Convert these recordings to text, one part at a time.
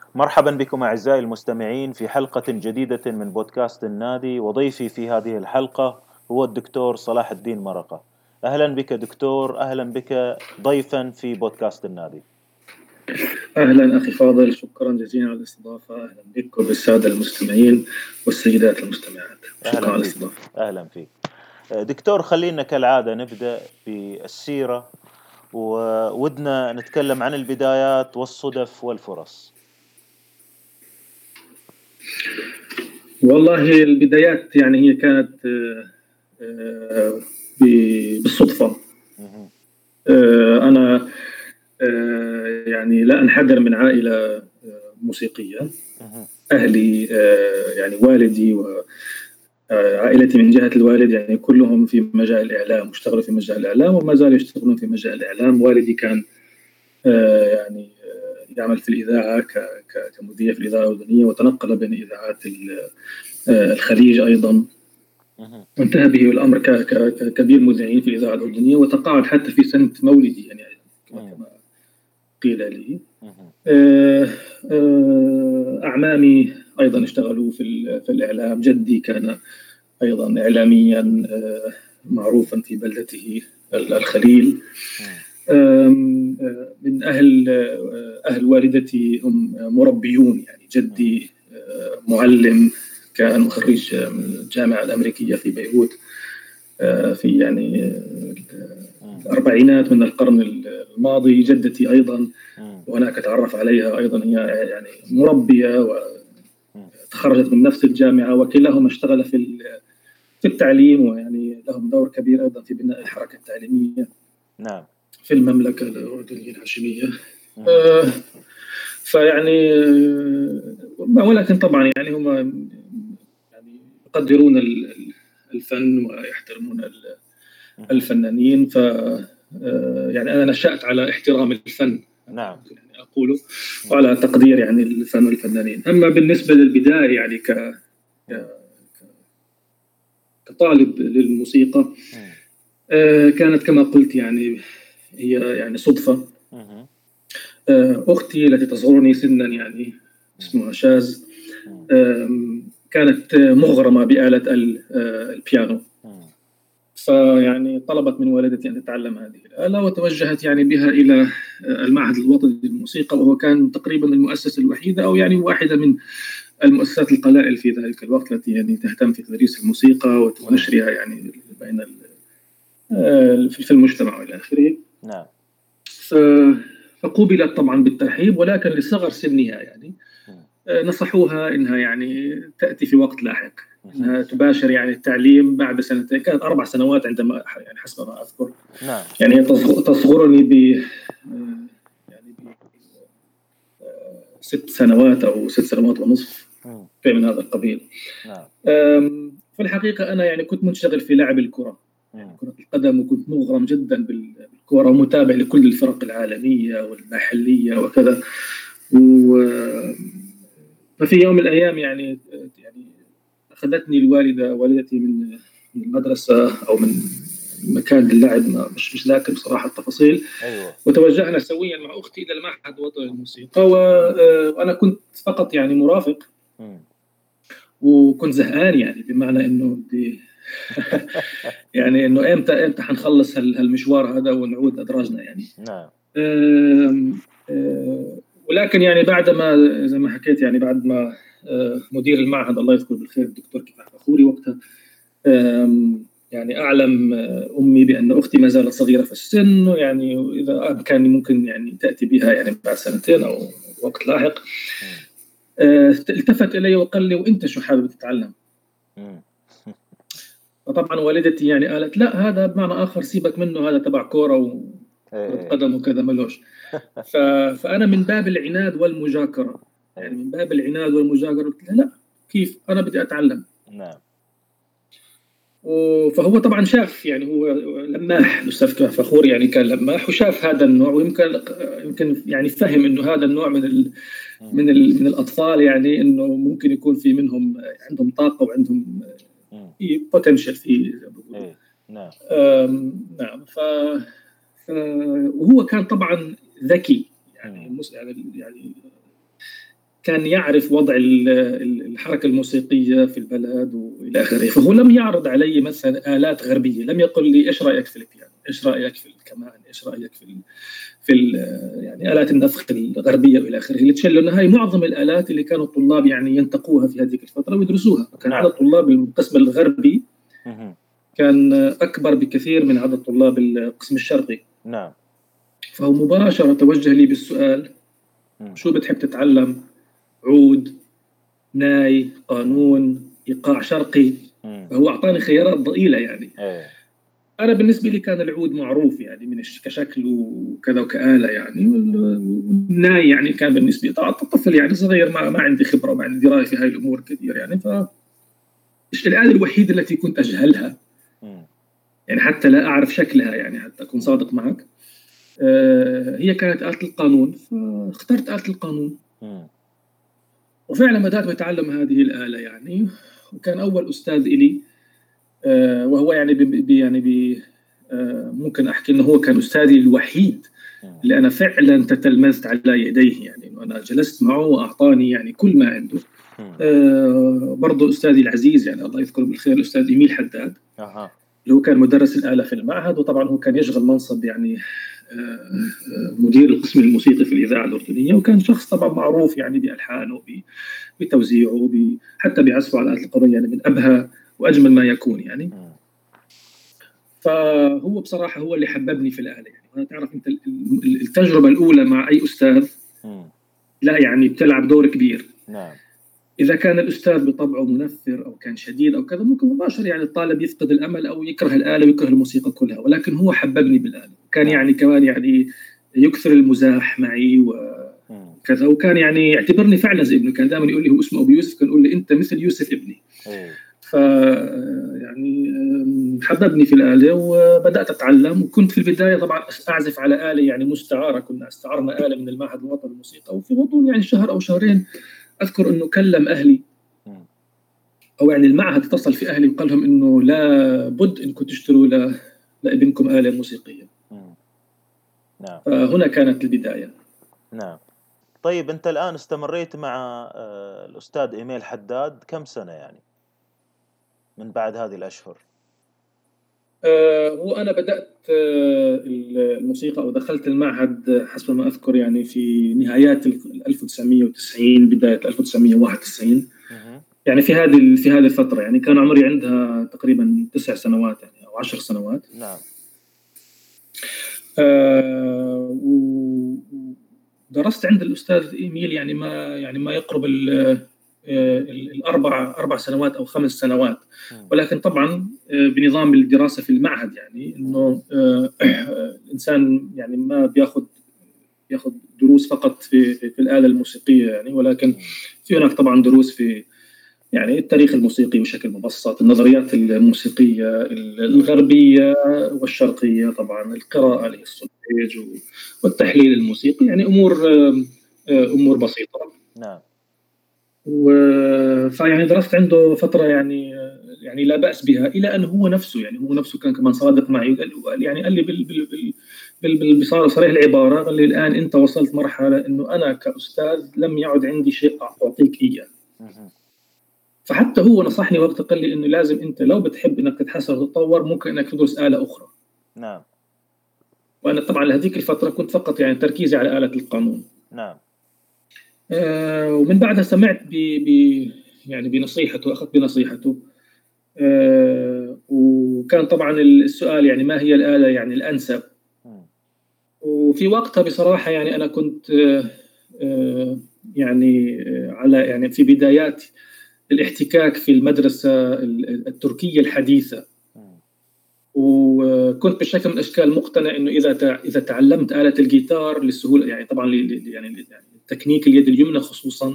مرحبا بكم أعزائي المستمعين في حلقة جديدة من بودكاست النادي، وضيفي في هذه الحلقة هو الدكتور صلاح الدين مرقة. أهلا بك دكتور، أهلا بك ضيفا في بودكاست النادي. أهلا أخي فاضل، شكرا جزيلا على الاستضافة. أهلا بك وبالسادة المستمعين والسيدات المستمعات، شكرا على الاستضافة. أهلا فيك دكتور. خلينا كالعادة نبدأ بالسيرة، وودنا نتكلم عن البدايات والصدف والفرص. والله البدايات يعني هي كانت بالصدفة. أنا يعني لا أنحدر من عائلة موسيقية. أهلي يعني والدي وعائلتي من جهة الوالد يعني كلهم في مجال الإعلام، اشتغلوا في مجال الإعلام وما زالوا يشتغلون في مجال الإعلام. والدي كان يعني يعمل في الإذاعة كمذيع في الإذاعة الأردنية، وتنقل بين إذاعات الخليج أيضا، وانتهى به الأمر ككبير مذيعين في الإذاعة الأردنية، وتقاعد حتى في سنة مولدي يعني كما قيل لي. أعمامي أيضا اشتغلوا في الإعلام. جدي كان أيضا إعلاميا معروفا في بلدته الخليل. من أهل والدتي هم مربيون، يعني جدي معلم، كان خريج الجامعة الأمريكية في بيروت في يعني الأربعينات من القرن الماضي. جدتي أيضا وهناك تعرف عليها أيضا، هي يعني مربية وتخرجت من نفس الجامعة، وكلاهما اشتغل في التعليم، ويعني لهم دور كبير أيضا في بناء الحركة التعليمية نعم في المملكة الأردنية الهاشمية. فيعني ولكن طبعا يعني هم يعني يقدرون الفن ويحترمون الفنانين. ف يعني أنا نشأت على احترام الفن، نعم يعني أقوله، وعلى تقدير يعني الفن والفنانين. أما بالنسبة للبداية يعني كطالب للموسيقى، كانت كما قلت يعني هي يعني صدفة. أختي التي تصغرني سنا يعني اسمها شاز، كانت مغرمة بآلة البيانو، فيعني طلبت من والدتي أن تتعلم هذه الآلة، وتوجهت يعني بها إلى المعهد الوطني للموسيقى، وهو كان تقريبا المؤسسة الوحيدة أو يعني واحدة من المؤسسات القلائل في ذلك الوقت التي يعني تهتم في تدريس الموسيقى ونشرها يعني بين في المجتمع والى اخره. نعم. فقوبلت طبعا بالترحيب، ولكن لصغر سنها يعني نصحوها انها يعني تاتي في وقت لاحق، انها تباشر يعني التعليم بعد سنتين. كانت 4 سنوات عندما يعني حسب ما اذكر. نعم. يعني هي تصغرني ب يعني ب 6 سنوات او 6 سنوات ونصف، شيء من هذا القبيل. نعم. في الحقيقه انا يعني كنت منشغل في لعب الكره، كرة القدم، وكنت مغرم جدا بالكرة ومتابع لكل الفرق العالمية والمحلية وكذا. ففي يوم من الأيام يعني أخذتني والدتي من المدرسة أو من مكان اللعب، مش ذاكر بصراحة التفاصيل. أيوة. وتوجهنا سويا مع أختي إلى المعهد الوطني للموسيقى، وأنا كنت فقط يعني مرافق، وكنت زهقان يعني بمعنى إنه يعني انه امتى حنخلص هالمشوار هذا ونعود ادراجنا يعني. نعم. ولكن يعني بعد ما زي ما حكيت يعني بعد ما مدير المعهد الله يذكره بالخير الدكتور كفاح فخوري وقتها يعني اعلم امي بان اختي ما زالت صغيره في السن، يعني واذا كان ممكن يعني تاتي بها يعني بعد سنتين او وقت لاحق. التفت الي وقال لي: وانت شو حابب تتعلم؟ فطبعا والدتي يعني قالت: لا، هذا بمعنى اخر سيبك منه، هذا تبع كوره وكرة قدم وكذا ملوش. فانا من باب العناد والمجاكره، يعني من باب العناد والمجاكره قلت لها: لا، كيف، انا بدي اتعلم. نعم. فهو طبعا شاف، يعني هو لماح، الاستاذ فخور يعني كان لماح وشاف هذا النوع، ويمكن يعني فهم انه هذا النوع من الاطفال يعني انه ممكن يكون في منهم عندهم طاقه وعندهم بوتنشال في نعم. نعم. وهو كان طبعا ذكي يعني يعني كان يعرف وضع الحركة الموسيقية في البلد وإلى آخره، فهو لم يعرض علي مثلا آلات غربية، لم يقل لي إيش رأيك في البيانو، إيش رأيك في الكمان، إيش رأيك في يعني آلات النفخ الغربية وإلى آخره. التشيلو لأن هاي معظم الآلات اللي كانوا الطلاب يعني ينتقوها في هذه الفترة ويدرسوها، وكان عدد طلاب القسم الغربي كان أكبر بكثير من عدد طلاب القسم الشرقي. نعم. فهو مباشرة توجه لي بالسؤال شو بتحب تتعلم؟ عود، ناي، قانون، إيقاع شرقي. فهو أعطاني خيارات ضئيلة يعني. أنا بالنسبة لي كان العود معروف يعني من كشكل وكذا وكآلة يعني، والناي يعني كان بالنسبة لي طبعا طفل يعني صغير ما عندي خبرة وما عندي دراية في هاي الأمور كثير يعني. الآلة الوحيدة التي كنت أجهلها يعني حتى لا أعرف شكلها يعني حتى أكون صادق معك هي كانت آلة القانون، فاخترت آلة القانون وفعلا بدأت بتعلم هذه الآلة يعني. وكان أول أستاذ إلي وهو يعني ممكن أحكي أنه هو كان أستاذي الوحيد اللي أنا فعلا تتلمذت على يديه يعني، أنا جلست معه وأعطاني يعني كل ما عنده. برضو أستاذي العزيز يعني الله يذكره بالخير الأستاذ إيميل حداد اللي هو كان مدرس الآلة في المعهد، وطبعا هو كان يشغل منصب يعني مدير القسم الموسيقي في الإذاعة الأردنية، وكان شخص طبعا معروف يعني بألحانه بتوزيعه حتى بعزفه على الآلات القضية يعني من أبهى وأجمل ما يكون يعني. فهو بصراحة هو اللي حببني في الآلة يعني. وأنا تعرف أنت التجربة الأولى مع أي أستاذ لا يعني بتلعب دور كبير. نعم. إذا كان الأستاذ بطبعه منفر أو كان شديد أو كذا ممكن مباشر يعني الطالب يفقد الأمل أو يكره الآلة ويكره الموسيقى كلها، ولكن هو حببني بالآلة. كان يعني كمان يعني يكثر المزاح معي وكذا، وكان يعني يعتبرني فعلا زي ابنه. كان دائما يقول لي هو اسمه أبو يوسف، كان يقول لي أنت مثل يوسف ابني. ف يعني حببني في الآلة وبدأت أتعلم. وكنت في البداية طبعا أعزف على آلة يعني مستعارة، كنا استعرنا آلة من المعهد الوطني للموسيقى. وفي غضون يعني شهر أو شهرين أذكر أنه كلم أهلي أو يعني المعهد اتصل في أهلي وقال لهم أنه لا بد أنكم تشتروا لابنكم آلة موسيقية. نعم. فهنا كانت البداية. نعم. طيب أنت الآن استمريت مع الأستاذ إيميل حداد كم سنة يعني من بعد هذه الأشهر؟ وأنا بدأت الموسيقى أو دخلت المعهد حسب ما أذكر يعني في نهايات 1990 بداية 1991 يعني في هذه الفترة يعني. كان عمري عندها تقريبا 9 سنوات يعني أو 10 سنوات. نعم. ودرست عند الأستاذ إيميل يعني ما يقرب الأربع سنوات أو 5 سنوات، ولكن طبعا بنظام الدراسة في المعهد يعني إنه الإنسان يعني ما بياخذ دروس فقط في الآلة الموسيقية يعني، ولكن في هناك طبعا دروس في يعني التاريخ الموسيقي بشكل مبسط، النظريات الموسيقية الغربية والشرقية، طبعا القراءة للسولفيج والتحليل الموسيقي يعني أمور بسيطة. نعم. فيعني درست عنده فترة يعني لا بأس بها، إلى أن هو نفسه كان كمان صادق معي قال لي بصريح العبارة قال لي الآن أنت وصلت مرحلة إنه أنا كأستاذ لم يعد عندي شيء أعطيك إياه. فحتى هو نصحني وقت قال لي إنه لازم أنت لو بتحب إنك تتحسن وتتطور ممكن إنك تدرس آلة أخرى. نعم. وأنا طبعا لهذيك الفترة كنت فقط يعني تركيزي على آلة القانون. نعم. ومن بعدها سمعت يعني بنصيحته، أخذت بنصيحته. وكان طبعا السؤال يعني ما هي الآلة يعني الأنسب. وفي وقتها بصراحة يعني أنا كنت يعني على يعني في بدايات الاحتكاك في المدرسة التركية الحديثة، وكنت بشكل من الأشكال مقتنع إنه إذا تعلمت آلة الجيتار للسهولة يعني طبعا يعني تكنيك اليد اليمنى خصوصا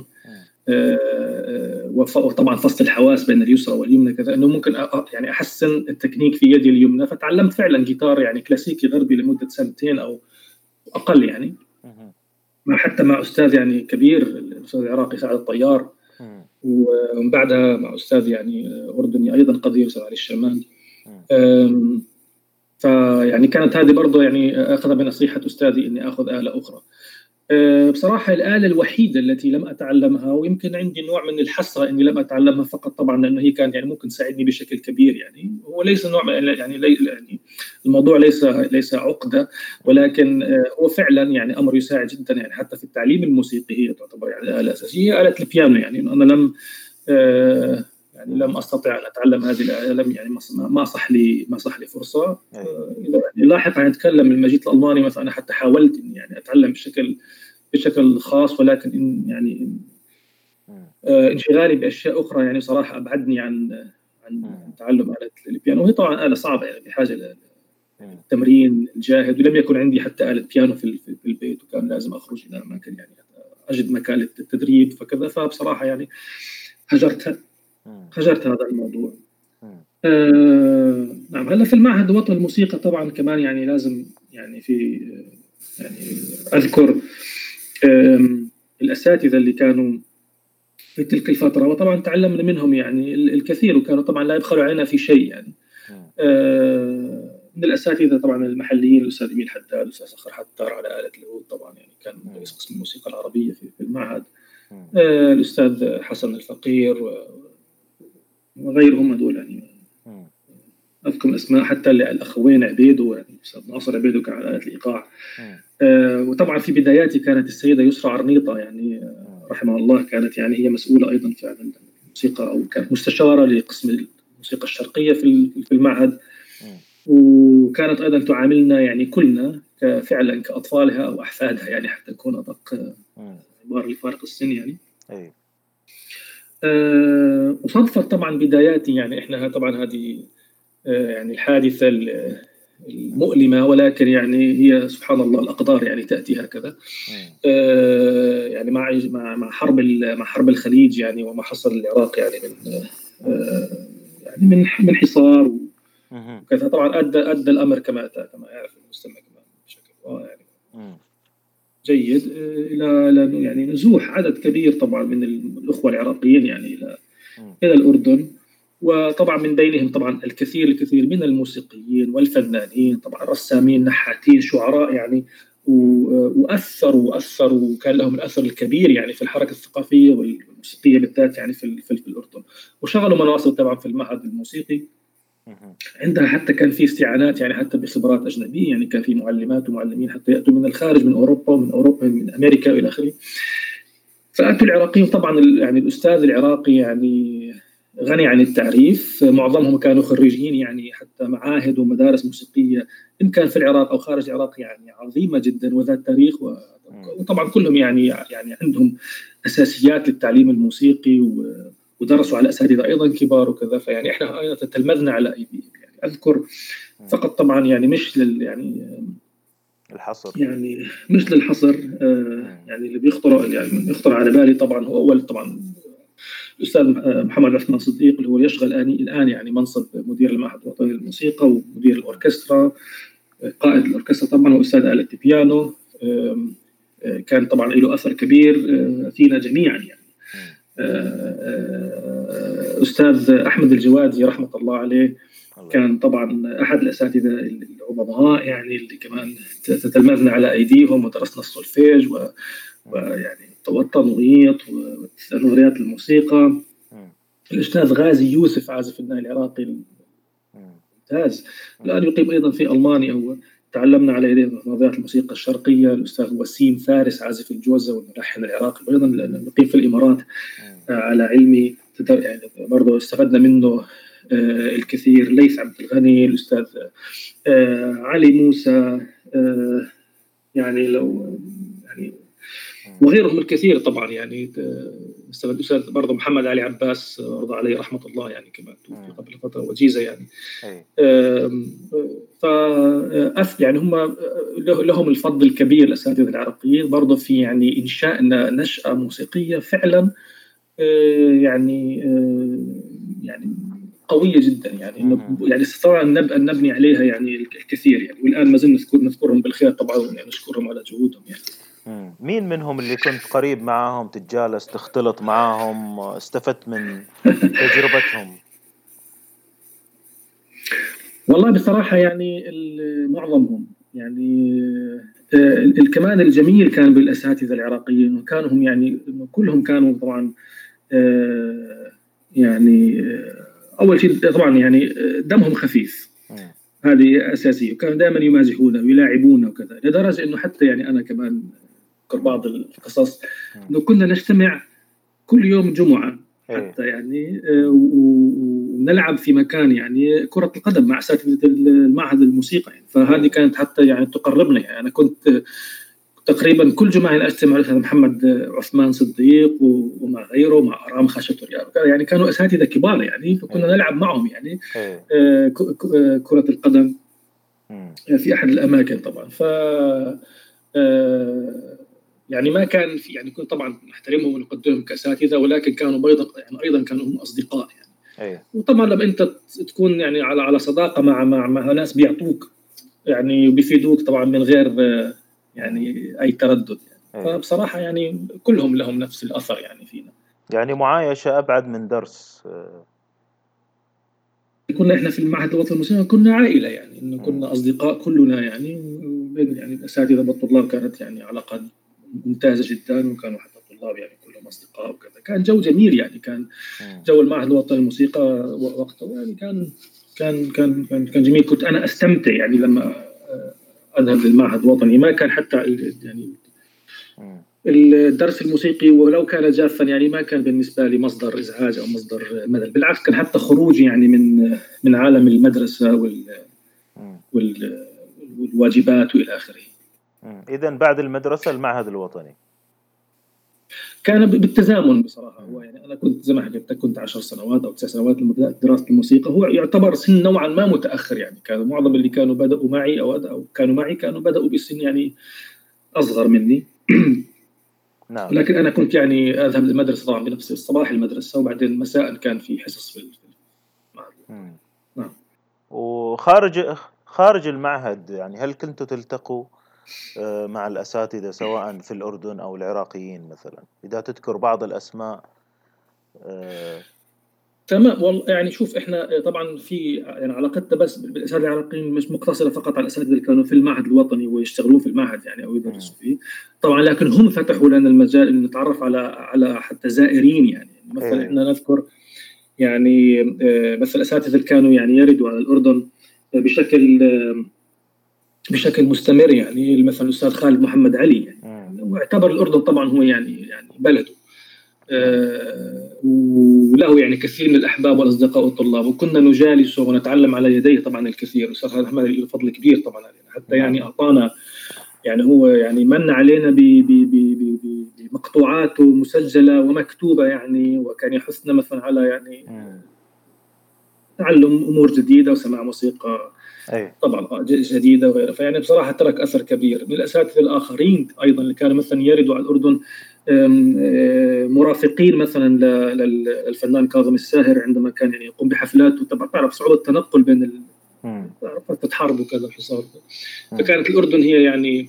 وطبعا فصل الحواس بين اليسرى واليمنى كذا، إنه ممكن يعني أحسن التكنيك في يدي اليمنى. فتعلمت فعلا جيتار يعني كلاسيكي غربي لمدة 2 سنين أو أقل يعني، حتى مع أستاذ يعني كبير الأستاذ العراقي سعد الطيار، ومن بعدها مع أستاذ يعني أردني أيضا قدير أستاذ علي الشرمان. فيعني كانت هذه برضه يعني أخذ بنصيحة أستاذي إني أخذ آلة أخرى. بصراحة الآلة الوحيدة التي لم أتعلمها، ويمكن عندي نوع من الحسرة إني لم أتعلمها فقط، طبعا لأنه هي كان يعني ممكن تساعدني بشكل كبير. يعني هو ليس نوع من يعني الموضوع ليس عقدة، ولكن هو فعلا يعني أمر يساعد جدا، يعني حتى في التعليم الموسيقي هي تعتبر يعني آلة أساسية، آلة البيانو. يعني أنا لم أستطع أن أتعلم هذه الآلة، يعني ما صح لي فرصة. إذا يعني لاحقا أتكلم لما جيت الألماني مثلا، أنا حتى حاولت إني يعني أتعلم بشكل خاص، ولكن انشغالي باشياء اخرى يعني صراحه ابعدني عن تعلم آلة البيانو. وهي طبعا آلة صعبه، يعني بحاجه للتمرين الجاهد، ولم يكن عندي حتى آلة بيانو في البيت، وكان لازم اخرج الى اماكن يعني اجد مكان للتدريب فكذا. فبصراحه يعني هجرت هذا الموضوع. نعم. هلا في المعهد الوطني للموسيقى طبعا كمان يعني لازم يعني يعني اذكر الاساتذه اللي كانوا في تلك الفترة، وطبعا تعلمنا منهم يعني الكثير، وكانوا طبعا لا يبخلوا علينا في شيء. يعني من الأساتذة طبعا المحليين الأستاذ إميل حداد، الأستاذ صخر حتار على آلة العود، طبعا يعني كان رئيس قسم الموسيقى العربية في المعهد. الأستاذ حسن الفقير وغيرهم هذول، يعني أذكر أسماء حتى الأخوين عبيدو، يعني الأستاذ ناصر عبيدو كان على آلة الإيقاع. وطبعا في بداياتي كانت السيدة يسرى عرنيطة، يعني رحمه الله، كانت يعني هي مسؤولة أيضا في الموسيقى، أو كانت مستشارة لقسم الموسيقى الشرقية في المعهد. وكانت أيضا تعاملنا يعني كلنا فعلا كأطفالها أو أحفادها، يعني حتى نكون أدق عبارة لفارق السن يعني. وصدفت طبعا بداياتي، يعني إحنا طبعا هذه يعني الحادثة المؤلمة، ولكن يعني هي سبحان الله الأقدار يعني تأتي هكذا. يعني مع حرب الخليج يعني، وما حصل العراق يعني من حصار وكذا. طبعا أدى الأمر كما يعرف المستمع كمان بشكل يعني جيد إلى يعني نزوح عدد كبير طبعا من الأخوة العراقيين يعني إلى الأردن. وطبعا من بينهم طبعا الكثير من الموسيقيين والفنانين، طبعا رسامين، نحاتين، شعراء يعني، وأثروا وكان لهم الأثر الكبير يعني في الحركة الثقافية والموسيقية بالذات يعني في الأردن. وشغلوا مناصب طبعا في المعهد الموسيقي. عندها حتى كان في استعانات يعني حتى بخبرات أجنبية، يعني كان في معلمات ومعلمين حتى يأتوا من الخارج، من أوروبا من أمريكا إلى آخره. فأتوا العراقيين طبعا، يعني الأستاذ العراقي يعني غني عن التعريف، معظمهم كانوا خريجين يعني حتى معاهد ومدارس موسيقية، إن كان في العراق أو خارج العراق، يعني عظيمة جدا وذات تاريخ. وطبعا كلهم يعني عندهم أساسيات للتعليم الموسيقي، ودرسوا على أساتذة أيضا كبار وكذا. فيعني إحنا أيضا تلمذنا على أيديهم. يعني أذكر فقط طبعا يعني مش الحصر، يعني مش للحصر. يعني اللي بيخطر على بالي طبعا هو أول طبعا الأستاذ محمد عثمان صديق، اللي هو يشغل الآن يعني منصب مدير المعهد الوطني للموسيقى ومدير الأوركسترا، قائد الأوركسترا طبعا، وأستاذ آلة البيانو. كان طبعا له أثر كبير فينا جميعا يعني. أستاذ أحمد الجوادي رحمة الله عليه كان طبعا أحد الأساتذة العظماء، يعني اللي كمان تتلمذنا على أيديهم، ودرسنا السولفيج ويعني والتنويط ونظريات الموسيقى. الأستاذ غازي يوسف عازف الناي العراقي ممتاز، الآن يقيم أيضا في ألمانيا، وتعلمنا على يديه نظريات الموسيقى الشرقية. الأستاذ وسيم فارس عازف الجوزة والملحن العراقي، أيضا يقيم في الإمارات على علمي، يعني برضه استفدنا منه الكثير. ليث عبد الغني، الأستاذ علي موسى، يعني لو يعني وغيرهم الكثير طبعا. يعني الأستاذ برضه محمد علي عباس رضى عليه رحمة الله، يعني كمان توفي قبل فترة وجيزة يعني. يعني هم لهم الفضل الكبير الأساتذة العراقيين برضه في يعني إنشاء نشأة موسيقية فعلا يعني قوية جدا، يعني استطاع أن نبني عليها يعني الكثير يعني، والآن ما زلنا نذكرهم بالخير طبعا، يعني نشكرهم على جهودهم يعني. مين منهم اللي كنت قريب معهم، تتجالس تختلط معهم، استفدت من تجربتهم؟ والله بصراحة يعني معظمهم يعني كمان الجميل كان بالأساتذة العراقيين، وكانوا هم يعني كلهم كانوا طبعا يعني أول شيء طبعا يعني دمهم خفيف، هذه أساسية، وكانوا دائما يمازحونا ويلاعبونا وكذا، لدرجة إنه حتى يعني أنا كمان أذكر بعض القصص إنه كنا نجتمع كل يوم جمعة حتى يعني ونلعب في مكان يعني كرة القدم مع أساتذة المعهد الموسيقى يعني. فهذه كانت حتى يعني تقربنا يعني. أنا كنت تقريبا كل جمعة أجتمع مع الأستاذ محمد عثمان صديق ومع غيره مع أرام خاشتور يعني كانوا أساتذة كبار يعني، فكنا نلعب معهم يعني كرة القدم في أحد الأماكن طبعا. ف يعني ما كان في يعني كنت طبعا نحترمهم ونقدرهم كأساتذة، ولكن كانوا أيضا كانوا هم أصدقاء يعني. وطبعا لما أنت تكون يعني على صداقة مع ناس بيعطوك يعني وبيفيدوك طبعا من غير يعني أي تردد يعني. فبصراحة يعني كلهم لهم نفس الأثر يعني فينا. يعني معايشة أبعد من درس. كنا إحنا في المعهد الوطني الموسيقى كنا عائلة يعني، إنه كنا أصدقاء كلنا يعني يعني الأساتذة والطلاب كانت يعني علاقات ممتازة جدا، وكانوا حتى الطلاب يعني كلهم أصدقاء وكذا. كان جو جميل يعني، كان جو المعهد الوطني الموسيقى وقته يعني كان جميل. كنت أنا أستمتع يعني لما أذهب للمعهد الوطني. ما كان حتى يعني الدرس الموسيقي ولو كان جافا يعني ما كان بالنسبة لي مصدر إزعاج أو مصدر ملل، بالعكس كان حتى خروج يعني من عالم المدرسة والواجبات وإلى آخره. إذن بعد المدرسة المعهد الوطني كان بالتزامن بصراحة. هو يعني أنا كنت زي ما حكيت كنت 10 سنوات أو 9 سنوات لما بدأت دراسة الموسيقى. هو يعتبر سن نوعا ما متأخر يعني. كانوا معظم اللي كانوا بدأوا معي أو كانوا بدأوا بسن يعني أصغر مني. نعم. لكن أنا كنت يعني أذهب للمدرسة طبعا بنفس الصباح المدرسة، وبعدين مساء كان في حصص في المعهد. نعم. وخارج المعهد يعني هل كنتوا تلتقوا مع الأساتذة سواء في الأردن أو العراقيين مثلا؟ إذا تذكر بعض الأسماء. تمام والله. يعني شوف احنا طبعا في يعني علاقتنا بس بالاساتذه العراقيين مش مقتصره فقط على الاساتذه اللي كانوا في المعهد الوطني ويشتغلون في المعهد يعني او يدرسوا فيه طبعا، لكن هم فتحوا لنا المجال ان نتعرف على حتى زائرين يعني. مثلا احنا نذكر يعني مثلا الاساتذه اللي كانوا يعني يردوا على الاردن بشكل مستمر يعني. مثلا الاستاذ خالد محمد علي يعني واعتبر الاردن طبعا هو يعني بلده، وله يعني كثير من الأحباب والأصدقاء والطلاب، وكنا نجالسه ونتعلم على يديه طبعا الكثير. الأستاذ خالد محمد له فضل كبير طبعا علينا، حتى يعني أعطانا يعني هو يعني من علينا بمقطوعات مسجلة ومكتوبة يعني، وكان يحثنا مثلا على يعني تعلم أمور جديدة وسماع موسيقى طبعا جديدة وغيرها. فيعني بصراحة ترك أثر كبير. من الأساتذة الآخرين أيضا اللي كانوا مثلا يردوا على الأردن مرافقين مثلا للفنان كاظم الساهر عندما كان يعني يقوم بحفلات، وطبعا تعرف صعوبة التنقل بين فترة حرب وكذا وحصار. فكانت الأردن هي يعني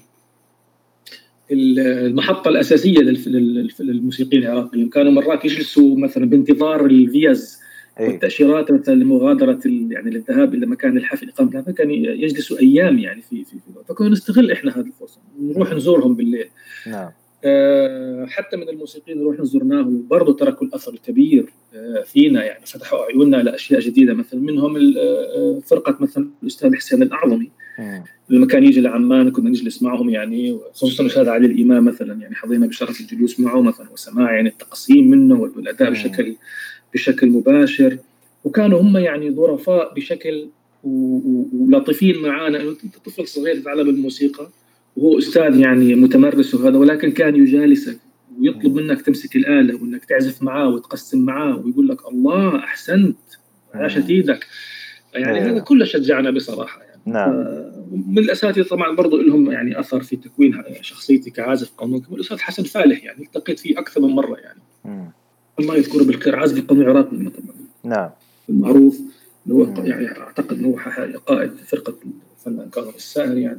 المحطة الأساسية للموسيقيين العراقيين. كانوا مرات يجلسوا مثلا بانتظار الفيز والتأشيرات مثلا لمغادرة يعني للذهاب إلى مكان الحفل إقامة، فكان يجلسوا أيام يعني في فكنا نستغل إحنا هذه الفرصة نروح نزورهم بالليل. نعم. حتى من الموسيقيين اللي رحنا زرناهم برضو تركوا الأثر الكبير فينا يعني، فتحوا عيوننا على أشياء جديدة. مثلا منهم فرقة مثلا الأستاذ حسين الأعظمي لما كان يجي لعمان كنا نجلس معهم يعني، خصوصا الأستاذ علي الإمام مثلا يعني حظينا بشرف الجلوس معه مثلا وسماع يعني التقسيم منه والأداء بشكل مباشر. وكانوا هم يعني ظرفاء بشكل ولطيفين معانا. انه انت طفل صغير تتعلم الموسيقى وهو استاذ يعني متمرس وهذا، ولكن كان يجالسك ويطلب منك تمسك الآلة وانك تعزف معاه وتقسم معاه ويقول لك الله احسنت عاشت ايدك يعني. هذا كله شجعنا بصراحه يعني. من الاساتذه طبعا برضو لهم يعني اثر في تكوين شخصيتي كعازف قانون الاستاذ حسن فالح يعني التقيت فيه اكثر من مره يعني. الله يذكره بالخير، عازف القانون العراقي طبعا. نعم. المعروف هو يعني اعتقد انه قائد فرقه الفنان كاظم الساهر يعني.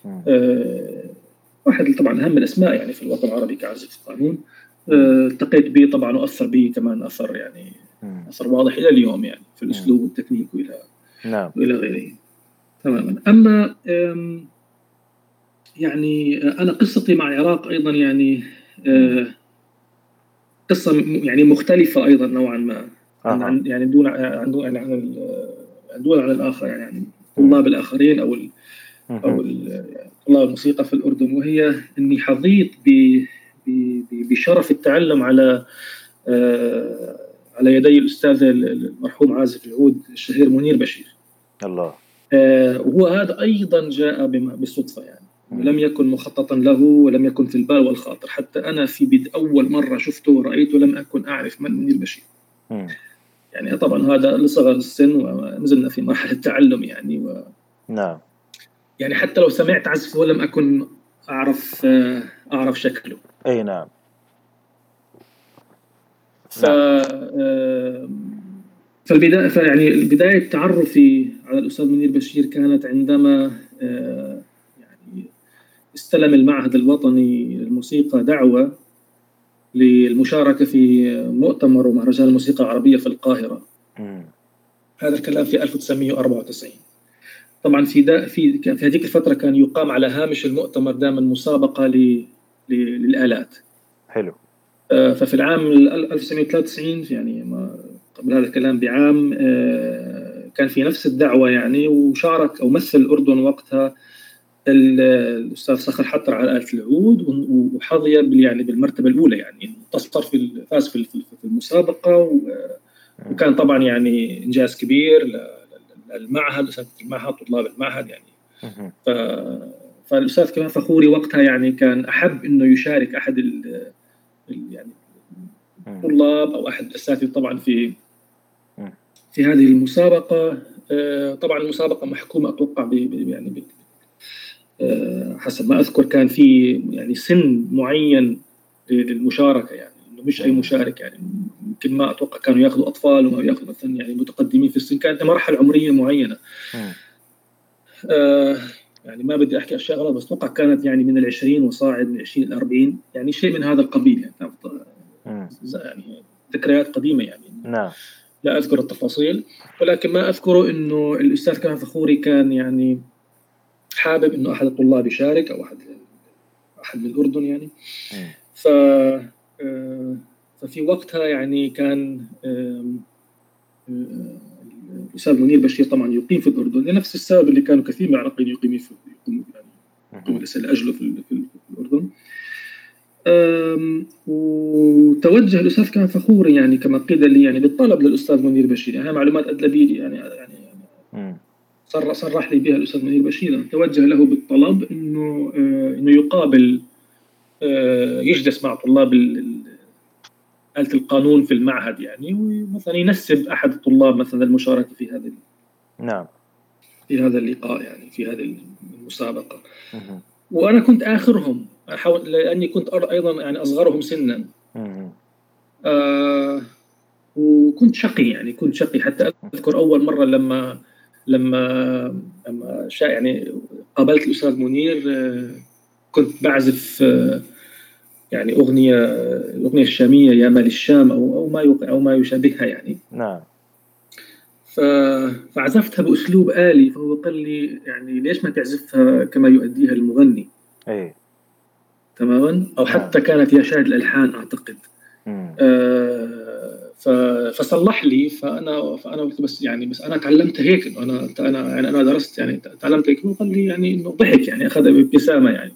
واحد طبعا اهم الاسماء يعني في الوطن العربي كعازف قانون. التقيت به طبعا واثر به كمان اثر يعني اثر واضح الى اليوم يعني في الاسلوب والتكنيك والى غيره تماما. اما يعني أنا قصتي مع العراق أيضا يعني قصة يعني مختلفة أيضا نوعا ما عن يعني دون يعني عن الآخر يعني عن الطلاب الآخرين أو طلاب الموسيقى في الأردن، وهي إني حظيت بشرف التعلم على يدي الأستاذ المرحوم عازف العود الشهير منير بشير. الله. وهو هذا أيضا جاء بالصدفة يعني، لم يكن مخططا له ولم يكن في البال والخاطر. حتى أنا في أول مرة شفته ورأيته لم أكن أعرف من منير بشير. يعني طبعا هذا لصغر السن ومازلنا في مرحلة التعلم يعني نعم. يعني حتى لو سمعت عزفه لم أكن أعرف شكله. أي نعم. فالبداية يعني بداية تعرفي على الأستاذ منير بشير كانت عندما يعني استلم المعهد الوطني للموسيقى دعوة للمشاركة في مؤتمر ومهرجان الموسيقى العربية في القاهرة. هذا الكلام في 1994. طبعا في هذيك الفترة كان يقام على هامش المؤتمر دائما مسابقة للآلات. حلو. ففي العام 1993 يعني قبل هذا الكلام بعام كان في نفس الدعوة يعني، وشارك أو مثل الأردن وقتها الأستاذ صخر حطر على آلة العود، وحظي يعني بالمرتبة الأولى يعني، انتصر فاز في المسابقة، وكان طبعا يعني إنجاز كبير للمعهد المعهد طلاب المعهد يعني. فالأستاذ كمان فخوري وقتها يعني كان أحب إنه يشارك أحد يعني الطلاب أو أحد الأساتذة طبعا في هذه المسابقة. طبعا المسابقة محكومة أتوقع يعني حسب ما أذكر كان في يعني سن معين للمشاركة، يعني إنه مش أي مشارك يعني، يمكن ما أتوقع كانوا يأخذوا أطفال وما يأخذوا مثلا يعني متقدمين في السن، كانت مرحلة عمرية معينة. يعني ما بدي أحكي أشياء غلط، بس أتوقع كانت يعني من 20 وصاعد، من 20 إلى 40 يعني، شيء من هذا القبيل يعني. يعني ذكريات قديمة يعني. نعم. لا أذكر التفاصيل، ولكن ما أذكره إنه الأستاذ كان فخوري كان يعني حابب إنه أحد الطلاب يشارك أو أحد من الأردن يعني. ففي وقتها يعني كان الأستاذ منير بشير طبعا يقيم في الأردن لنفس السبب اللي كانوا كثير من العراقيين يقيمون لأجله في الأردن. وتوجه الأستاذ كان فخوري يعني كما قيل لي يعني بالطلب للأستاذ منير بشير، يعني معلومات أدلبي يعني صرح لي بها الأستاذ منير بشير. توجه له بالطلب إنه يقابل يجلس مع طلاب آلة القانون في المعهد يعني، ومثلا ينسب أحد الطلاب مثلا المشاركة في هذا نعم في هذا اللقاء يعني، في هذه المسابقة. وأنا كنت آخرهم، لأني كنت أيضا يعني أصغرهم سنا. وكنت شقي يعني، كنت شقي. حتى أذكر أول مرة لما يعني قابلت الأستاذ منير، كنت بعزف يعني الأغنية الشامية يا مال الشام أو ما يشابهها يعني. نعم. فعزفتها بأسلوب آلي، فهو قال لي يعني ليش ما تعزفها كما يؤديها المغني؟ أي تماما. أو حتى كانت يا شاهد الألحان أعتقد. فصلح لي. فأنا قلت بس أنا تعلمت هيك، أنا درست يعني تعلمت هيك. وقال لي يعني إنه ضحك يعني، أخذ بابتسامة يعني.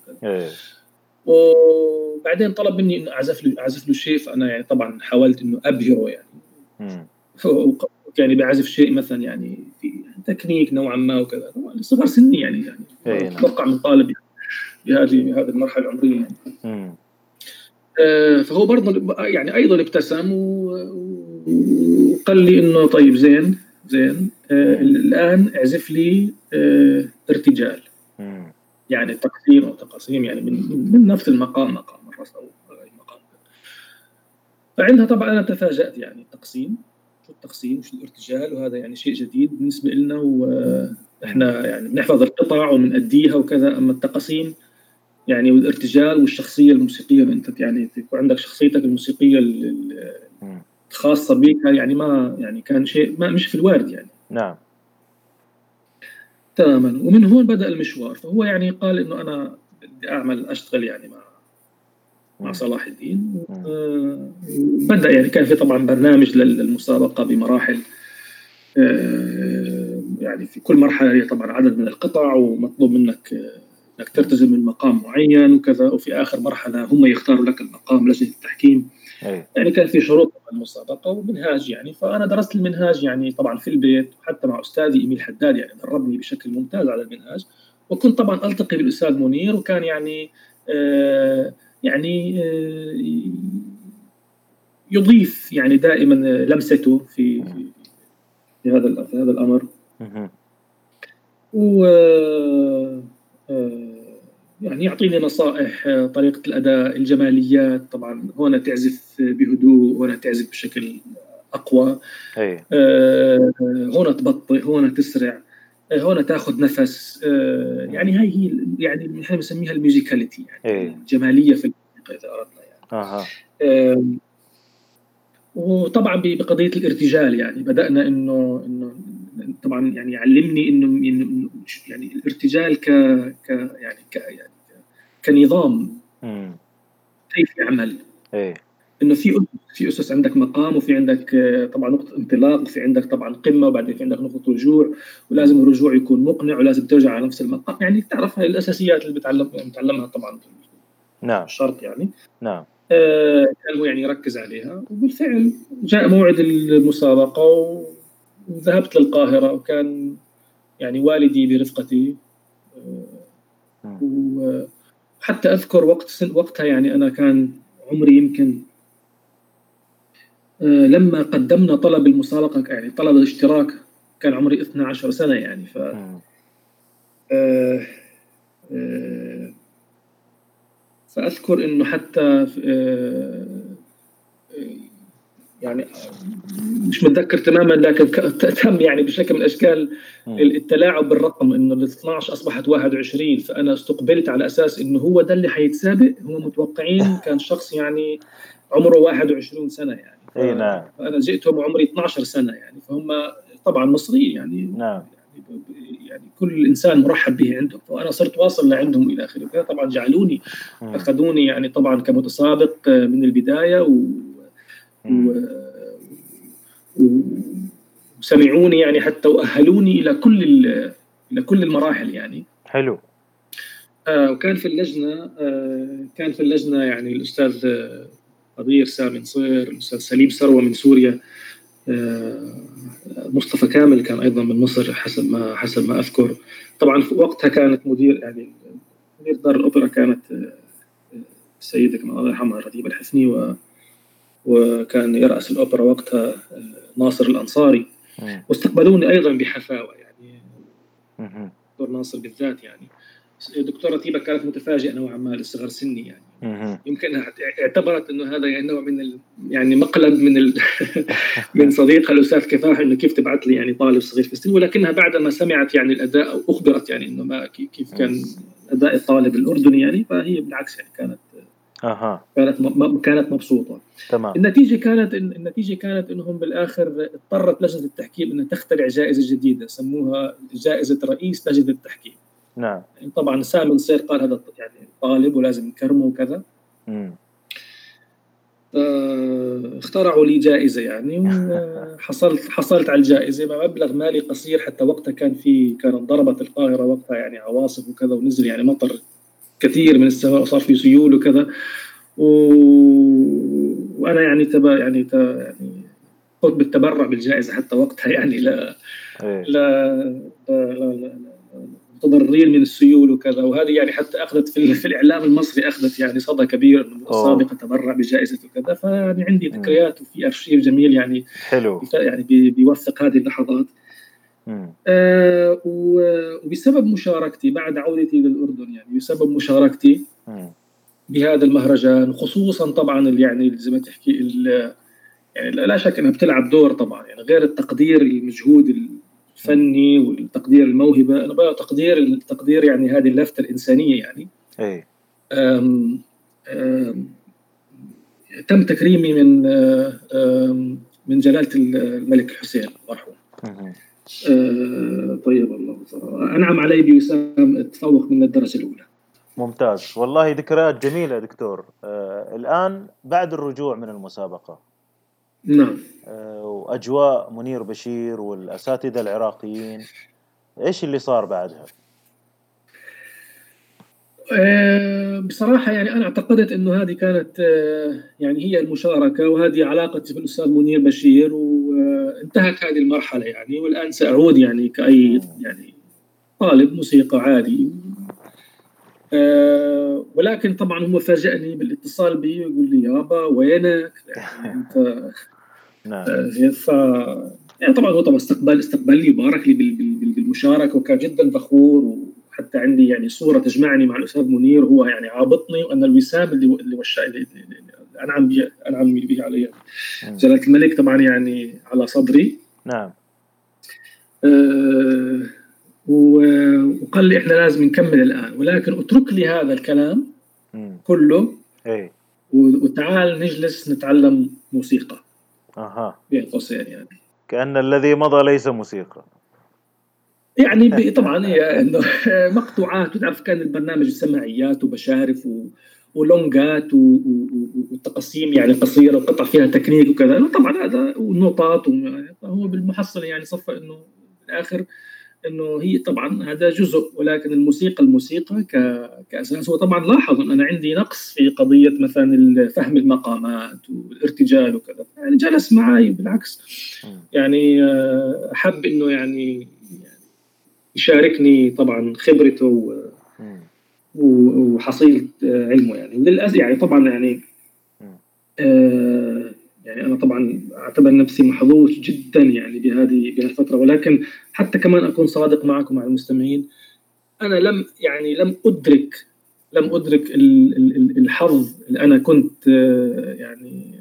وبعدين طلب مني إنه أعزف له شيء، فأنا يعني طبعا حاولت إنه أبهره يعني. يعني بعزف شيء مثلا يعني في تكنيك نوعا ما وكذا، طبعا صغر سني يعني أتوقع من طالب بهذه المرحلة العمرية يعني. فهو برضه يعني أيضا ابتسم وقال لي إنه طيب زين الآن اعزف لي ارتجال، يعني تقسيم أو تقاسيم يعني من نفس مقام الرأس أو أي مقام. فعندها طبعا أنا تفاجأت يعني التقسيم وش الارتجال، وهذا يعني شيء جديد بالنسبة لنا، وإحنا يعني بنحفظ القطع وبنأديها وكذا. أما التقسيم يعني والارتجال والشخصية الموسيقية، أنت يعني يكون عندك شخصيتك الموسيقية الخاصة بك يعني، ما يعني كان شيء ما مش في الوارد يعني. نعم تماما. ومن هون بدأ المشوار. فهو يعني قال إنه أنا بدي أشتغل يعني مع صلاح الدين. بدأ يعني كان في طبعا برنامج للمسابقة بمراحل، يعني في كل مرحلة طبعا عدد من القطع، ومطلوب منك انك تلتزم من مقام معين وكذا، وفي اخر مرحله هم يختاروا لك المقام لجنه التحكيم. يعني كان في شروط المسابقه ومنهاج يعني. فانا درست المنهاج يعني طبعا في البيت، وحتى مع استاذي ايميل حداد يعني دربني بشكل ممتاز على المنهاج. وكنت طبعا التقي بالاستاذ منير، وكان يعني يضيف يعني دائما لمسته في هذا الامر. و يعني يعطيني نصائح، طريقة الأداء، الجماليات. طبعا هنا تعزف بهدوء، هنا تعزف بشكل أقوى، هنا تبطئ، هنا تسرع، هنا تاخذ نفس. يعني هاي هي يعني نحن بنسميها الميوزيكاليتي يعني الجمالية في الموسيقى إذا أردنا يعني. وطبعا بقضية الارتجال يعني بدأنا إنه طبعا يعني علمني إنه يعني الارتجال يعني كنظام كيف يعمل. إنه في أسس عندك مقام، وفي عندك طبعا نقطة انطلاق، وفي عندك طبعا قمة، وبعدين في عندك نقطة رجوع، ولازم الرجوع يكون مقنع، ولازم ترجع على نفس المقام. يعني تعرف هاي الأساسيات اللي بتعلمها طبعا الشرط يعني. نعم. كان هو يعني يركز عليها. وبالفعل جاء موعد المسابقة وذهبت للقاهرة، وكان يعني والدي برفقتي. وحتى أذكر وقتها يعني أنا كان عمري يمكن لما قدمنا طلب المسابقة يعني طلب الاشتراك كان عمري 12 سنة يعني. فأذكر إنه حتى يعني مش متذكر تماما، لكن تم يعني بشكل من الاشكال التلاعب بالرقم، انه ال 12 اصبحت 21. فانا استقبلت على اساس انه هو ده اللي حيتسابق. هم متوقعين كان شخص يعني عمره 21 سنه يعني. فانا جئتهم وعمري 12 سنه يعني. فهم طبعا مصريين يعني. يعني كل انسان مرحب به عندهم. فانا صرت واصل لعندهم الى اخره. طبعا جعلوني اخذوني يعني طبعا كمتسابق من البدايه، وسمعوني يعني حتى وأهلوني إلى كل المراحل يعني. حلو. وكان في اللجنة يعني الأستاذ قدير سامي نصير، الأستاذ سليم سروة من سوريا، مصطفى كامل كان أيضا من مصر حسب ما أذكر. طبعا في وقتها كانت مدير دار الأوبرا كانت السيدة كما الله يرحمها رتيبة الحسني، وكان يرأس الأوبرا وقتها ناصر الأنصاري. واستقبلوني أيضا بحفاوة يعني، دكتور ناصر بالذات يعني. دكتورة رتيبة كانت متفاجئة نوعا ما لصغر سني يعني. يمكن اعتبرت إنه هذا يعني نوع من يعني مقلب من صديقها الأستاذ كفاح، إنه كيف تبعت لي يعني طالب صغير في السن. ولكنها بعدما سمعت يعني الأداء أو أخبرت يعني إنه ما كيف كان أداء الطالب الأردني يعني، فهي بالعكس يعني كانت مبسوطة. تمام. النتيجة كانت إنهم بالآخر اضطرت لجنة التحكيم إنها تخترع جائزة جديدة سموها جائزة رئيس لجنة التحكيم. نعم. يعني طبعا سامي نصير قال هذا يعني طالب ولازم نكرمه وكذا. اخترعوا لي جائزة يعني، وحصلت على الجائزة بمبلغ مالي قصير. حتى وقتها كانت ضربت القاهرة وقتها يعني عواصف وكذا، ونزل يعني مطر كثير من السماء، وصار في سيول وكذا. وأنا يعني قلت بالتبرع بالجائزة حتى وقتها يعني لا متضررين من السيول وكذا. وهذه يعني حتى أخذت في الإعلام المصري أخذت يعني صدى كبير إنه متسابق تبرع بجائزة وكذا. فيعني عندي ذكريات وفي أرشيف جميل يعني حلو يعني بيوثق هذه اللحظات. وبسبب مشاركتي بعد عودتي للأردن يعني بسبب مشاركتي بهذا المهرجان، خصوصا طبعا يعني زي ما تحكي يعني لا شك انها بتلعب دور طبعا يعني، غير التقدير المجهود الفني والتقدير الموهبه، انا بقى تقدير يعني هذه اللفتة الإنسانية يعني. تم تكريمي من جلالة الملك الحسين المرحوم. طيب الله أنعم علي بوسام التفوق من الدرجة الأولى. ممتاز، والله ذكريات جميلة دكتور. الآن بعد الرجوع من المسابقة، نعم. وأجواء منير بشير والأساتذة العراقيين، إيش اللي صار بعدها؟ بصراحة يعني أنا اعتقدت إنه هذه كانت يعني هي المشاركة، وهذه علاقتي بالأستاذ منير بشير، وانتهت هذه المرحلة يعني. والآن سأعود يعني كأي يعني طالب موسيقى عادي. ولكن طبعا هو فاجأني بالاتصال بي ويقول لي يابا وينك يعني أنت. نعم. ف يعني طبعا هو طبعا استقبل لي وبارك لي بالمشاركة، وكان جدا فخور. وحتى عندي يعني صورة تجمعني مع الأستاذ منير، هو يعني عابطني، وأن الوسام اللي وشى اللي أنعم به علي جلالة الملك طبعا يعني على صدري. نعم. وقال لي احنا لازم نكمل الآن، ولكن اترك لي هذا الكلام كله. اي. وتعال نجلس نتعلم موسيقى. بين قوسين يعني كأن الذي مضى ليس موسيقى يعني. طبعا هي انه مقطوعات، وتعرف كان البرنامج السماعيات وبشارف ولونجات وتقاسيم يعني قصيره، وقطع فيها تكنيك وكذا. طبعا هذا والنوتات، هو بالمحصله يعني صفى انه بالاخر انه هي طبعا هذا جزء، ولكن الموسيقى كاساس. هو طبعا لاحظ ان انا عندي نقص في قضيه مثلا فهم المقامات والارتجال وكذا، يعني جلس معي بالعكس يعني حب انه يعني يشاركني طبعا خبرته وحصيله علمه يعني. للاسف يعني طبعا يعني يعني أنا طبعا أعتبر نفسي محظوظ جدا يعني بهذه الفترة. ولكن حتى كمان أكون صادق معكم مع المستمعين، أنا لم أدرك الحظ اللي أنا كنت يعني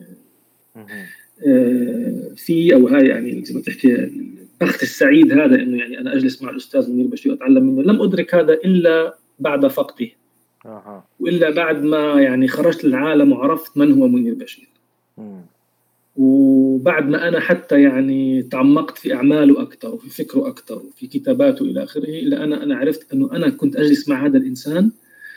فيه، أو هاي يعني زي ما تحكي البخت السعيد هذا، إنه يعني أنا أجلس مع الأستاذ منير بشير وأتعلم منه. لم أدرك هذا إلا بعد فقده، وإلا بعد ما يعني خرجت للعالم وعرفت من هو منير بشير. وبعد ما أنا حتى يعني تعمقت في أعماله أكثر، وفي فكره أكثر، وفي كتاباته إلى آخره، إلا أنا عرفت أنه أنا كنت أجلس مع هذا الإنسان.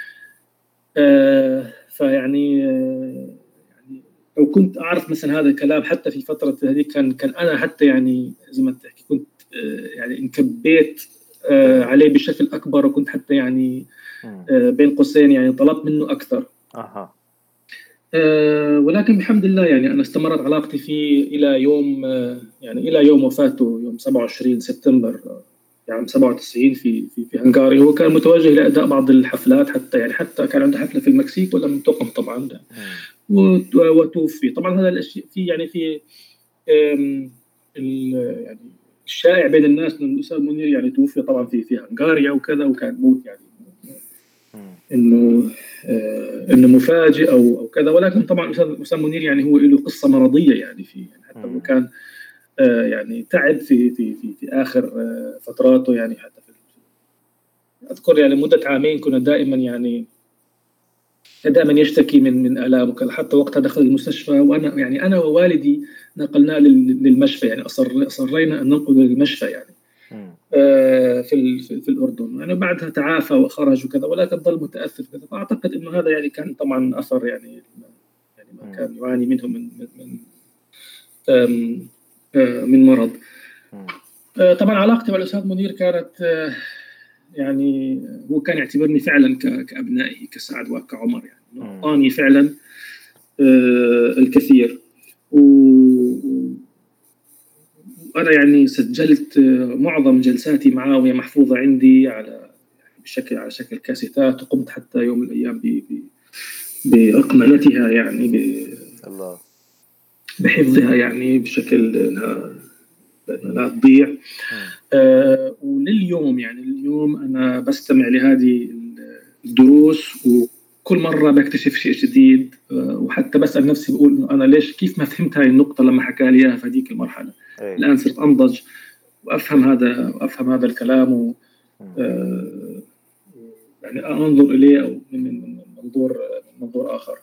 فيعني يعني لو كنت أعرف مثلا هذا الكلام حتى في فترة هذه، كان أنا حتى يعني زي ما تحكي كنت يعني انكبيت عليه بشكل أكبر، وكنت حتى يعني بين قوسين يعني طلبت منه أكثر. ولكن بحمد الله يعني أنا استمرت علاقتي فيه إلى يوم يعني إلى يوم وفاته يوم 27 سبتمبر يعني 97 في هنغاريا. هو كان متوجه لأداء بعض الحفلات، حتى كان عنده حفلة في المكسيك ولم تقم طبعا، وتوفي. طبعا هذا الشيء في يعني في يعني الشائع بين الناس أن الأستاذ منير يعني توفي طبعا في هنغاريا وكذا، وكان موت يعني انه مفاجئ او كذا. ولكن طبعا الاستاذ منير يعني هو له قصه مرضيه يعني في يعني حتى هو كان يعني تعب في اخر فتراته يعني. حتى اذكر يعني مده عامين كنا دائما يشتكي من الام وكذا. حتى وقتها دخل المستشفى، وانا يعني انا ووالدي نقلناه للمشفى يعني. اصرينا ان ننقله للمشفى يعني في الأردن يعني. بعدها تعافى وخرج وكذا، ولكن ظل متأثر كذا. فأعتقد إنه هذا يعني كان طبعا أثر يعني ما كان يعاني منه من مرض. طبعا علاقتي مع الأستاذ منير كانت يعني هو كان يعتبرني فعلا كأبنائي، كسعد وكعمر يعني. أعطاني فعلا الكثير. وأنا يعني سجلت معظم جلساتي معه وهي محفوظة عندي على شكل كاسيتات، وقمت حتى يوم من الأيام بأقملتها يعني بحفظها يعني بشكل لا تضيع. ولليوم يعني اليوم أنا بستمع لهذه الدروس، وكل مرة بكتشف شيء جديد. وحتى بسأل نفسي بقول إنه أنا كيف ما فهمت هاي النقطة لما حكى لي إياها في هذيك المرحلة. الآن صرت أنضج وأفهم هذا الكلام، يعني أنظر إليه أو من منظور آخر.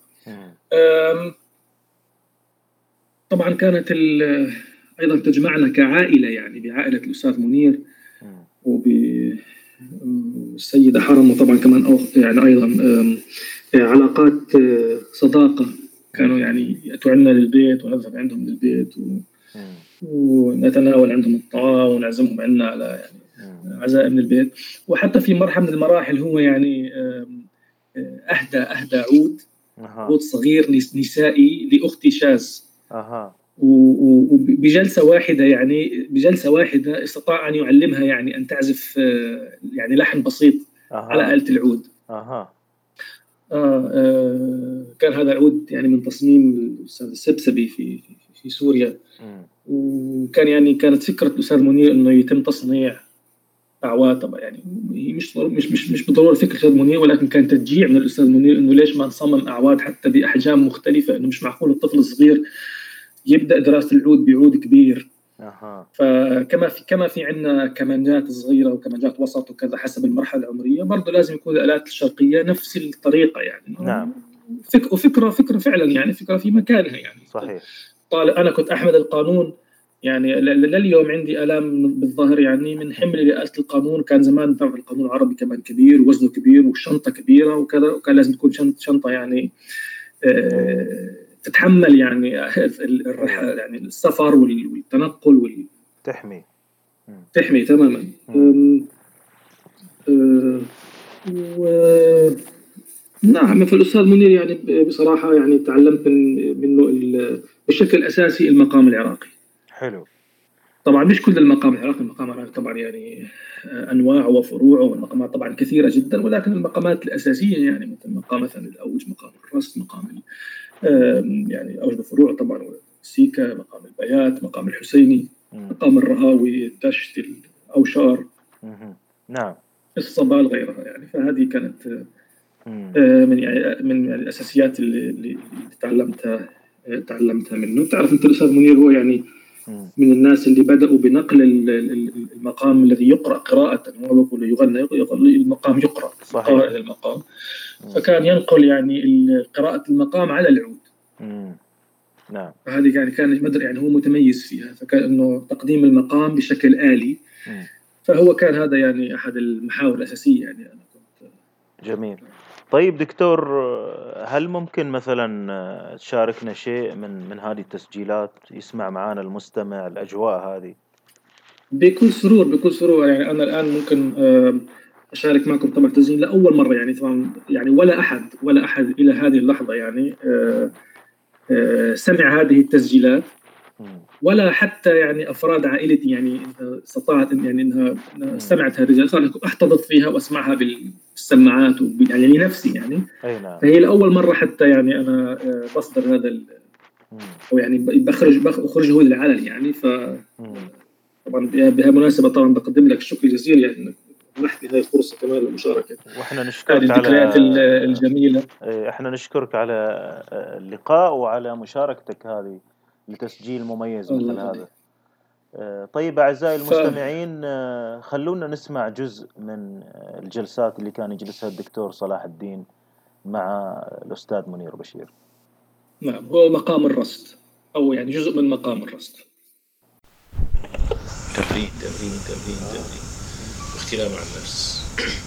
طبعا كانت أيضا تجمعنا كعائلة يعني بعائلة الأستاذ منير السيدة حرم، وطبعا كمان يعني أيضا علاقات صداقة، كانوا يعني يأتوا عندنا للبيت ونذهب عندهم للبيت ونتناول عندهم الطعام ونعزمهم عندنا على يعني عزاء من البيت. وحتى في مرحلة من المراحل هو يعني أهدى عود صغير نسائي لأختي شاز، وبجلسة واحدة يعني بجلسة واحدة استطاع أن يعلمها يعني أن تعزف يعني لحن بسيط على آلة العود. كان هذا العود يعني من تصميم الأستاذ السبسبي في سوريا. وكان يعني كانت فكرة الأستاذ منير إنه يتم تصنيع أعواد. طبعا يعني هي مش بالضرورة فكرة الأستاذ منير، ولكن كان تشجيع من الأستاذ منير إنه ليش ما نصمم أعواد حتى بأحجام مختلفة، إنه مش معقول الطفل الصغير يبدأ دراسة العود بعود كبير. فكما في عندنا كمانجات صغيرة وكمانجات وسط وكذا حسب المرحلة العمرية، برضه لازم يكون الآلات الشرقية نفس الطريقة يعني. نعم. فكرة فعلا يعني فكرة في مكانها يعني. صحيح. أنا كنت أحمد القانون يعني لليوم عندي آلام بالظهر يعني من حملي لآلة القانون. كان زمان طبعا القانون العربي كمان كبير ووزنه كبير والشنطة كبيرة وكذا، وكان لازم تكون شنطة يعني تتحمل يعني يعني السفر والتنقل تحمي تماما. نعم. فالأستاذ منير يعني بصراحة يعني تعلمت منه بشكل أساسي المقام العراقي. حلو. طبعا مش كل المقام العراقي طبعا يعني أنواع وفروع والمقامات طبعا كثيرة جدا، ولكن المقامات الأساسية يعني مثل مقام مثلا الأوج، مقام الرصد، مقام يعني أوج الفروع طبعا سيكا، مقام البيات، مقام الحسيني، مقام الرهاوي، الدشت، الأوشار. نعم. الصبال غيرها يعني. فهذه كانت من الأساسيات اللي تعلمتها منه. تعرف أنت الأستاذ منير هو يعني من الناس اللي بدأوا بنقل المقام الذي يقرأ قراءة، هو يقول يغنى المقام يقرأ قراءة المقام. فكان ينقل يعني قراءة المقام على العود. نعم. فهذه يعني كان يعني هو متميز فيها، فكان إنه تقديم المقام بشكل آلي. فهو كان هذا يعني أحد المحاور الأساسية يعني. أنا كنت جميل. طيب دكتور، هل ممكن مثلا تشاركنا شيء من هذه التسجيلات يسمع معانا المستمع الأجواء هذه؟ بكل سرور يعني. أنا الآن ممكن أشارك معكم طبعا تسجيل لأول مرة يعني. طبعا يعني ولا أحد إلى هذه اللحظة يعني سمع هذه التسجيلات، ولا حتى يعني أفراد عائلتي يعني استطاعت يعني إنها سمعت هذه الرسالة. أحتفظ فيها وأسمعها بالسماعات يعني لنفسي يعني. فهي لأول مرة حتى يعني أنا بصدر هذا أو يعني بخرجه للعلن يعني. طبعا بها مناسبة طبعا بقدم لك الشكر الجزيل يعني انك منحت لي هذه الفرصة كمان للمشاركة. واحنا نشكرك هذه الذكريات الجميلة. احنا نشكرك على اللقاء وعلى مشاركتك هذه لتسجيل مميز مثل هذا. طيب أعزائي المستمعين، خلونا نسمع جزء من الجلسات اللي كان يجلسها الدكتور صلاح الدين مع الأستاذ منير بشير. نعم، هو مقام الرصد أو يعني جزء من مقام الرصد. تمرين واختلاف مع النفس.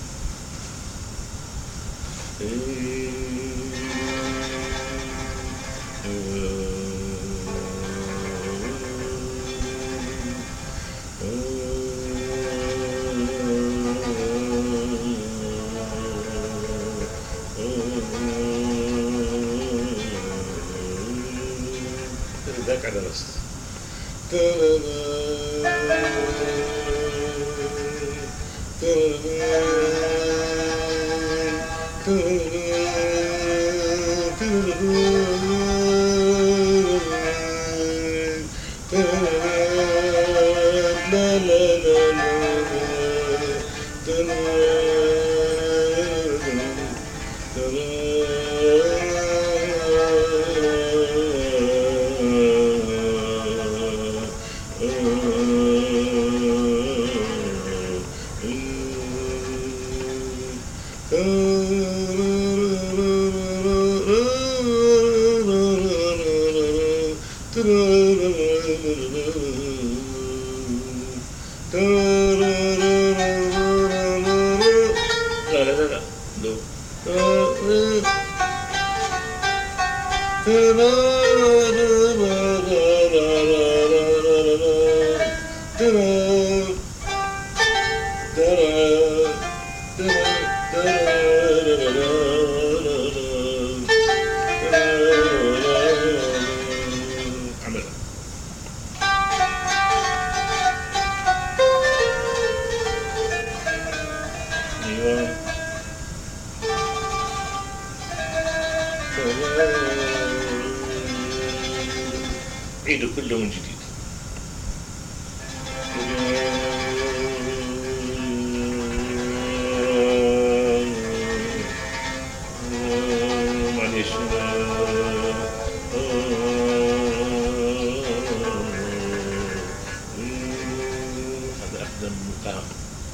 ذاك على رأس عيده كله من جديد. معليش هذا أقدم مقام.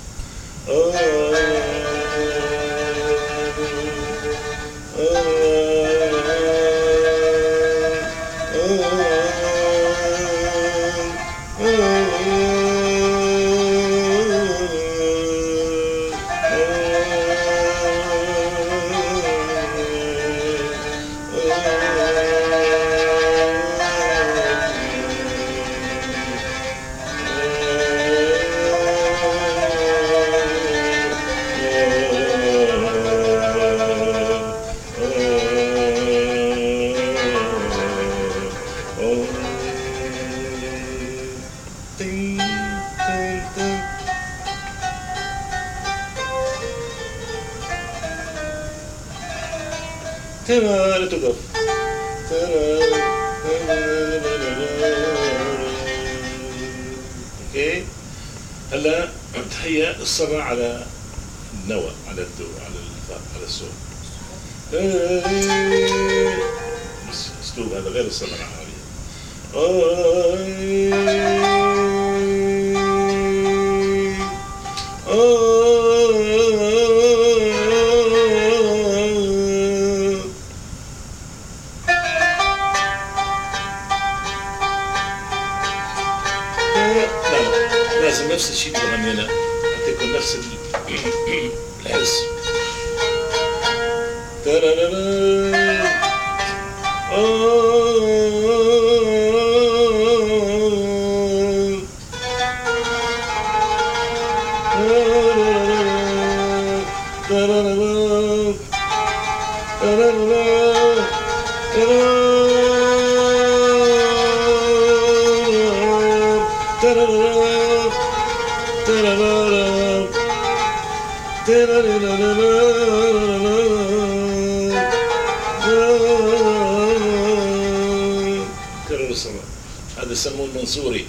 لا تقف. اوكي هلا تهيأ الصبع على النوى، على الدو، على الصوت. بس اسلوب هذا غير الصبع العربي. لازم نفس الشيء اللي غنينا حتى يكون نفس الحس. كرر الصلاة هذا يسموه المنصوري.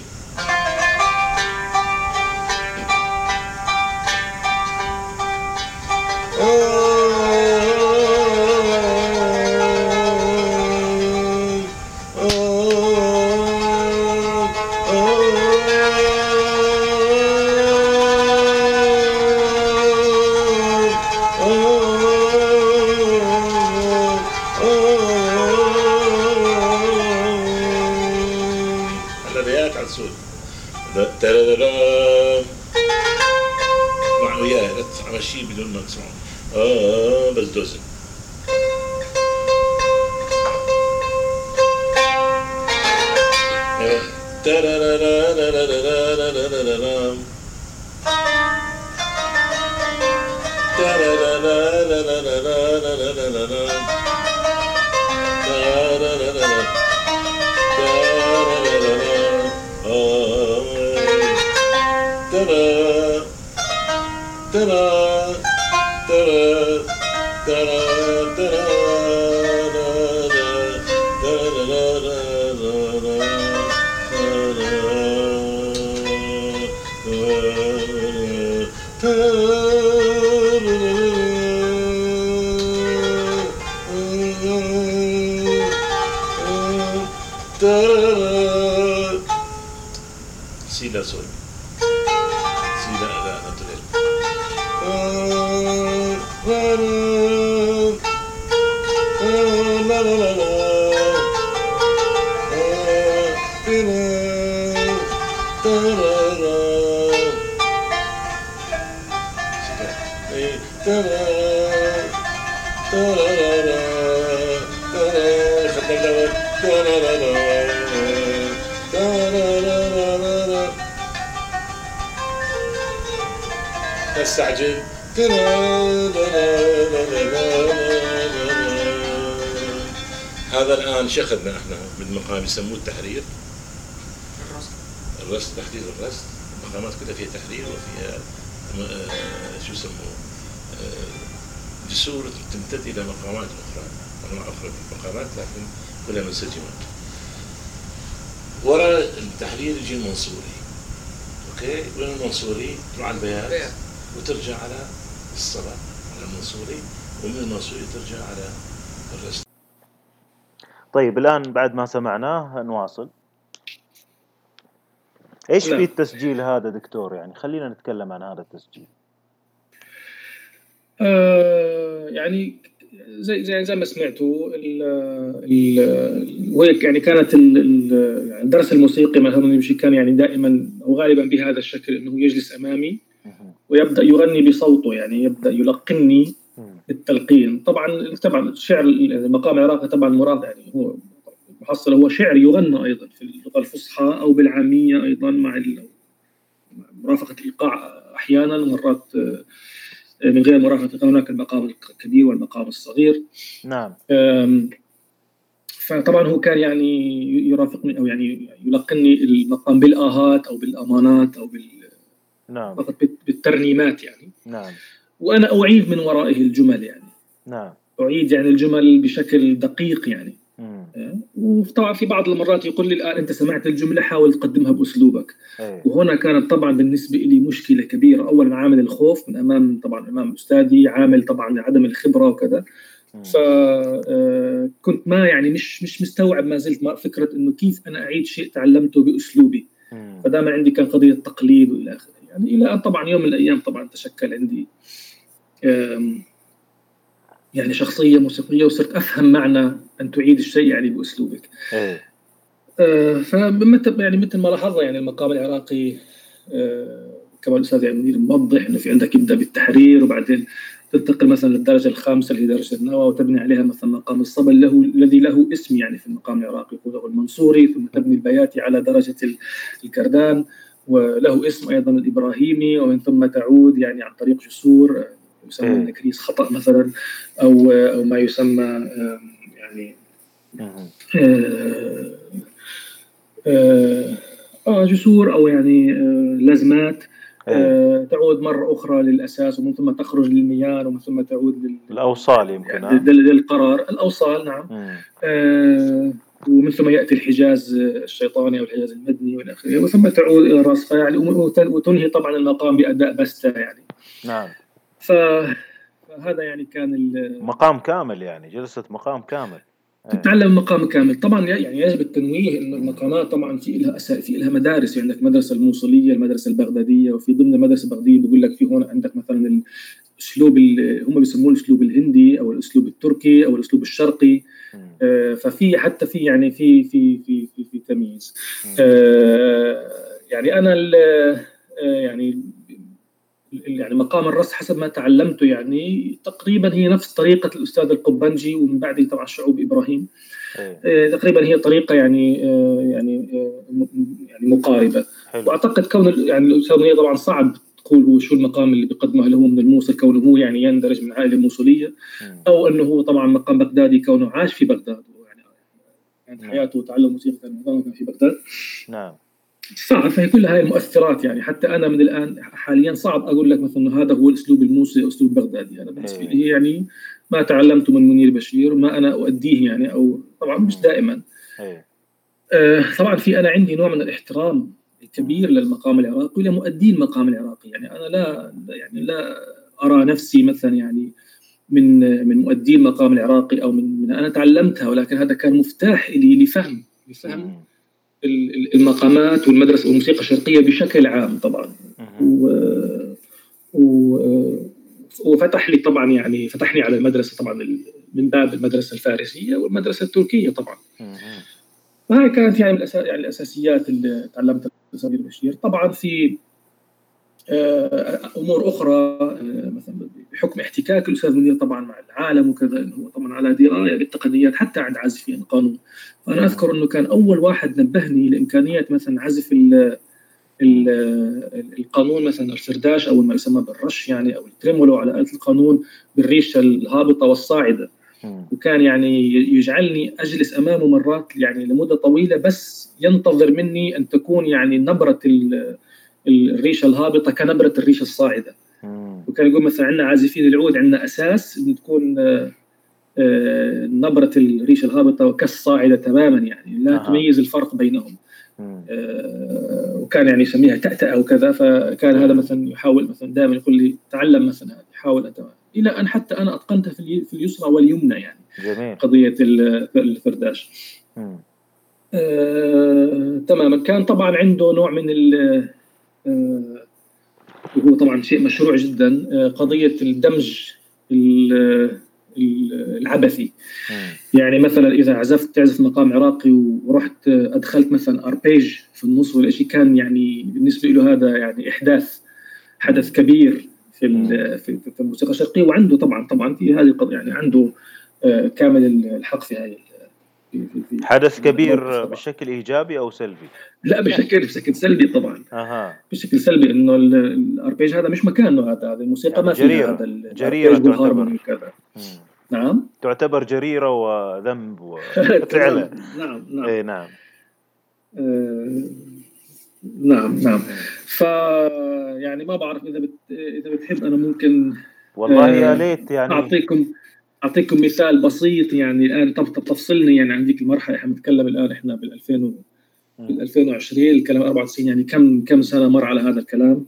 الرياك على السود مع وياه لا تمشيه بدون ما تسمعه. بس دوزن سيدا سول سيدا لا نتريل لا لا لا لا استعجل. هذا الآن شخذنا احنا بالمقام يسموه التحرير، الرست، تحرير الرست. المقامات كلها فيها تحرير وفيها شو يسموه جسور تمتد إلى مقامات أخرى، أنواع أخرى من المقامات، لكن كلها منسجمة. وراء التحرير يجي المنصوري، أوكي، وين المنصوري؟ تروح على البيات وترجع على الصلاة على المنصوري، ومن المنصوري ترجع على الرست. طيب الآن بعد ما سمعناه نواصل. إيش في التسجيل هذا دكتور؟ يعني خلينا نتكلم عن هذا التسجيل. يعني زي ما سمعتوا وهيك يعني كانت يعني الدرس الموسيقي مثلا يمشي كان يعني دائما أو غالبا بهذا الشكل، إنه يجلس أمامي ويبدأ يغني بصوته، يعني يبدأ يلقني التلقين. طبعا الشعر المقام العراقي طبعا مراد يعني هو محصل هو شعر يغنى أيضا في اللغة الفصحى أو بالعامية أيضا مع مرافقة الإيقاع أحيانا، مرات من غير مرافقة. هناك المقام الكبير والمقام الصغير. نعم. فطبعا هو كان يعني يرافقني أو يعني يلقني المقام بالآهات أو بالأمانات أو نعم. فقط بالترنيمات يعني. نعم. وأنا أعيد من ورائه الجمل يعني. نعم. أعيد يعني الجمل بشكل دقيق يعني. وطبعا في بعض المرات يقول لي الآن أنت سمعت الجملة حاول تقدمها بأسلوبك. وهنا كانت طبعا بالنسبة لي مشكلة كبيرة. أولا عامل الخوف من أمام طبعا أمام أستاذي، عامل طبعا عدم الخبرة وكذا. فكنت ما يعني مش مستوعب ما زلت فكرة إنه كيف أنا أعيد شيء تعلمته بأسلوبي. فدائما عندي كان قضية تقليد وإلى آخره يعني، إلى أن طبعا يوم من الأيام طبعا تشكل عندي يعني شخصية موسيقية، وصرت أفهم معنى أن تعيد الشيء يعني بأسلوبك. مثل ما لاحظنا يعني المقام العراقي كما الأستاذ يعني منير موضح إنه في عندك يبدأ بالتحرير وبعدين تنتقل مثلا للدرجة الخامسة اللي هي درجة النوى، وتبني عليها مثلا مقام الصبا الذي له اسم يعني في المقام العراقي يقوله المنصوري، ثم تبني البياتي على درجة الكردان وله اسم أيضا الإبراهيمي، ومن ثم تعود يعني عن طريق جسور يسمى النكريس خطأ مثلا أو ما يسمى يعني جسور أو يعني لازمات تعود مرة أخرى للأساس، ومن ثم تخرج للميان، ومن ثم تعود للأوصال يمكن للقرار الأوصال. نعم. ومن ثم يأتي الحجاز الشيطاني أو الحجاز المدني والى آخره، وثم تعود إلى الرأس يعني، وتنهي طبعا المقام بأداء بستة يعني. نعم. فهذا يعني كان مقام كامل يعني، جلسة مقام كامل تتعلم مقام كامل. طبعا يعني يجب التنويه انه المقامات طبعا في لها مدارس. يعني عندك مدرسه الموصليه، المدرسه البغداديه، وفي ضمن المدرسه البغداديه بيقول لك في هون عندك مثلا الاسلوب هم بيسموه الاسلوب الهندي او الاسلوب التركي او الاسلوب الشرقي. ففي حتى في يعني في تمييز. يعني انا يعني مقام الرص حسب ما تعلمته يعني تقريبا هي نفس طريقة الأستاذ القبنجي، ومن بعده طبعا شعوب إبراهيم. تقريبا هي طريقة يعني مقاربة. وأعتقد كون يعني الأستاذ هي طبعا صعب تقول هو شو المقام اللي بيقدمه له من الموصل، كونه هو يعني يندرج من عائلة موصلية، أو أنه هو طبعا مقام بغدادي كونه عاش في بغداد، يعني كانت حياته وتعلم موسيقى كان في بغداد. نعم. صعب. فهي كل هاي المؤثرات يعني، حتى أنا من الآن حاليا صعب أقول لك مثلا هذا هو الأسلوب الموصلي أو أسلوب بغدادي. أنا بالنسبة لي يعني ما تعلمته من منير بشير ما أنا أؤديه يعني، أو طبعا مش دائما. طبعا أنا عندي نوع من الاحترام الكبير للمقام العراقي ولمؤدي المقام العراقي. يعني أنا لا أرى نفسي مثلا يعني من مؤدي المقام العراقي أو من أنا تعلمتها، ولكن هذا كان مفتاح لي لفهم المقامات والمدرسة والموسيقى الشرقية بشكل عام طبعا. وفتح لي طبعا يعني فتحني على المدرسة طبعا من باب المدرسة الفارسية والمدرسة التركية طبعا. فهي كانت يعني الأساسيات اللي تعلمتها من بشير. طبعا في أمور أخرى مثلا بحكم احتكاك الأستاذ منير طبعا مع العالم وكذا، إنه هو طبعا على دراية بالتقنيات حتى عند عازفين القانون. فأنا أذكر إنه كان أول واحد نبهني لإمكانية مثلا عزف القانون، مثلا الفرداش أو ما يسمى بالرش يعني، أو التريمولو على آلة القانون بالريشة الهابطة والصاعدة. وكان يعني يجعلني أجلس أمامه مرات يعني لمدة طويلة، بس ينتظر مني أن تكون يعني نبرة الريشة الهابطة كنبرة الريشة الصاعدة. وكان يقول مثلا عندنا عازفين العود عندنا أساس إن تكون نبرة الريشة الهابطة كالصاعدة تماما، يعني لا تميز الفرق بينهم. وكان يعني يسميها تأتأة وكذا. فكان هذا مثلا يحاول مثلا دائما يقول لي تعلم مثلا هذه، حاول أنت، إلى أن حتى أنا أتقنتها في اليسرى واليمنى يعني. جميل. قضية الفرداش. تماما. كان طبعا عنده نوع من وهو طبعا شيء مشروع جدا، قضية الدمج العبثي. يعني مثلا إذا تعزف مقام عراقي ورحت أدخلت مثلا أربيج في النص ولا شيء، كان يعني بالنسبة له هذا يعني حدث كبير في الموسيقى الشرقية. وعنده طبعا في هذه القضية يعني عنده كامل الحق في هذه. حدث كبير بشكل إيجابي أو سلبي؟ لا، بشكل سلبي طبعا. بشكل سلبي، إنه الأربيج هذا مش مكانه، هذا الموسيقى يعني ما فيها هذا جريرة والهارموني وكذا. نعم، تعتبر جريرة وذنب وفعلا. نعم. إيه نعم. نعم. يعني ما بعرف إذا بتحب أنا ممكن والله يا ليت يعني أعطيكم مثال بسيط يعني الآن تفصلني يعني عن ذيك المرحلة. إحنا بنتكلم الآن إحنا بال 2020 الكلام 94، يعني كم سنة مر على هذا الكلام؟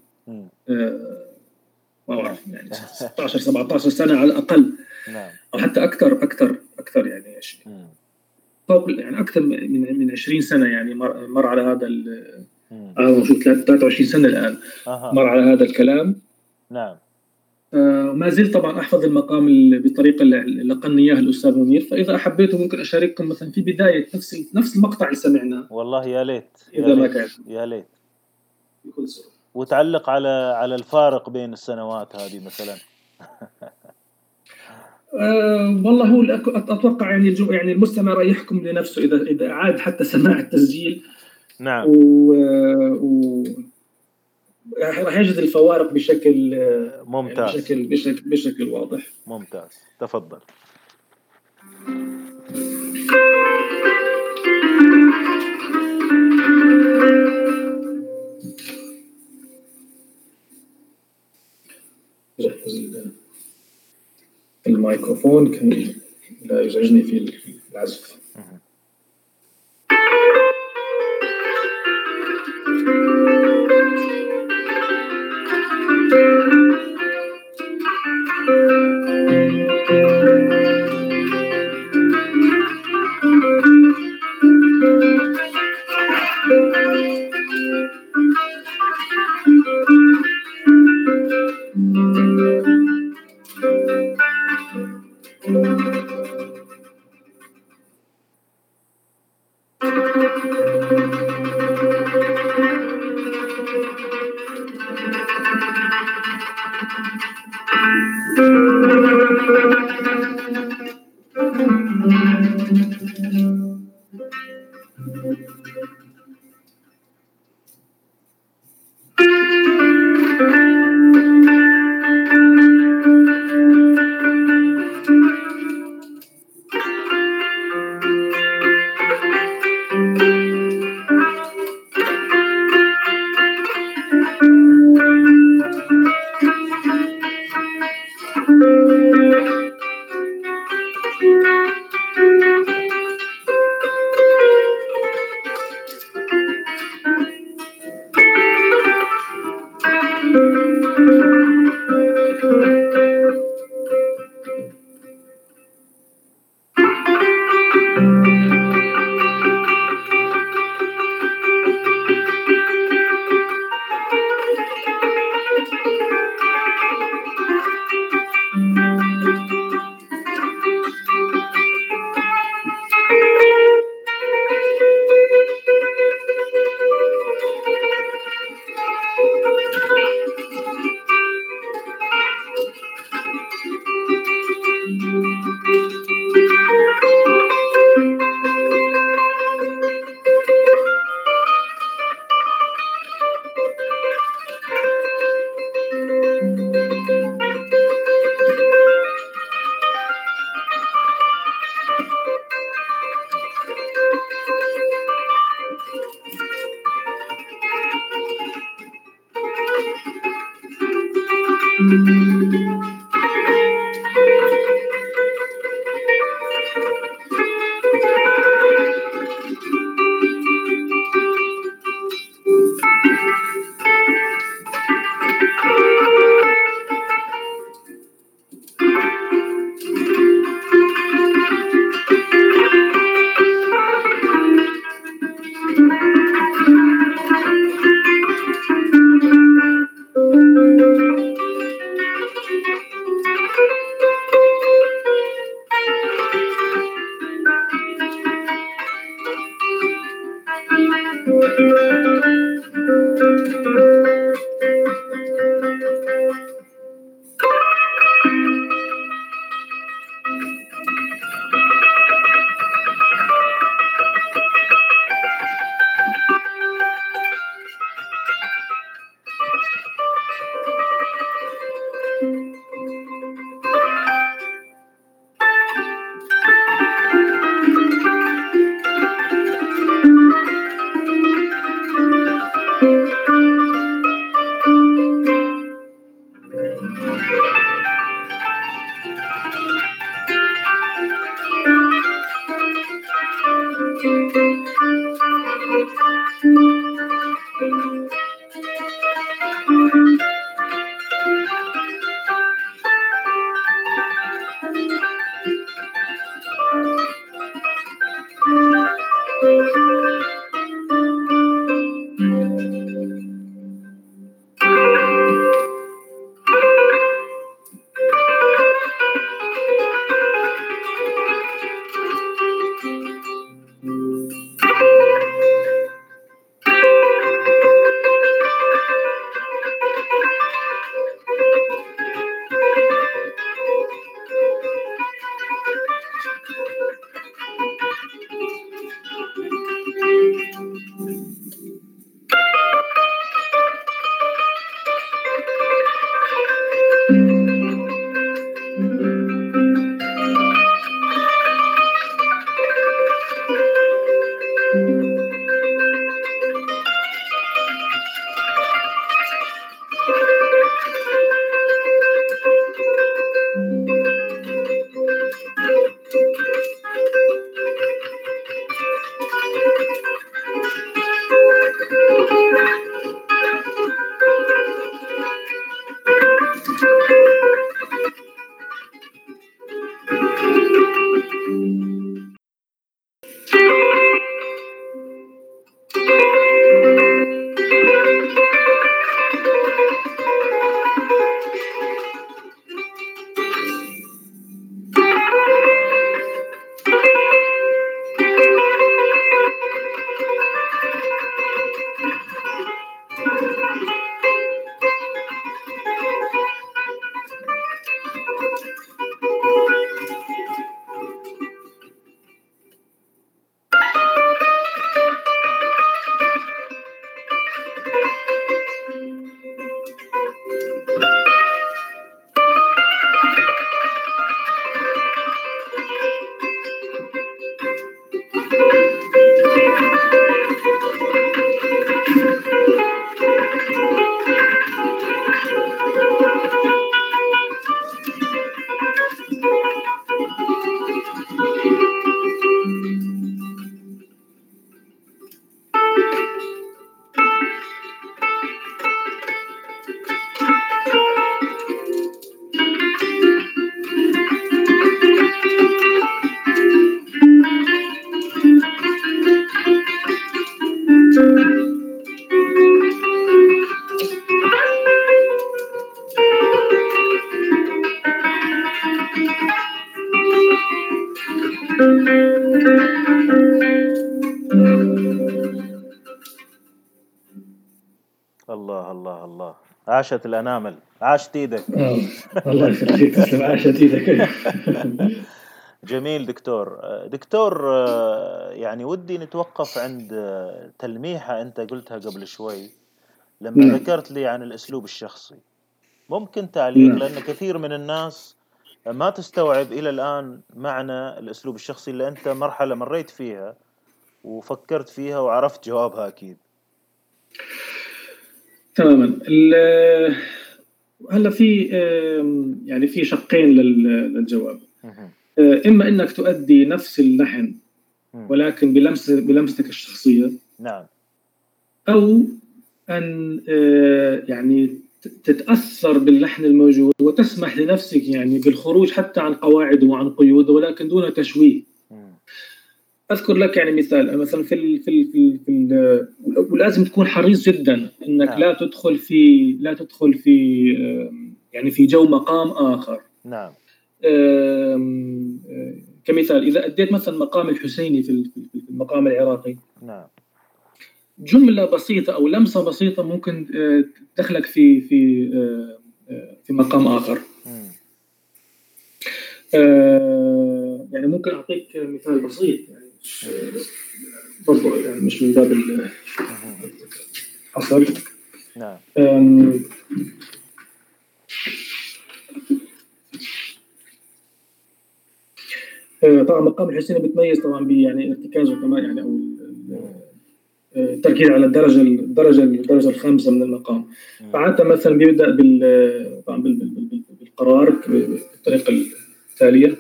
ما أعرف يعني 16 17 سنة على الأقل. نعم. أو حتى أكثر يعني يعني أكثر من 20 سنة يعني مر على هذا شوف 23 سنة الآن مر على هذا الكلام. نعم. ما زلت طبعا أحفظ المقام بالطريقة اللي لقني إياها الأستاذ منير. فإذا أحبيتوا ممكن أشارككم مثلا في بداية نفس المقطع اللي سمعناه. والله يا ليت إذا ما كان يا ليت. وتعلق على الفارق بين السنوات هذه مثلا. والله هو أتوقع يعني المستمع راح يحكم لنفسه إذا أعاد حتى سماع التسجيل. نعم. راح يجد الفوارق بشكل ممتاز. يعني بشكل واضح. ممتاز. تفضل. الميكروفون كي لا يزعجني في العزف. الله الله الله، عاشت الأنامل، عاشت ايدك. الله يخليك، تسلم، عاشت ايدك. جميل دكتور، يعني ودي نتوقف عند تلميحة أنت قلتها قبل شوي لما ذكرت لي عن الأسلوب الشخصي. ممكن تعليق؟ لأن كثير من الناس ما تستوعب إلى الآن معنى الأسلوب الشخصي اللي أنت مرحلة مريت فيها وفكرت فيها وعرفت جوابها أكيد. تماما. هلا في يعني في شقين للجواب. إما إنك تؤدي نفس اللحن ولكن بلمستك الشخصية، نعم، أو أن يعني تتأثر باللحن الموجود وتسمح لنفسك يعني بالخروج حتى عن قواعده وعن قيوده ولكن دون تشويه. أذكر لك يعني مثال، مثلا في ولازم تكون حريص جدا إنك نعم. لا تدخل في يعني في جو مقام آخر. نعم. كمثال، إذا أديت مثلا مقام الحسيني في المقام العراقي، نعم، جملة بسيطة أو لمسة بسيطة ممكن تدخلك في مقام آخر. يعني ممكن أعطيك مثال بسيط يعني برضو يعني مش من باب الحصر. نعم. طبعا مقام الحسيني بتميز طبعا يعني ارتكازه كمان يعني أو التركيز على الدرجة الخامسة من المقام. فعادة مثلا بيبدأ بالقرار بالطريقة التالية.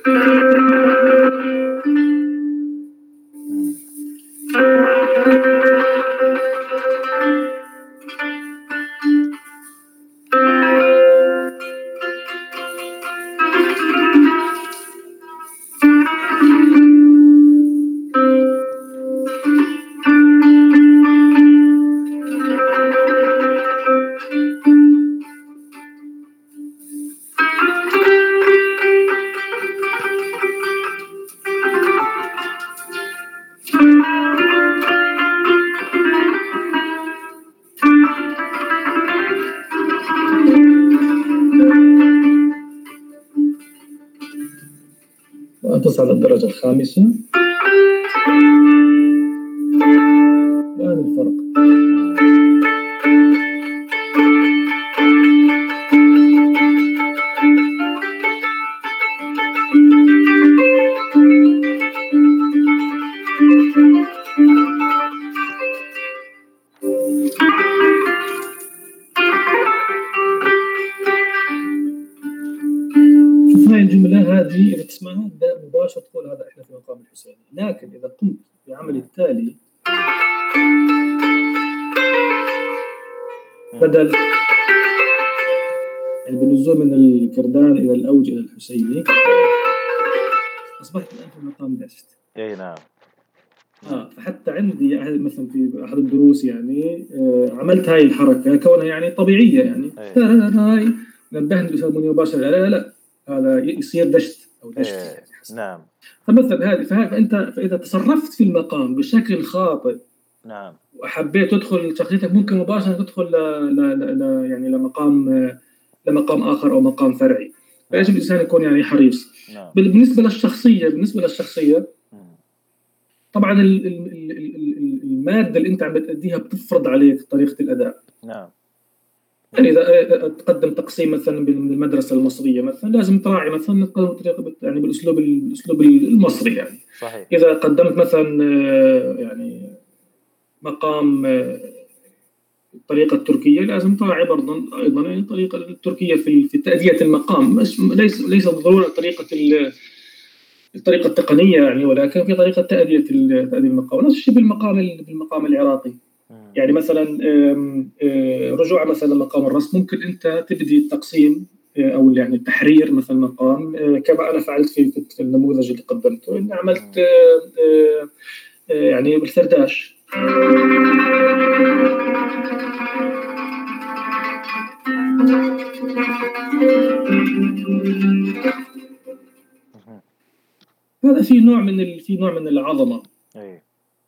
تصعد الدرجة الخامسة. هذا الفرق. الجملة هذه إذا تسمعها مباشرة تقول هذا إحنا في مقام الحسيني. لكن إذا قمت بعمل التالي، بدل يعني بالنزول من الكردان إلى الأوج إلى الحسيني، أصبحت الآن في مقام دشت. أي نعم. فحتى عندي مثلا في أحد الدروس يعني عملت هاي الحركة كونها يعني طبيعية يعني هاي نبهني الأستاذ منير مباشرة لا هذا يصير دشت أو دشت يعني. نعم. فمثلا هذه فإذا تصرفت في المقام بشكل خاطئ، نعم، وحبيت تدخل شخصيتك ممكن مباشرة تدخل يعني لمقام آخر أو مقام فرعي. فيجب الإنسان يكون يعني حريص. نعم. بالنسبة للشخصية طبعا المادة اللي أنت عم بتأديها بتفرض عليك طريقة الأداء. نعم. يعني إذا تقدم تقسيم مثلا من المدرسة المصرية مثلا لازم تراعي مثلا طريقة يعني بالأسلوب المصري يعني. صحيح. إذا قدمت مثلا يعني مقام الطريقة التركية لازم تراعي أيضا يعني الطريقة التركية في تأدية المقام، ليس بالضرورة الطريقة التقنية يعني، ولكن في طريقة تأدية المقام. نفس الشيء بالمقام العراقي. يعني مثلا رجوع مثلا مقام الرسم ممكن أنت تبدي التقسيم أو يعني التحرير مثلا مقام كما أنا فعلت في النموذج اللي قدمته، إني عملت يعني بالسرداش. هذا في نوع من العظمة. اي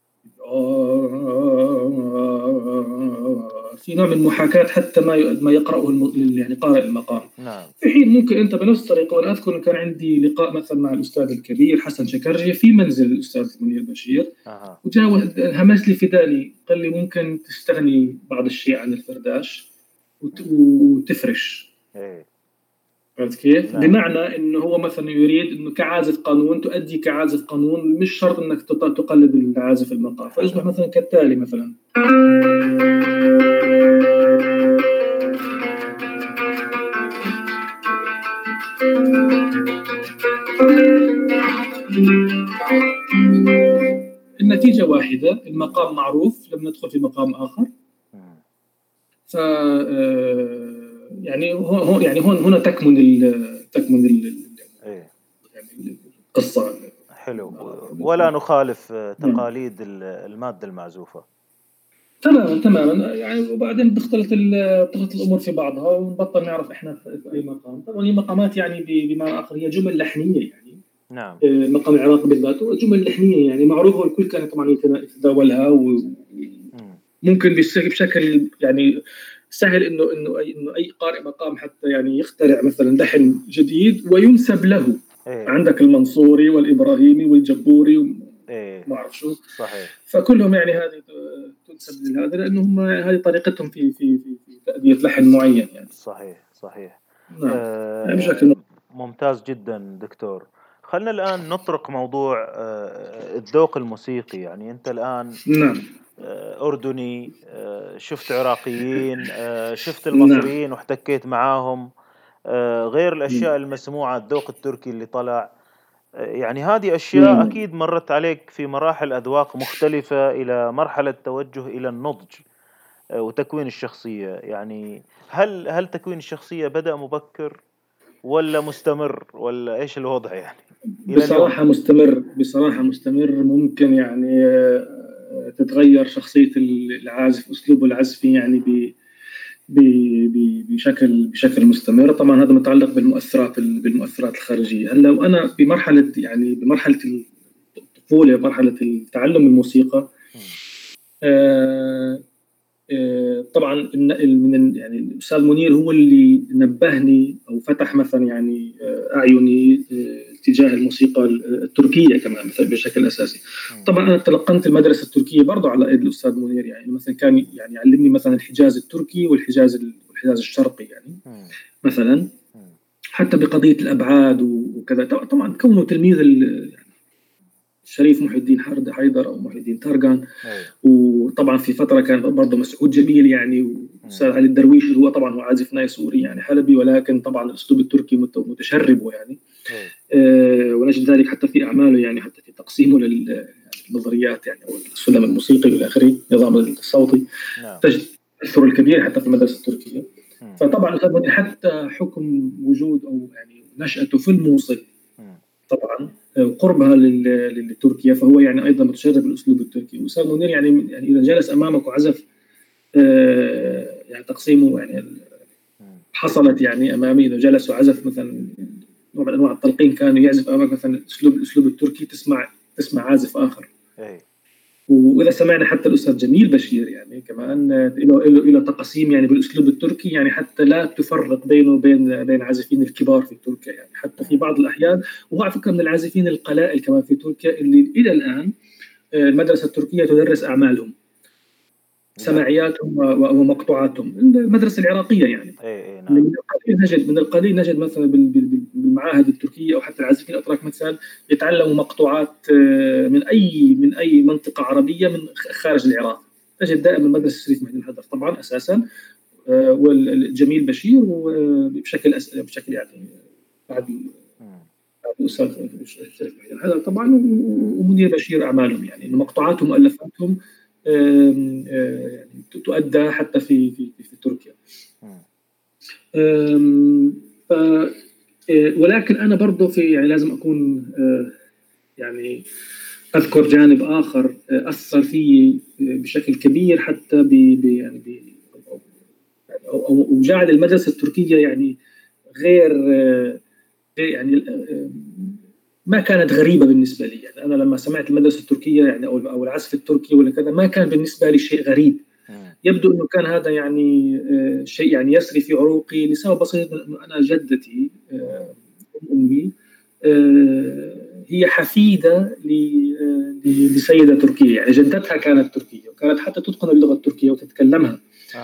في نوع من محاكاة حتى ما يقرأه يعني قارئ المقام. نعم. في حين ممكن أنت بنفس الطريقة، وأنا أذكر كان عندي لقاء مثلا مع الأستاذ الكبير حسن شكرجي في منزل الأستاذ منير بشير، وجاء همس لي في داني قال لي ممكن تستغني بعض الشيء عن الفرداش وتفرش. عرفت كيف؟ بمعنى انه هو مثلا يريد انه كعازف قانون تؤدي كعازف قانون، مش شرط انك تقلد العازف المقام، فيصبح مثلا كالتالي مثلا النتيجة واحدة، المقام معروف، لم ندخل في مقام آخر. ف يعني هنا تكمن القصة. حلو. ولا نخالف تقاليد المادة المعزوفة. تماما يعني. وبعدين دخلت الأمور في بعضها ونبطل نعرف إحنا في أي مقام. طبعا هي مقامات يعني بمعنى آخر هي جمل لحنية يعني. نعم. مقام العراق بالذات جمل لحنية يعني معروفة، والكل كان طبعا يتداولها، وممكن بشكل يعني سهل إنه أي قارئ مقام حتى يعني يخترع مثلا لحن جديد وينسب له. عندك المنصوري والإبراهيمي والجبوري ما أعرف شو. صحيح. فكلهم يعني هذه تنسب لهذا لأنهم هذه طريقتهم في تأدية لحن معين يعني. صحيح. بشكل ممتاز جدا دكتور. خلنا الآن نطرق موضوع الذوق الموسيقي. يعني أنت الآن أردني، شفت عراقيين، شفت المصريين واحتكيت معاهم، غير الأشياء المسموعة، الذوق التركي اللي طلع. يعني هذه أشياء أكيد مرت عليك في مراحل أذواق مختلفة إلى مرحلة توجه إلى النضج وتكوين الشخصية. يعني هل تكوين الشخصية بدأ مبكر ولا مستمر ولا إيش الوضع يعني؟ بصراحة مستمر. ممكن يعني تتغير شخصية العازف، أسلوبه العزفي يعني بشكل مستمر. طبعا هذا متعلق بالمؤثرات الخارجية. هلا وأنا بمرحلة الطفولة، مرحلة التعلم الموسيقى، طبعا يعني الأستاذ منير هو اللي نبهني أو فتح مثلا يعني أعيني اتجاه الموسيقى التركية كمان بشكل أساسي. طبعا أنا تلقنت المدرسة التركية برضو على إيد الأستاذ منير. يعني مثلا كان يعني يعلمني مثلا الحجاز التركي والحجاز الشرقي يعني مثلا، حتى بقضية الأبعاد وكذا. طبعا كونه تلميذ الشريف محي الدين حيدر أو محي الدين تارغان. وطبعا في فترة كان برضه مسعود جميل يعني، وأستاذ علي الدرويش هو طبعا هو عازف نايسوري يعني حلبي، ولكن طبعا الأسلوب التركي متشربه يعني. ونجد ذلك حتى في أعماله يعني، حتى في تقسيمه للنظريات يعني أو السلم الموسيقي إلى آخره، النظام الصوتي. تجد الأثر الكبير حتى في المدرسة التركية. فطبعا حتى حكم وجود أو يعني نشأته في الموصل طبعا قربها لتركيا، فهو يعني ايضا متشرب الاسلوب التركي. وأستاذ منير يعني اذا جلس امامك وعزف يعني تقسيمه يعني حصلت يعني امامي، اذا جلس وعزف مثلا نوع من انواع التلقين كان يعزف امامك مثلا الاسلوب التركي، تسمع عازف اخر. واذا سمعنا حتى الاستاذ جميل بشير يعني كمان له تقسيم يعني بالاسلوب التركي، يعني حتى لا تفرق بينه وبين عازفين الكبار في تركيا يعني، حتى في بعض الاحيان. وهو على فكره من العازفين القلائل كمان في تركيا اللي الى الان المدرسه التركيه تدرس اعمالهم، سماعياتهم ومقطوعاتهم، المدرسه العراقيه يعني. من القليل نجد مثلا بالمعاهد التركيه او حتى العازفين الاتراك مثلا يتعلموا مقطوعات من اي منطقه عربيه من خارج العراق. تجد دائما مدرسه الشريف محي الدين حيدر طبعا اساسا، والجميل بشير، وبشكل يعني بعد الاستاذ الشريف محي الدين حيدر طبعا، ومنير بشير اعمالهم يعني مقطوعاتهم ومؤلفاتهم يعني تؤدى حتى في تركيا. ولكن أنا برضو يعني لازم أكون يعني أذكر جانب آخر أثر فيه بشكل كبير حتى يعني أو جعل المدرسة التركية يعني غير يعني ما كانت غريبة بالنسبة لي. يعني أنا لما سمعت المدرسة التركية يعني أو العزف التركي ولا كذا ما كان بالنسبة لي شيء غريب. يبدو أنه كان هذا يعني شيء يعني يسري في عروقي لسبب بسيط، أنه أنا جدتي أمي هي حفيدة لسيدة تركية، يعني جدتها كانت تركية وكانت حتى تتقن اللغة التركية وتتكلمها.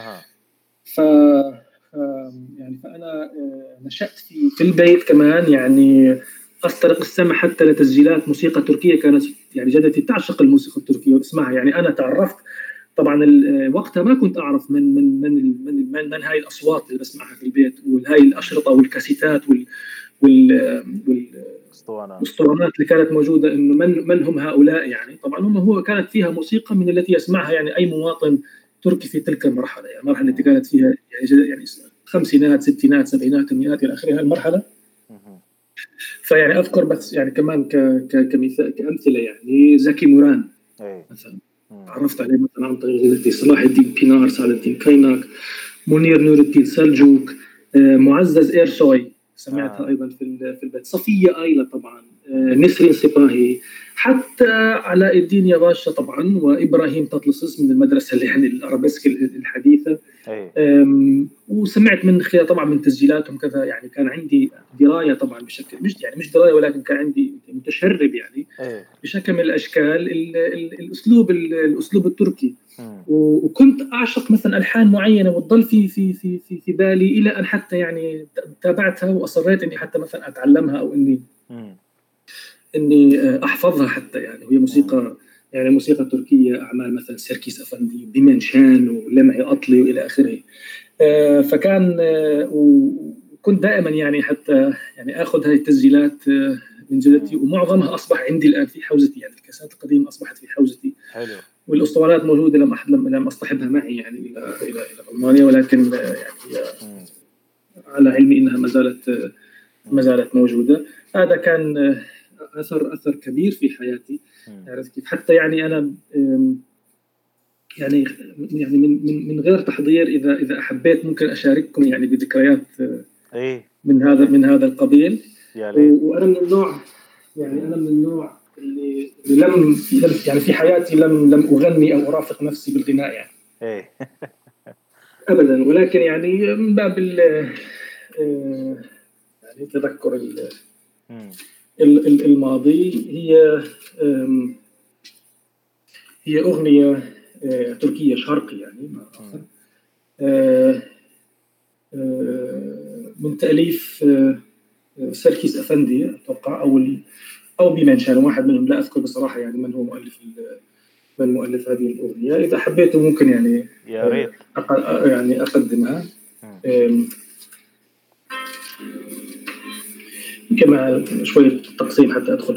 فأنا نشأت في البيت كمان، يعني أسترق السمع حتى لتسجيلات موسيقى تركية. كانت يعني جدتي تعشق الموسيقى التركية وتسمعها. يعني أنا تعرفت طبعا وقتها ما كنت أعرف من هاي الأصوات اللي بسمعها في البيت، وهاي الأشرطة والكاسيتات والاسطوانات اللي كانت موجودة، إنه من هم هؤلاء. يعني طبعا هو كانت فيها موسيقى من التي يسمعها يعني أي مواطن تركي في تلك المرحلة، يعني المرحلة التي كانت فيها يعني خمسينات ستينات سبعينات ثمانينات إلى آخره المرحلة. فيعني أذكر بس يعني كمان كمثال كأمثلة، يعني زكي موران مثلا عرفت عليه مثلا عن طريق صلاح الدين بينار، سعد الدين كايناك، منير نور الدين سلجوق، معزز إيرسوي سمعتها أيضا في البيت، صفية آيلة طبعا، نسرين سباهي، حتى علاء الدين يباشا طبعا، وإبراهيم تطلسس من المدرسة اللي يعني الأرابيسك الحديثة. وسمعت من خلال طبعا من تسجيلاتهم كذا. يعني كان عندي دراية طبعا بشكل مش دراية، ولكن كان عندي متشرب يعني بشكل من الأشكال الأسلوب التركي. وكنت أعشق مثلا ألحان معينة وتضل في بالي إلى أن حتى يعني تابعتها وأصريت إني حتى مثلا أتعلمها أو إني أحفظها حتى. يعني وهي موسيقى يعني موسيقى تركية، أعمال مثلا سيركيس أفندي، بيمنشان، ولمعي أطلي وإلى آخره. فكان وكنت دائما يعني حتى يعني أخذ هذه التسجيلات من جدتي، ومعظمها أصبح عندي الآن في حوزتي. يعني الكاسات القديمة أصبحت في حوزتي. حلو. والاسطوانات موجودة لم أصطحبها معي يعني إلى ألمانيا، ولكن يعني على علمي إنها ما زالت موجودة. هذا كان أثر كبير في حياتي. عرفت كيف؟ حتى يعني أنا يعني من غير تحضير، إذا أحبيت ممكن أشارككم يعني بذكريات من هذا القبيل. وأنا من النوع اللي لم يعني في حياتي لم أغني أو أرافق نفسي بالغناء يعني. أبدا، ولكن يعني من باب يعني تذكر الماضي. هي أغنية تركية شرقي يعني ما آخر، من تأليف سيركيس أفندي أتوقع، أو بيمنشان، واحد منهم لا أذكر بصراحة يعني من هو مؤلف هذه الأغنية. إذا حبيتوا ممكن يعني يا ريت يعني أقدمها كما شوية تقسيم حتى أدخل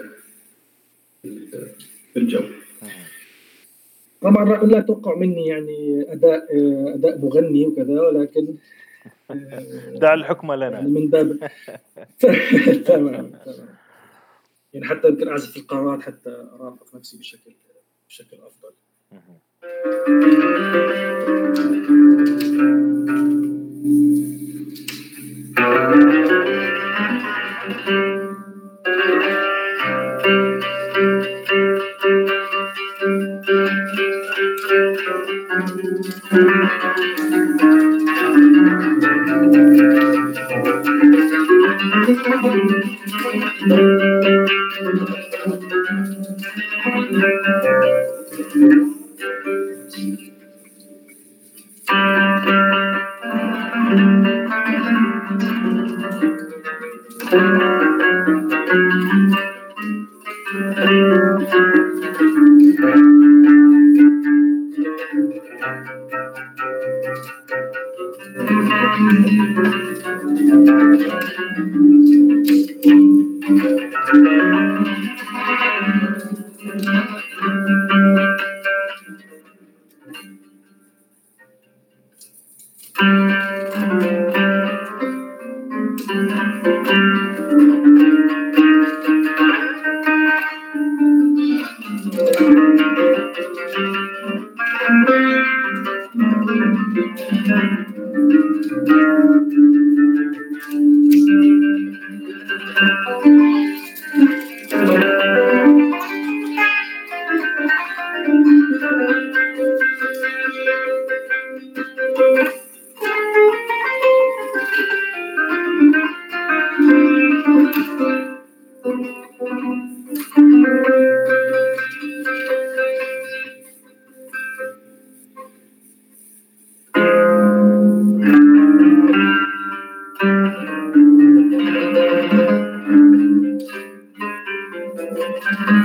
في الجو. طبعا لا توقع مني يعني أداء مغني وكذا، ولكن دع الحكم لنا يعني من باب تمام. يعني حتى يمكن أعزف في القارات حتى أرافق نفسي بشكل أفضل.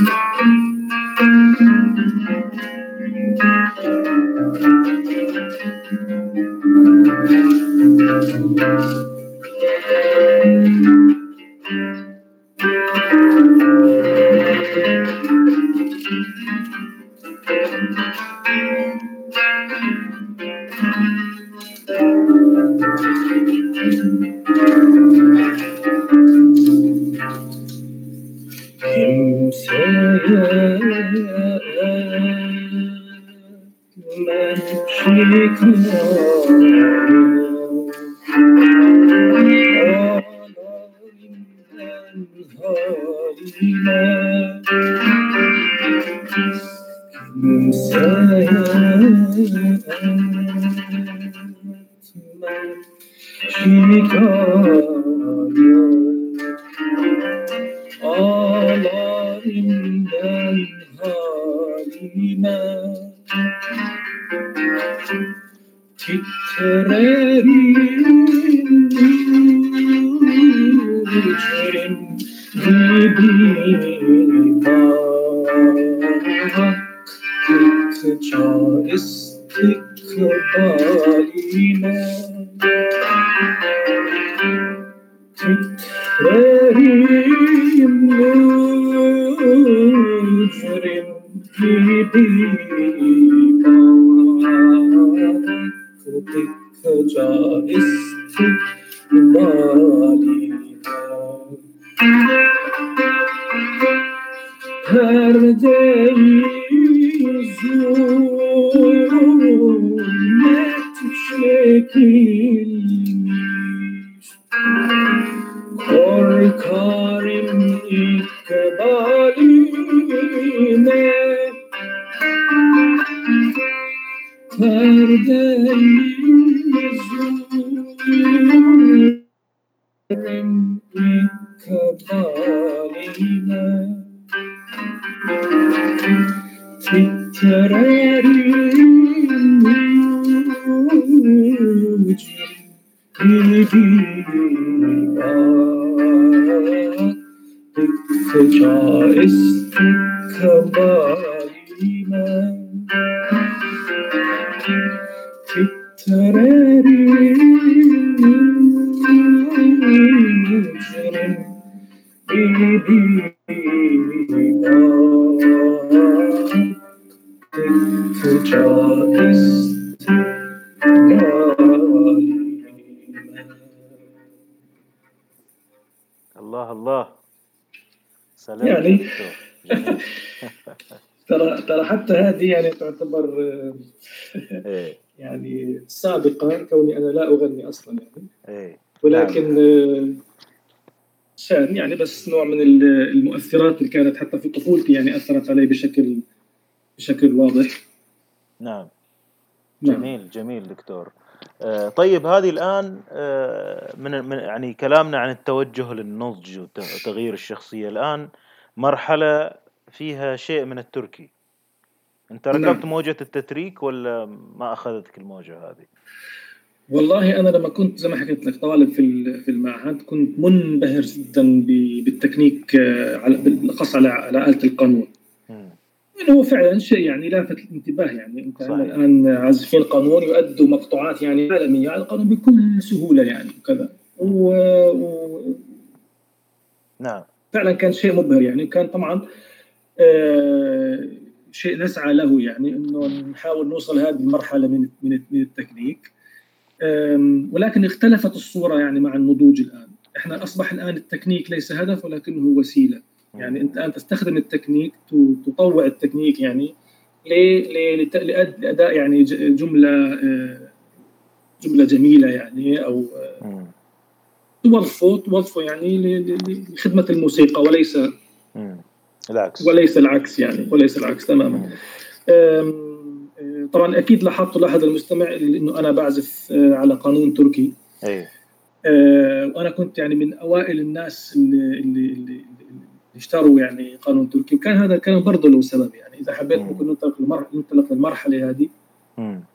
الله سلام يعني جميل. ترى حتى هذه يعني تعتبر يعني سابقا، كوني أنا لا أغني أصلا يعني ولكن شان يعني بس نوع من المؤثرات اللي كانت حتى في طفولتي يعني أثرت علي بشكل واضح. نعم جميل دكتور. طيب هذه الآن من يعني كلامنا عن التوجه للنضج وتغيير الشخصية، الآن مرحلة فيها شيء من التركي. أنت ركبت موجة التتريك ولا ما أخذتك الموجة هذه؟ والله أنا لما كنت زي ما حكيت لك طالب في المعهد كنت منبهر جدا بالتكنيك بالأخص على آلة القانون. هو فعلا شيء يعني لافت الانتباه. يعني انت الان عازفين قانون يؤدوا مقطوعات يعني عالميه على القانون بكل سهوله يعني وكذا نعم فعلا كان شيء مبهر يعني. كان طبعا شيء نسعى له يعني انه نحاول نوصل هذه المرحله من التكنيك. ولكن اختلفت الصوره يعني مع النضوج. الان احنا اصبح الان التكنيك ليس هدف ولكنه وسيله. يعني انت الان تستخدم التكنيك، تطوع التكنيك يعني لاداء يعني جمله جميله يعني، او توظفه يعني لخدمه الموسيقى وليس العكس يعني، وليس العكس تماما. طبعا اكيد لاحظ المستمع انه انا بعزف على قانون تركي. وانا كنت يعني من اوائل الناس اللي اشتروا يعني قانون تركي، وكان هذا كان برضه له سبب. يعني اذا حبيت ممكن ننطلق للمرحله هذه.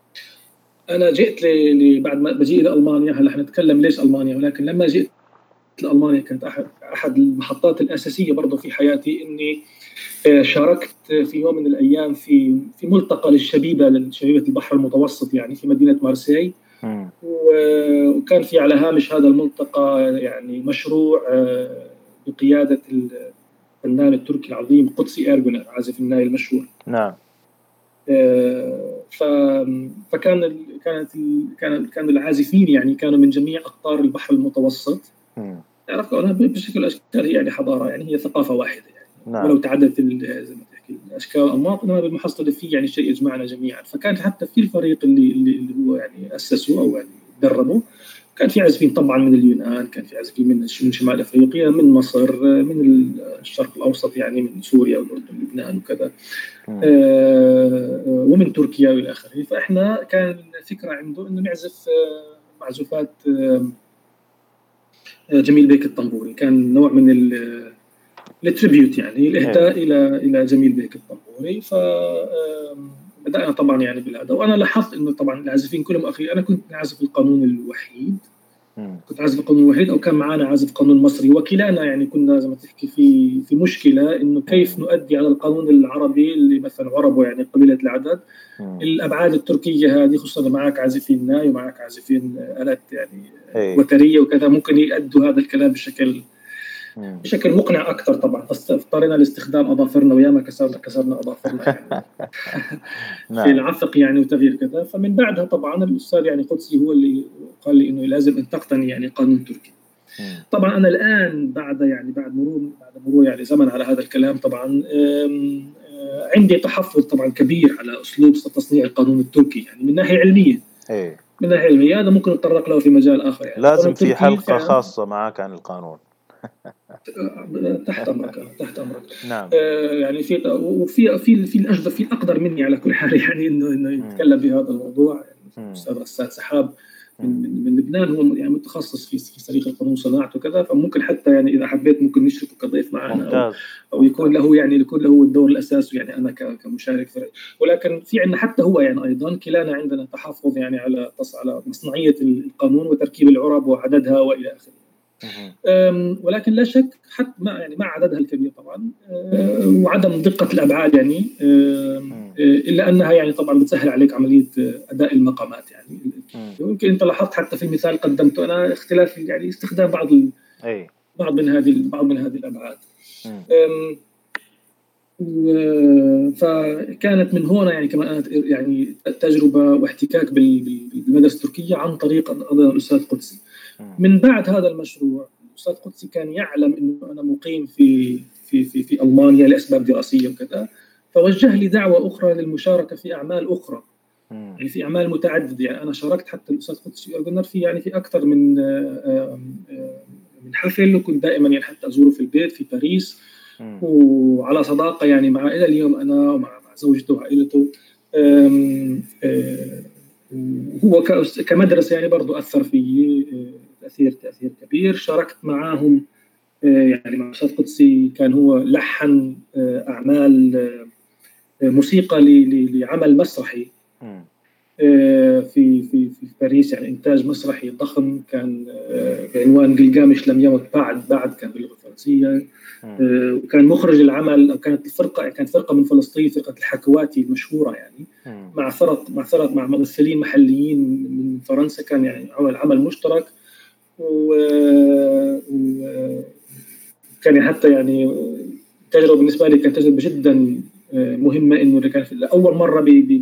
انا جئت بعد ما بجي الى المانيا. هلا حنتكلم ليش المانيا، ولكن لما جئت ألمانيا كانت أحد المحطات الأساسية برضه في حياتي، إني شاركت في يوم من الأيام في ملتقى للشبيبة البحر المتوسط يعني في مدينة مارسيل. وكان في على هامش هذا الملتقى يعني مشروع بقيادة الفنان التركي العظيم قدسي إرجونر، عازف الناي المشهور. نعم. فكان كان العازفين يعني كانوا من جميع أقطار البحر المتوسط. تعرف أنها بشكل أشكال هي يعني حضارة، يعني هي ثقافة واحدة يعني. نعم. ولو تعددت زي ما تحكي الأشكال والأنماط، إنما بالمحصلة فيه يعني شيء يجمعنا جميعا. فكان حتى في الفريق اللي هو يعني أسسه أو يعني دربه، كان في عازفين طبعا من اليونان، كان في عازفين من شمال أفريقيا، من مصر، من الشرق الأوسط يعني من سوريا والأردن ولبنان وكذا، ومن تركيا والى اخره. فاحنا كان الفكره عنده انه نعزف معزوفات جميل بيك الطنبوري، كان نوع من التريبيوت يعني الاهداء الى جميل بيك الطنبوري. فبدانا طبعا يعني بالهذا، وانا لاحظت انه طبعا العازفين كلهم اخي انا كنت عازف القانون الوحيد، او كان معنا عازف قانون مصري، وكلانا يعني كنا زي ما تحكي في مشكله انه كيف نؤدي على القانون العربي اللي مثلا عربه يعني قبيله العدد الابعاد التركيه هذه، خصوصا معك عازفين ناي ومعك عازفين آلات يعني وتريه وكذا، ممكن يؤدوا هذا الكلام بشكل مقنع اكثر. طبعا اضطرينا لاستخدام اظافرنا، وياما كسرنا اظافرنا يعني في العفق يعني وتغيير كذا. فمن بعدها طبعا الاستاذ يعني قدسي هو اللي قال لي انه لازم ان تقتني يعني قانون تركي. طبعا انا الان بعد مرور يعني زمن على هذا الكلام، طبعا عندي تحفظ طبعا كبير على اسلوب تصنيع القانون التركي يعني من ناحيه علميه. من ناحيه علميه هذا ممكن نتطرق له في مجال اخر يعني. لازم في حلقه خاصه معك عن القانون. تحت امرك. نعم. يعني في الأجدر في الأقدر مني على كل حال يعني انه يتكلم بهذا الموضوع يعني. الاستاذ غسان سحاب من لبنان، هو يعني متخصص في تاريخ القانون وصناعته وكذا، فممكن حتى يعني اذا حبيت ممكن نشركه كضيف معنا او يكون له الدور الاساسي يعني انا كمشارك فريق. ولكن في عندنا حتى هو يعني ايضا كلانا عندنا تحفظ يعني على مصنعيه القانون وتركيب العرب وعددها والى اخره. ولكن لا شك حتى مع عددها الكبير طبعا وعدم دقة الأبعاد يعني إلا أنها يعني طبعا بتسهل عليك عملية أداء المقامات يعني. يمكن أنت لاحظت حتى في المثال اللي قدمته أنا اختلاف يعني استخدام بعض من هذه الأبعاد. فكانت من هنا يعني كمان يعني تجربة واحتكاك بالمدرسة التركية عن طريق الأستاذ قدسي. من بعد هذا المشروع الأستاذ قدسي كان يعلم إنه أنا مقيم في ألمانيا لأسباب دراسية وكذا، فوجه لي دعوة أخرى للمشاركة في أعمال أخرى يعني في أعمال متعددة. يعني أنا شاركت حتى الأستاذ قدسي إرجونر في أكثر من حفل، وكنت دائما يعني حتى أزوره في البيت في باريس وعلى صداقة يعني مع إلى اليوم أنا ومع زوجته وعائلته. هو كمدرسة يعني برضو أثر في تأثير كبير. شاركت معهم يعني مع الأستاذ قدسي، كان هو لحن أعمال موسيقى لعمل مسرحي في باريس، يعني إنتاج مسرحي ضخم كان بعنوان قلقامش لم يمت بعد كان باللغة الفرنسية. وكان مخرج العمل كانت فرقة من فلسطين، فرقة الحكواتي المشهورة يعني مع ممثلين محليين من فرنسا. كان يعني عمل مشترك، وكان حتى يعني تجربة بالنسبة لي كانت تجربة جدا مهمة، إنه كان أول مرة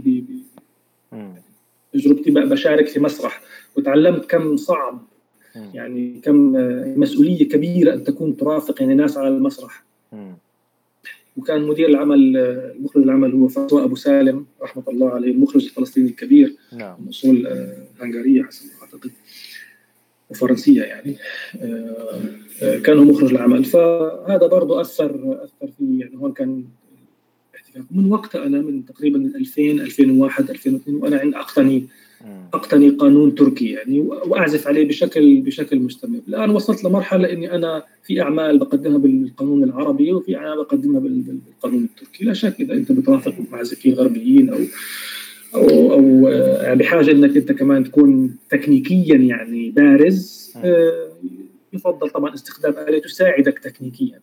تجربتي بشارك في مسرح، وتعلمت كم صعب يعني كم مسؤولية كبيرة أن تكون ترافق يعني ناس على المسرح. وكان مدير العمل مخرج العمل هو فرانسوا أبو سالم رحمة الله عليه، المخرج الفلسطيني الكبير من أصول هنغارية حسب أعتقد وفرنسية يعني. كان هو مخرج العمل، فهذا برضو أثر في يعني. هون كان من وقت أنا من تقريبا 2000 2001 2002 وأنا عند أقتني قانون تركي يعني، وأعزف عليه بشكل مستمر. الآن وصلت لمرحلة إني أنا في أعمال بقدمها بالقانون العربي وفي أعمال بقدمها بالقانون التركي. لا شك إذا أنت بترافق معزفين غربيين أو بحاجة إنك أنت كمان تكون تكنيكيا يعني بارز، يفضل طبعا استخدام آلة تساعدك تكنيكيا.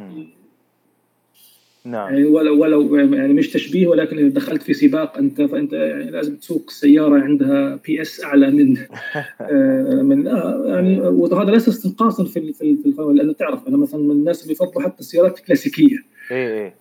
نعم. يعني ولو يعني مش تشبيه، ولكن إذا دخلت في سباق فأنت يعني لازم تسوق سيارة عندها PS أعلى من يعني. وهذا ليس استنقاصا في الفن، لأنه تعرف أنا مثلا من الناس اللي يفضلوا حتى السيارات الكلاسيكية. إيه.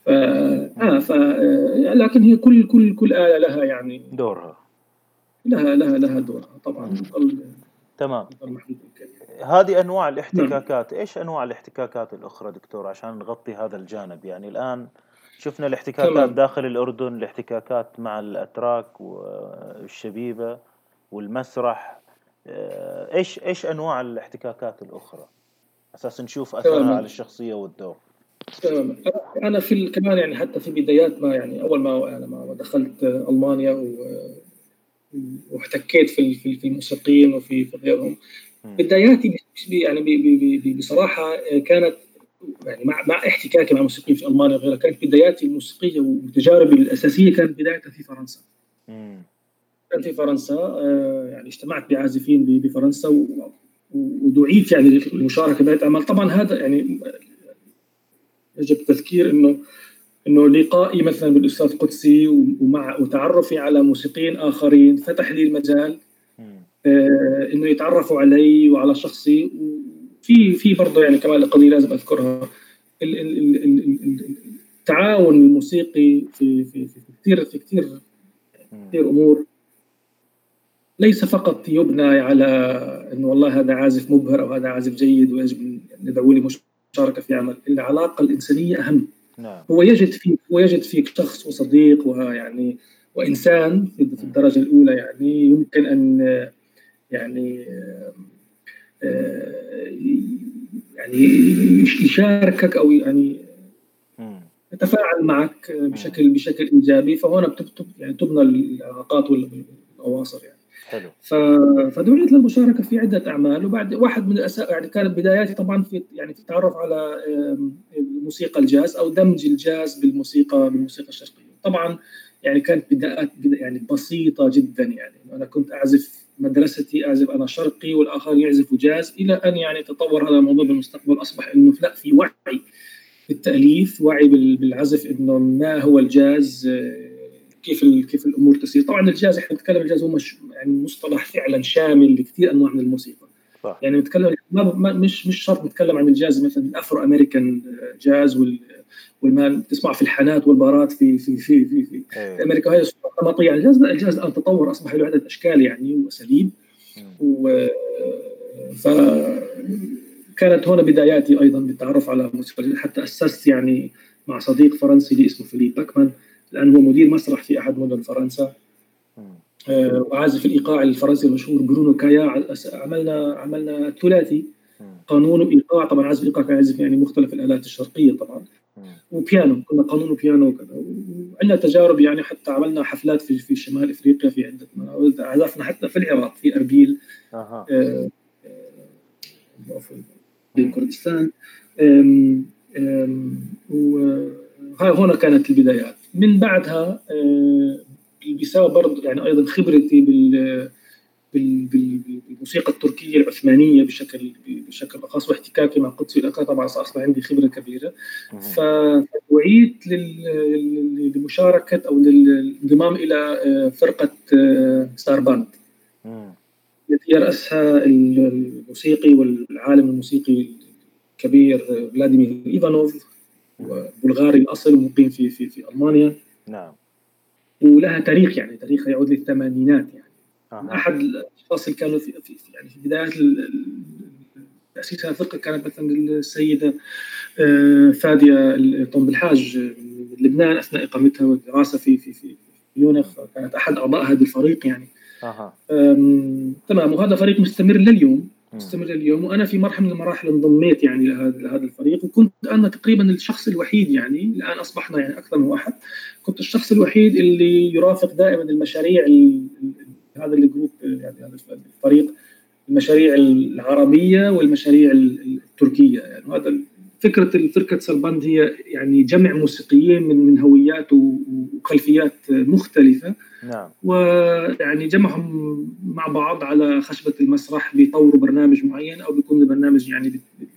لكن هي كل آلة لها يعني دورها، لها دورها طبعا. تمام. هذه أنواع الاحتكاكات. إيش أنواع الاحتكاكات الأخرى دكتور عشان نغطي هذا الجانب؟ يعني الآن شفنا الاحتكاكات داخل الأردن، الاحتكاكات مع الأتراك والشبيبة والمسرح. إيش أنواع الاحتكاكات الأخرى أساس نشوف أثرها على الشخصية والذوق؟ أنا كمان يعني حتى في بدايات ما يعني أول ما دخلت ألمانيا واحتكيت في الموسيقيين وفي غيرهم، بداياتي يعني بصراحة كانت يعني مع احتكاكي مع الموسيقيين في ألمانيا وغيرها، كانت بداياتي الموسيقية وتجاربي الأساسية كانت بدايتها في فرنسا. كان في فرنسا يعني اجتمعت بعازفين بفرنسا ودعيت يعني للمشاركة بهذه الأعمال. طبعا هذا يعني يجب التذكير إنه لقائي مثلا بالأستاذ قدسي وتعرفي على موسيقيين آخرين فتح لي المجال إنه يتعرفوا علي وعلى شخصي. في برضه يعني كمان قضية لازم أذكرها، التعاون الموسيقي في كثير أمور، ليس فقط يبنى على إنه والله هذا عازف مبهر أو هذا عازف جيد ويجب ندعو لي مشاركة في عمل. العلاقة الإنسانية أهم. نعم. هو يجد فيك شخص وصديق ويعني وإنسان في الدرجة الأولى، يعني يمكن أن يعني يشاركك أو يعني يتفاعل معك بشكل إيجابي. فهنا يعني تبنى العلاقات والأواصر يعني. حلو. فدعيت للمشاركة في عدة أعمال، وبعد واحد من يعني كانت بداياتي طبعا في التعرف على موسيقى الجاز أو دمج الجاز بالموسيقى الشرقية. طبعا يعني كانت بدايات يعني بسيطة جدا، يعني أنا كنت أعزف مدرستي أعزف أنا شرقي والآخر يعزف جاز، إلى أن يعني تطور هذا الموضوع بالمستقبل. أصبح إنه لا، في وعي بالتأليف، وعي بالعزف، إنه ما هو الجاز، كيف الامور تسير. طبعا الجاز احنا نتكلم الجاز هو يعني مصطلح فعلا شامل لكثير انواع من الموسيقى. صح. يعني نتكلم مش شرط نتكلم عن الجاز مثلا الافرو امريكان جاز والمان تسمع في الحانات والبارات في امريكا، هي نمطيه. يعني الجاز الان تطور، اصبح له عده اشكال يعني واساليب. فكانت هنا بداياتي ايضا بالتعرف على موسيقى. حتى اسست يعني مع صديق فرنسي لي اسمه فيليب باكمان، الآن هو مدير مسرح في أحد مدن فرنسا، وعازف الإيقاع الفرنسي المشهور برونو كايا. عملنا ثلاثي، قانون وإيقاع. طبعا عازف الإيقاع كان يعزف يعني مختلف الآلات الشرقية طبعا، وبيانو، كنا قانون وبيانو وكذا. وعندنا تجارب يعني، حتى عملنا حفلات في شمال إفريقيا في عدة مناطق، عزفنا حتى في العراق في أربيل في كردستان. هنا كانت البدايات. من بعدها بسبب برضه يعني أيضا خبرتي بالموسيقى التركية العثمانية بشكل خاص، واحتكاكي مع قدسي الأكا، طبعا أصبح عندي خبرة كبيرة. فدعيت لمشاركة أو للانضمام إلى فرقة ستار باند التي يرأسها الموسيقي والعالم الموسيقي الكبير فلاديمير إيفانوف، بلغاري الأصل ومقيم في ألمانيا. نعم. ولها تاريخ، يعني تاريخها يعود للثمانينات. يعني أحد الأشخاص اللي كانوا في بدايات تأسيس هذه الفرقة كانت مثلا السيدة فادية طنبلحاج من لبنان أثناء إقامتها والدراسة في يونخ، كانت أحد أعضاء هذا الفريق يعني. تمام. وهذا فريق مستمر لليوم. وأنا في مرحلة من المراحل انضميت يعني لهذا الفريق، وكنت أنا تقريبا الشخص الوحيد، يعني الآن أصبحنا يعني أكثر من واحد، كنت الشخص الوحيد اللي يرافق دائما المشاريع هذا الجروب، يعني هذا الفريق، المشاريع العربية والمشاريع التركية. يعني هذا فكرة فرقة سربند هي يعني جمع موسيقيين من هويات وخلفيات مختلفة. نعم. ويعني جمعهم مع بعض على خشبة المسرح، بيطوروا برنامج معين أو بيكون البرنامج يعني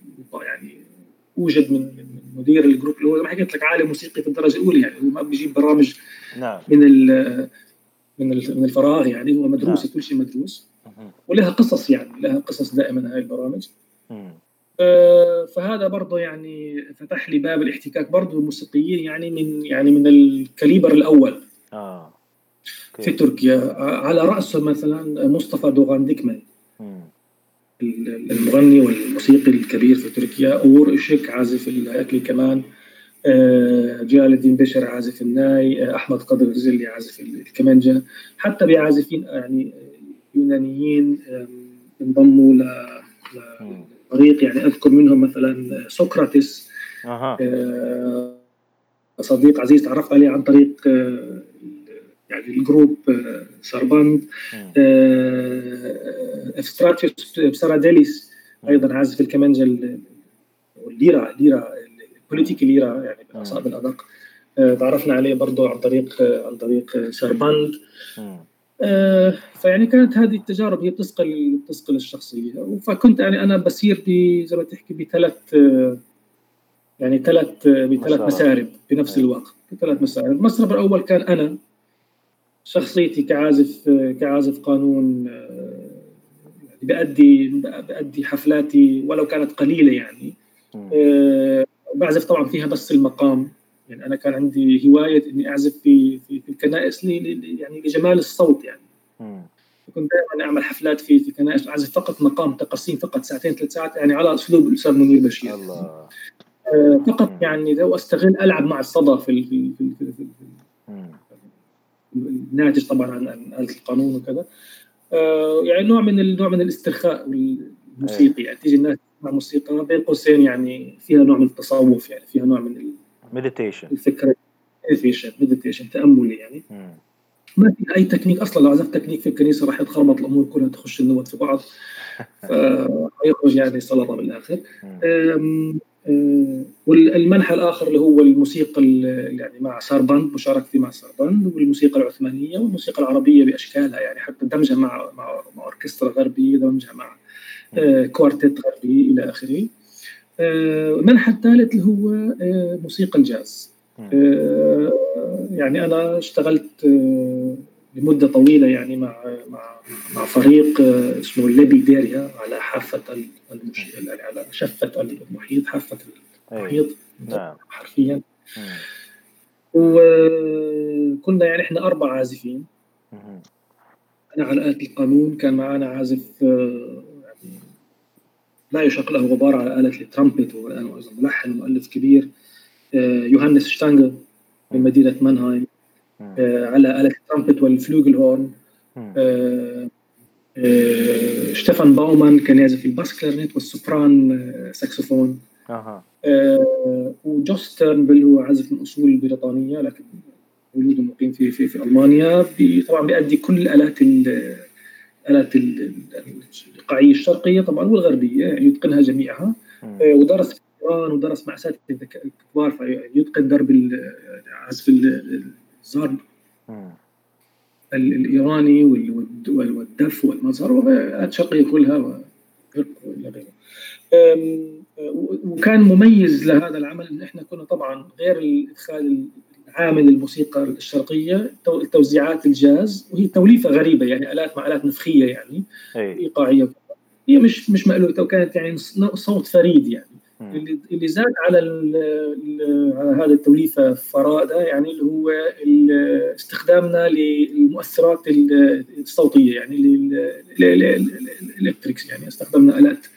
يوجد من مدير الجروب اللي هو ما حكيت لك عالم موسيقي في الدرجة الأولى، يعني هو ما بيجيب برامج نعم. من الفراغ، يعني هو مدروس. نعم. كل شيء مدروس ولها قصص، يعني لها قصص دائما هاي البرامج. فهذا برضه يعني فتح لي باب الاحتكاك برضه بالموسيقيين يعني من الكاليبر الأول في تركيا، على رأسه مثلا مصطفى دوغان ديكمان المغني والموسيقي الكبير في تركيا، أور إشك عازف الأكلي كمان، جلال الدين بشر عازف الناي، أحمد قدر الرزلي عازف الكمانجة، حتى بعازفين يعني يونانيين انضموا لطريق. يعني أذكر منهم مثلا سقراطس، صديق عزيز تعرفت عليه عن طريق يعني الجروب سربند. افستراتيوس بساراديليس أيضا عازف الكمانجة والليرة البوليتيكي ليرة، يعني بالأصابع الأدق، تعرفنا عليه برضو عن طريق سربند. فيعني كانت هذه التجارب هي بتثقل الشخصية. فكنت يعني أنا بسير زي ما تحكي بثلاث مسارب بنفس الوقت، بثلاث مسارب. المسرب الأول كان أنا شخصيتي كعازف قانون، بأدي حفلاتي ولو كانت قليلة، يعني بعزف طبعا فيها بس المقام. يعني أنا كان عندي هواية إني أعزف في الكنائس يعني لجمال الصوت. يعني كنت دائما أعمل حفلات في كنائس، أعزف فقط مقام تقسيم فقط 2-3 ساعات، يعني على أسلوب الأستاذ منير بشير. الله. فقط يعني لو أستغل ألعب مع الصدى في الناتج طبعا عن آلة القانون وكذا. يعني نوع من الاسترخاء الموسيقي. يعني تيجي الناس مع موسيقى بين قوسين يعني فيها نوع من التصوف، يعني فيها نوع من مديتيشن، الفكرة مديتيشن تأملي. يعني ما في أي تكنيك أصلا. لو عزفت تكنيك في الكنيسة راح يتخربط الأمور كلها، تخش النوت في بعض، فيخرج يعني سلطة بالآخر. والمنحى الآخر اللي هو الموسيقى يعني مع سربند، مشاركتي مع سربند، والموسيقى العثمانية والموسيقى العربية بأشكالها، يعني حتى دمجها مع أوركسترا غربية، دمجها مع كوارتيت غربي إلى آخره. المنحى الثالث اللي هو موسيقى الجاز. يعني أنا اشتغلت لمدة طويلة يعني مع فريق اسمه الليبي ديريا على حافة على شفة المحيط، حافة المحيط حرفيا. وكنا يعني احنا 4 عازفين. أنا على آلة القانون، كان معنا عازف يعني لا يشق له غبار على آلة الترامبت، والآن أيضا ملحن ومؤلف كبير، يوهانس شتانجر من مدينة مانهايم، على آلة الترامبت والفلوغلهورن. شتيفان باومان كان يعزف الباس كلارنيت والسوبران ساكسوفون. وجو ستيرنبل هو عازف من أصول بريطانية لكن مولود ومقيم في ألمانيا. طبعا بيأدي كل الآلات الإيقاعية الشرقية طبعا والغربية، يعني يتقنها جميعها. ودرس في إيران ودرس مع أساتذة كبار، فيتقن درب عزف الزارب الإيراني والدف والمزهر والآلات الشرقية كلها وإلى غيره. وكان مميز لهذا العمل إن إحنا كنا طبعا غير الإدخال العامل الموسيقى الشرقية، توزيعات الجاز، وهي توليفة غريبة، يعني آلات مع آلات نفخية يعني إيقاعية، هي مش مألوفة، وكانت يعني صوت فريد. يعني اللي زاد على هذه التوليفة فرادة، يعني اللي هو استخدامنا للمؤثرات الصوتية، يعني الإلكتريكس. يعني استخدمنا آلات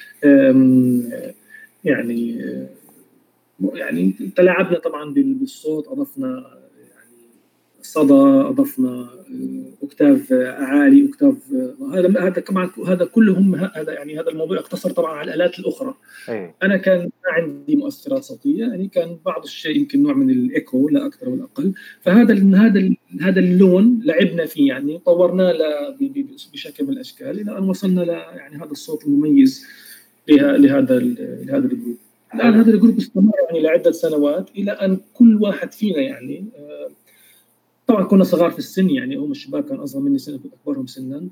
يعني تلاعبنا طبعا بالصوت، أضفنا يعني صدى، أضفنا أكتاف عالي، أكتاف هذا كمان، هذا كلهم يعني هذا الموضوع اقتصر طبعا على الآلات الأخرى. أنا كان ما عندي مؤثرات صوتية، يعني كان بعض الشيء يمكن نوع من الإيكو لا أكثر ولا أقل. فهذا اللون لعبنا فيه، يعني طورناه بشكل من الأشكال إلى أن وصلنا يعني هذا الصوت المميز لهذا الجروب. الآن هذا الجروب استمر يعني لعدة سنوات إلى أن كل واحد فينا يعني طبعا كنا صغار في السن، يعني هم الشباب كان أصغر مني سنة كنت أكبرهم سنا،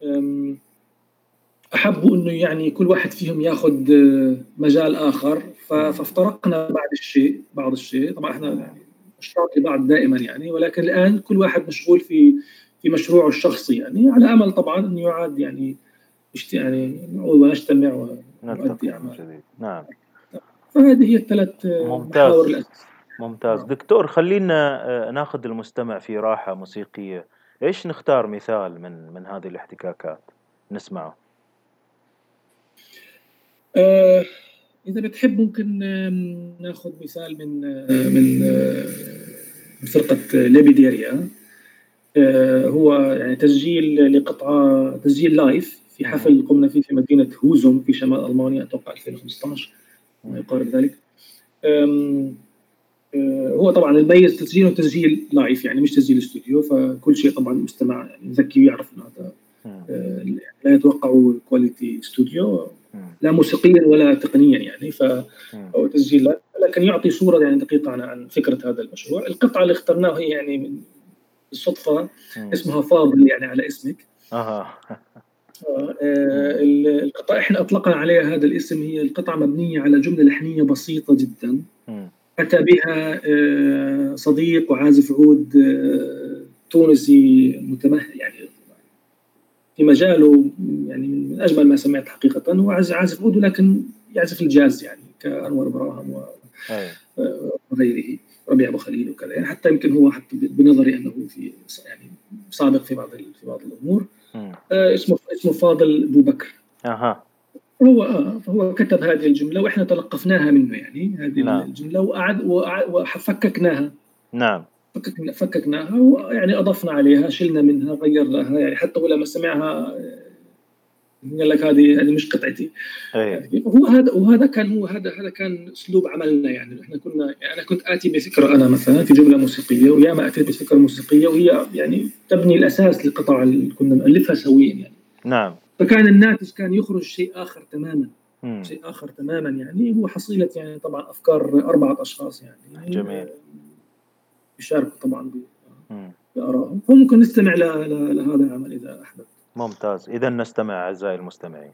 أحبوا إنه يعني كل واحد فيهم ياخذ مجال آخر، فافترقنا بعض الشيء. طبعا إحنا يعني أشتاق لبعض دائما يعني، ولكن الآن كل واحد مشغول في مشروعه الشخصي يعني، على أمل طبعا إنه يعاد يعني نعود ونجتمع ونؤدي أعمال. نعم. فهذه هي الثلاث محاور الأساسية. ممتاز. دكتور، خلينا ناخذ المستمع في راحة موسيقية. إيش نختار مثال من هذه الاحتكاكات نسمعه؟ إذا بتحب ممكن ناخذ مثال من فرقة ليبيديريا. هو يعني تسجيل لايف في حفل قمنا فيه في مدينة هوزوم في شمال ألمانيا، أتوقع 2015 ما يقارب ذلك. هو طبعا الميز تسجيل لايف يعني مش تسجيل استوديو، فكل شيء طبعا المستمع يعني ذكي ويعرف انه هذا لا يتوقع كواليتي استوديو لا موسيقيا ولا تقنيا يعني، فهو تسجيل لايف لكن يعطي صورة يعني دقيقة عن فكرة هذا المشروع. القطعة اللي اخترناها هي يعني بالصدفة اسمها فاضل يعني على اسمك. القطعة احنا اطلقنا عليها هذا الاسم، هي القطعة مبنية على جملة لحنية بسيطة جدا أتى بها صديق وعازف عود تونسي متمهل يعني في مجاله، يعني من أجمل ما سمعت حقيقة. هو عازف عود ولكن يعزف الجاز يعني كأنور براهم وغيره، ربيع أبو خليل وكذا يعني، حتى يمكن هو حتى بنظري أنه في يعني سابق في بعض الأمور. اسمه فاضل أبو بكر. فهو كتب هذه الجملة وإحنا تلقفناها منه يعني هذه الجملة وفككناها. نعم. فككناها ويعني أضفنا عليها، شلنا منها، غيرناها يعني، حتى لما سمعها قال لك هذه مش قطعتي. وهذا كان أسلوب عملنا يعني. إحنا أنا كنت آتي بفكرة، أنا مثلا في جملة موسيقية، وياما أتيت بفكرة موسيقية وهي يعني تبني الأساس للقطع اللي كنا نألفها سويا يعني. نعم. فكان الناتج كان يخرج شيء آخر تماما يعني، هو حصيلة يعني طبعا أفكار 4 أشخاص يعني. جميل. يشاركوا طبعا بآرائهم، فممكن نستمع لهذا العمل إذا أحببت. ممتاز. إذا نستمع أعزائي المستمعين.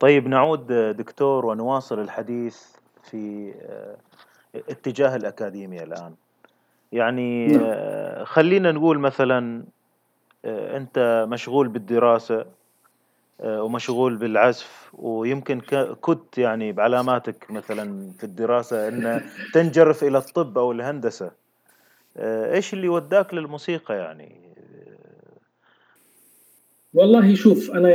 طيب نعود دكتور ونواصل الحديث في اتجاه الأكاديمية الآن. يعني نعم. خلينا نقول مثلا أنت مشغول بالدراسة ومشغول بالعزف، ويمكن كنت يعني بعلاماتك مثلا في الدراسة أن تنجرف إلى الطب أو الهندسة. إيش اللي وداك للموسيقى يعني؟ والله شوف أنا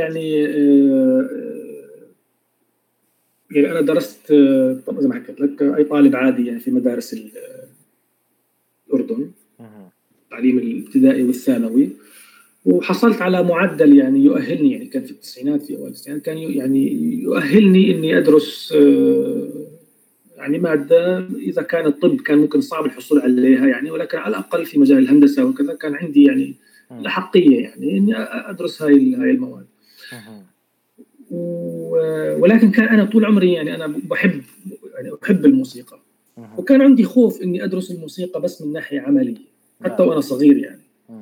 يعني أنا درست طبعا زي ما حكيت لك أي طالب عادي يعني في مدارس الأردن، التعليم الابتدائي والثانوي، وحصلت على معدل يعني يؤهلني، يعني كان في التسعينات في أوائل التسعينات كان يعني يؤهلني إني أدرس يعني مادة. إذا كان الطب كان ممكن صعب الحصول عليها يعني، ولكن على الأقل في مجال الهندسة وكذا كان عندي يعني الأحقية يعني إني أدرس هاي المواد. ولكن كان أنا طول عمري يعني أنا أحب الموسيقى، وكان عندي خوف إني أدرس الموسيقى بس من ناحية عملية حتى وأنا صغير يعني.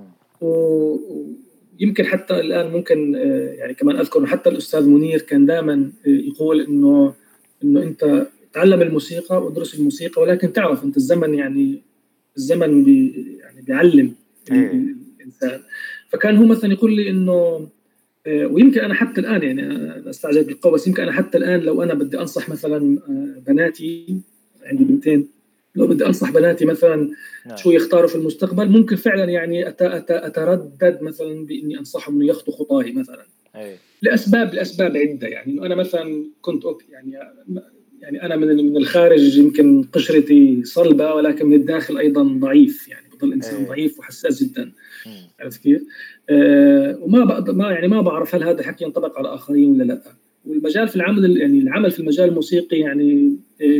ويمكن حتى الآن ممكن يعني كمان أذكر حتى الأستاذ منير كان دائما يقول إنه أنت تعلم الموسيقى وادرس الموسيقى، ولكن تعرف أنت الزمن يعني يعني بيعلم الإنسان. فكان هو مثلا يقول لي إنه ويمكن أنا حتى الآن يعني أنا استعجب بالقول، بس يمكن أنا حتى الآن لو أنا بدي أنصح مثلا بناتي، عندي بنتين، لو بدي أنصح بناتي مثلا شو يختاروا في المستقبل، ممكن فعلا يعني أتردد مثلا بإني أنصحهم إنه يخطوا خطاي مثلا لأسباب عدة. يعني أنا مثلا كنت يعني أنا من الخارج يمكن قشرتي صلبة، ولكن من الداخل أيضا ضعيف، يعني بضل إنسان ضعيف وحساس جدا. عرفت كيف؟ ما بعرف هل هذا الحكي ينطبق على آخرين ولا لا. والمجال في العمل يعني العمل في المجال الموسيقي يعني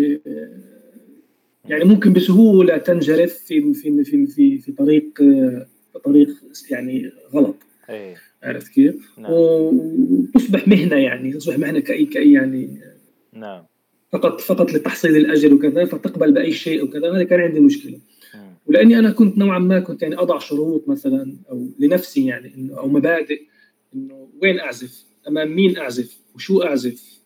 يعني ممكن بسهولة تنجرف في طريق يعني غلط. عرفت كيف؟ وتصبح مهنة، يعني تصبح مهنة كأي يعني فقط لتحصيل الأجر وكذا، فتقبل بأي شيء وكذا. هذا كان عندي مشكلة. ولأني أنا كنت نوعا ما كنت يعني أضع شروط مثلا أو لنفسي يعني أو مبادئ إنه وين أعزف، أمام مين أعزف، وشو أعزف،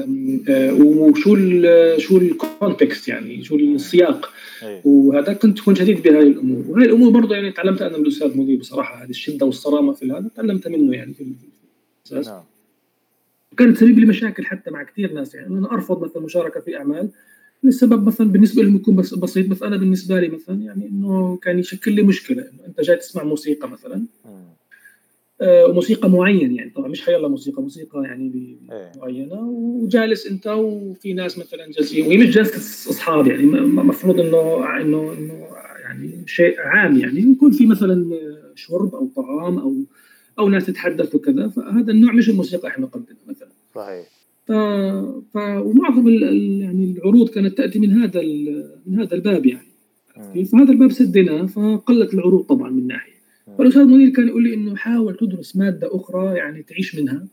وشو الكونتكست يعني شو السياق. وهذا كنت شديد بهاي الأمور. وهاي الأمور برضه يعني تعلمتها أنا من الأستاذ منير بصراحة، هذه الشدة والصرامة في هذا تعلمتها منه يعني في الأساس. وكانت سبب لي مشاكل حتى مع كثير ناس، يعني أنا أرفض مثلا المشاركة في أعمال السبب مثلا بالنسبه لهم يكون بسيط، بس انا بالنسبه لي مثلا يعني انه كان يشكل لي مشكله انه انت جاي تسمع موسيقى مثلا وموسيقى معين، يعني طبعا مش حيلا موسيقى يعني معينه، وجالس انت وفي ناس مثلا جالسين، وهي مش جلسه اصحاب يعني مفروض انه يعني شيء عام، يعني يكون في مثلا شرب او طعام او ناس تتحدث وكذا. فهذا النوع مش الموسيقى احنا نقدمها مثلا. صحيح. ومعظم يعني العروض كانت تأتي من هذا الباب يعني. فهذا الباب سدنا، فقلت العروض طبعا من ناحية. فالأستاذ منير كان يقول لي إنه حاول تدرس مادة أخرى يعني تعيش منها،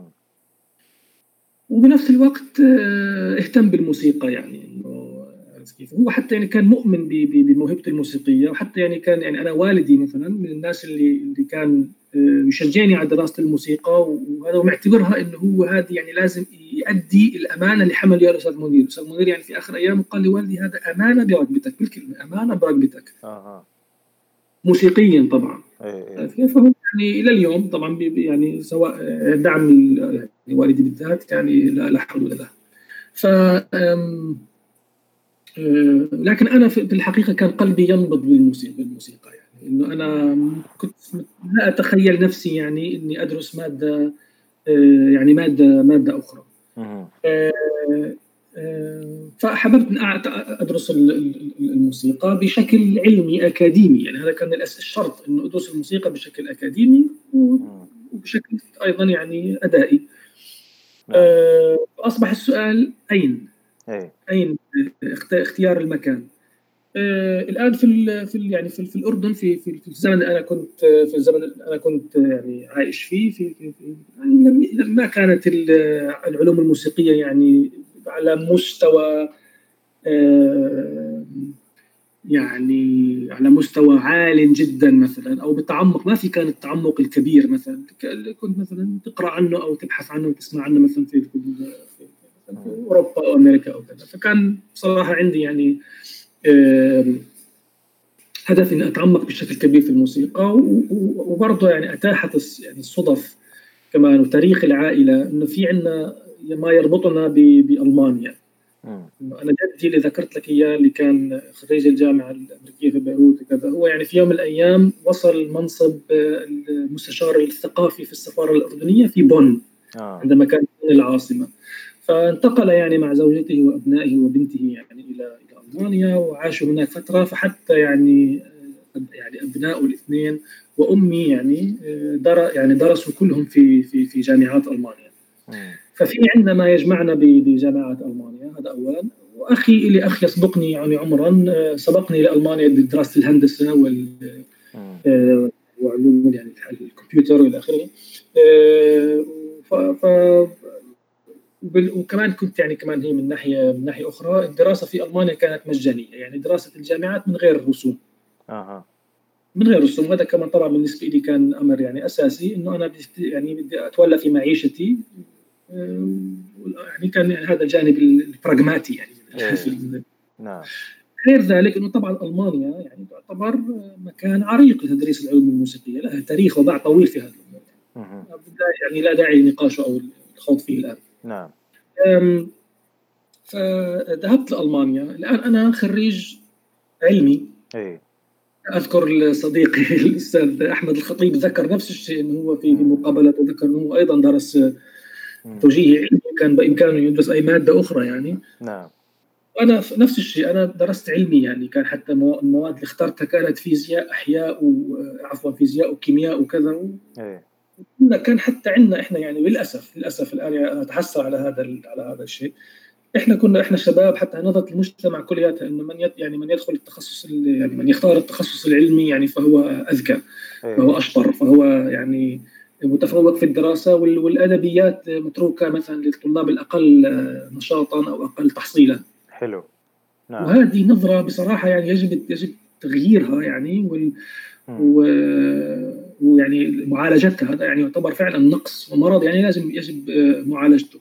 وبنفس الوقت اهتم بالموسيقى. يعني هو حتى يعني كان مؤمن بموهبتي الموسيقية، وحتى يعني كان يعني أنا والدي مثلا من الناس اللي كان يشجعني على دراسة الموسيقى، وهذا معتبرها إنه هو هذه يعني لازم يؤدي الأمانة اللي حمل اياها الأستاذ منير. الأستاذ منير يعني في آخر أيامه قال لي والدي هذا أمانة برغبتك، بالكلمة أمانة برغبتك. موسيقيا طبعا. فهو يعني إلى اليوم طبعا يعني سواء دعم يعني والدي بالذات يعني لا حدود له. لكن أنا في الحقيقة كان قلبي ينبض بالموسيقى، يعني إنه أنا كنت لا أتخيل نفسي يعني إني أدرس مادة يعني مادة أخرى. فحببت أن أدرس الموسيقى بشكل علمي أكاديمي، يعني هذا كان الشرط إنه أدرس الموسيقى بشكل أكاديمي وبشكل أيضا يعني أدائي. أصبح السؤال أين اختيار المكان. الآن في يعني في الأردن في الزمن اللي أنا كنت يعني عايش فيه يعني ما كانت العلوم الموسيقية يعني على مستوى يعني على مستوى عال جدا مثلا، او بتعمق، ما في كان التعمق الكبير مثلا كنت مثلا تقرا عنه او تبحث عنه وتسمع عنه مثلا في اوروبا او امريكا او كذا. فكان بصراحه عندي يعني هدف اني اتعمق بشكل كبير في الموسيقى، وبرضه يعني اتاحت يعني الصدف كمان وتاريخ العائله انه في عندنا ما يربطنا بالمانيا. انا جدي اللي ذكرت لك اياه اللي كان خريج الجامعه الامريكيه في بيروت وكذا، هو يعني في يوم من الايام وصل منصب المستشار الثقافي في السفاره الاردنيه في بون عندما كانت العاصمه. فانتقل يعني مع زوجته وابنائه وبنته يعني الى المانيا وعاشوا هناك فتره. فحتى يعني ابنائه الاثنين وامي يعني درسوا كلهم في جامعات المانيا. ففي عندنا ما يجمعنا بجامعات المانيا، هذا اولا. واخي لي اخ يسبقني يعني عمرا، سبقني لالمانيا بدراسه الهندسه وعلوم يعني الكمبيوتر والى اخره. وكمان كنت يعني كمان هي من ناحيه اخرى الدراسه في المانيا كانت مجانيه، يعني دراسه الجامعات من غير رسوم. من غير رسوم. هذا كمان طبعا بالنسبه لي كان امر يعني اساسي، انه انا يعني بدي اتولى في معيشتي. يعني كان هذا الجانب البراغماتي يعني. نعم. غير ذلك انه طبعا المانيا يعني تعتبر مكان عريق لتدريس العلوم الموسيقيه، لها تاريخ وباع طويل في هذا الامر. يعني لا داعي لنقاشه او الخوض فيه الان. نعم. فذهبت لألمانيا. الآن أنا خريج علمي. أذكر صديقي الأستاذ أحمد الخطيب ذكر نفس الشيء، أنه هو في مقابلة ذكر أنه هو أيضا درس توجيه علمي، كان بإمكانه يدرس أي مادة أخرى يعني. نعم. أنا نفس الشيء، أنا درست علمي يعني. كان حتى المواد اللي اخترتها كانت فيزياء فيزياء وكيمياء وكذا. كان حتى عندنا إحنا يعني للأسف الآن يعني أتحسر على هذا الشيء. احنا شباب حتى نظرة المجتمع كلياتها انه من يدخل التخصص يعني من يختار التخصص العلمي يعني فهو اذكى، فهو اشطر، فهو يعني متفوق في الدراسه، والادبيات متروكه مثلا للطلاب الاقل نشاطا او اقل تحصيلا. حلو. نعم. وهذه نظره بصراحه يعني يجب تغييرها يعني ويعني معالجتها. هذا يعني يعتبر فعلا نقص ومرض يعني يجب معالجته.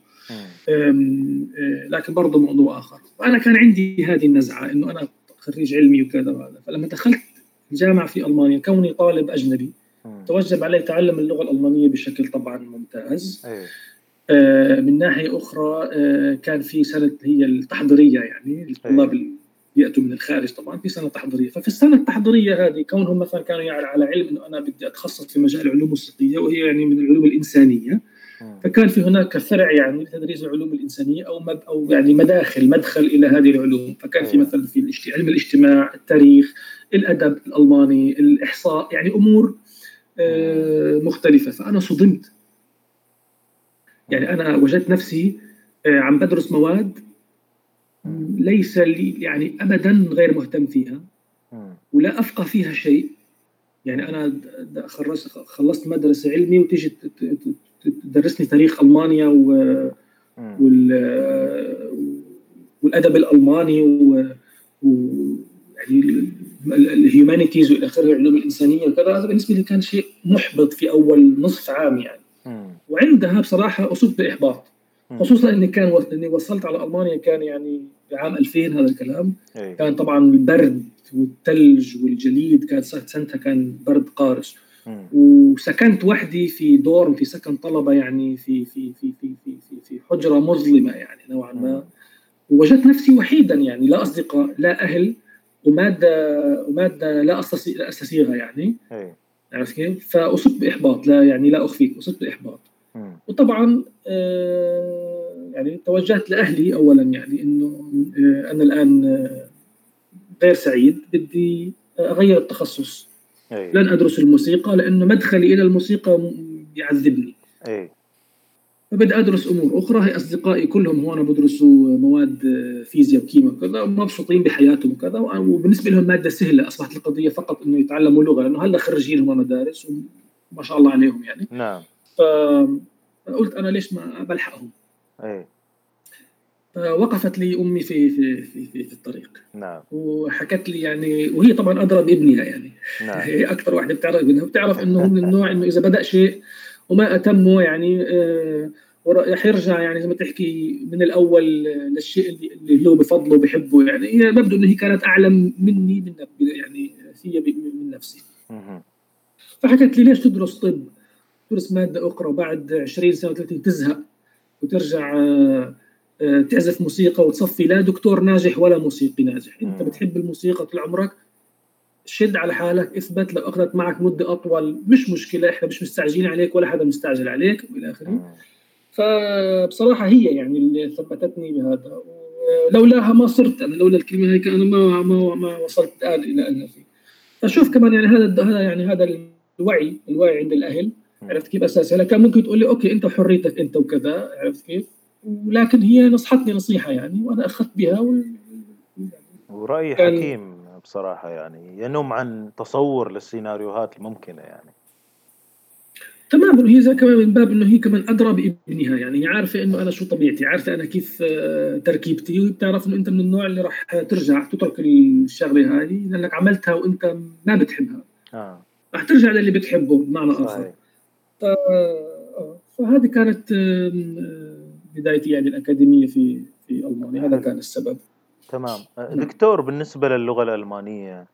لكن برضه موضوع آخر. وأنا كان عندي هذه النزعة إنه أنا خريج علمي وكذا وهذا. فلما دخلت الجامعة في ألمانيا كوني طالب أجنبي توجب علي تعلم اللغة الألمانية بشكل طبعا ممتاز. من ناحية أخرى كان في سنة هي التحضيرية يعني الطلاب اللي يأتوا من الخارج طبعا في سنة تحضيرية. ففي السنة التحضيرية هذه كونهم مثلا كانوا يعني على علم إنه أنا بدي أتخصص في مجال العلوم الموسيقية وهي يعني من العلوم الإنسانية. فكان في هناك فرع يعني لتدريس العلوم الإنسانية أو يعني مدخل إلى هذه العلوم. فكان في مثلا في علم الاجتماع، التاريخ، الأدب الألماني، الإحصاء، يعني أمور مختلفة. فأنا صدمت يعني. أنا وجدت نفسي عم بدرس مواد ليس لي يعني أبدا غير مهتم فيها ولا أفقه فيها شيء. يعني أنا خلصت مدرسة علمي وتيجي تدرسني تاريخ ألمانيا والأدب الألماني يعني الهيومانيتيز والى اخره، العلوم الإنسانية وكذا. هذا بالنسبة لي كان شيء محبط في أول نصف عام يعني. وعندها بصراحة أصبت بإحباط، خصوصا إني وصلت على ألمانيا كان يعني بعام 2000 هذا الكلام. كان طبعا البرد والثلج والجليد، كان سنتها كان برد قارس. وسكنت وحدي في دورم في سكن طلبة يعني في حجرة مظلمة يعني نوعا ما. ووجدت نفسي وحيدا يعني، لا أصدقاء لا أهل، ومادة لا أستسيغها يعني. عرفت كيف؟ فأصبت بإحباط، لا أخفيك، أصبت بإحباط. وطبعا يعني توجهت لأهلي أولا يعني إنه أنا الآن غير سعيد، بدي أغير التخصص. لن أدرس الموسيقى لأنه مدخلي إلى الموسيقى يعذبني. فبدي أدرس أمور أخرى. هي أصدقائي كلهم هون بدرسوا مواد فيزياء وكيمياء وكذا، مبسوطين بحياتهم وكذا، وبالنسبة لهم مادة سهلة. أصبحت القضية فقط إنه يتعلموا لغة، لأنه هلا خريجين هم مدارس وما شاء الله عليهم يعني. نعم. فقلت أنا ليش ما بلحقهم. وقفت لي أمي في الطريق. نعم. وحكت لي يعني، وهي طبعا أدرى بابنها يعني. نعم. هي أكثر واحدة بتعرف ابنها، وبتعرف إنه من النوع إنه إذا بدأ شيء وما أتمه يعني رح يرجع يعني زي ما تحكي من الأول للشيء اللي هو بفضله وبحبه يعني. هي مبدو إنه هي كانت أعلم مني من يعني هي من نفسي. فحكت لي ليش تدرس طب، تدرس مادة أخرى وبعد 20 سنة 30 تزهق وترجع تعزف موسيقى وتصفي لا دكتور ناجح ولا موسيقي ناجح. انت بتحب الموسيقى طول عمرك، شد على حالك، اثبت. لو اخذت معك مده اطول مش مشكله، احنا مش مستعجلين عليك ولا حدا مستعجل عليك والى اخره. فبصراحه هي يعني اللي ثبتتني بهذا، ولولاها ما صرت انا، لولا الكلمه هيك انا ما وصلت الى انا فيه. فشوف كمان يعني هذا يعني هذا الوعي عند الاهل. عرفت كيف اساسا؟ كان ممكن تقول لي اوكي انت حريتك انت وكذا، عرفت كيف؟ ولكن هي نصحتني نصيحة يعني وأنا أخذت بها ورأي حكيم بصراحة، يعني ينم عن تصور للسيناريوهات الممكنة يعني. تمام. وهي زي كمان من باب إنه هي كمان أدرى بابنها يعني. هي عارفة إنه أنا شو طبيعتي، عارفة أنا كيف تركيبتي، وبتعرف إنه أنت من النوع اللي راح ترجع تترك الشغلة هذه لأنك عملتها وأنت ما بتحبها. راح ترجع للي بتحبه بمعنى آخر. فهذه كانت بدايتي يعني الأكاديمية في ألمانيا. هذا كان السبب. تمام. دكتور، بالنسبة للغة الألمانية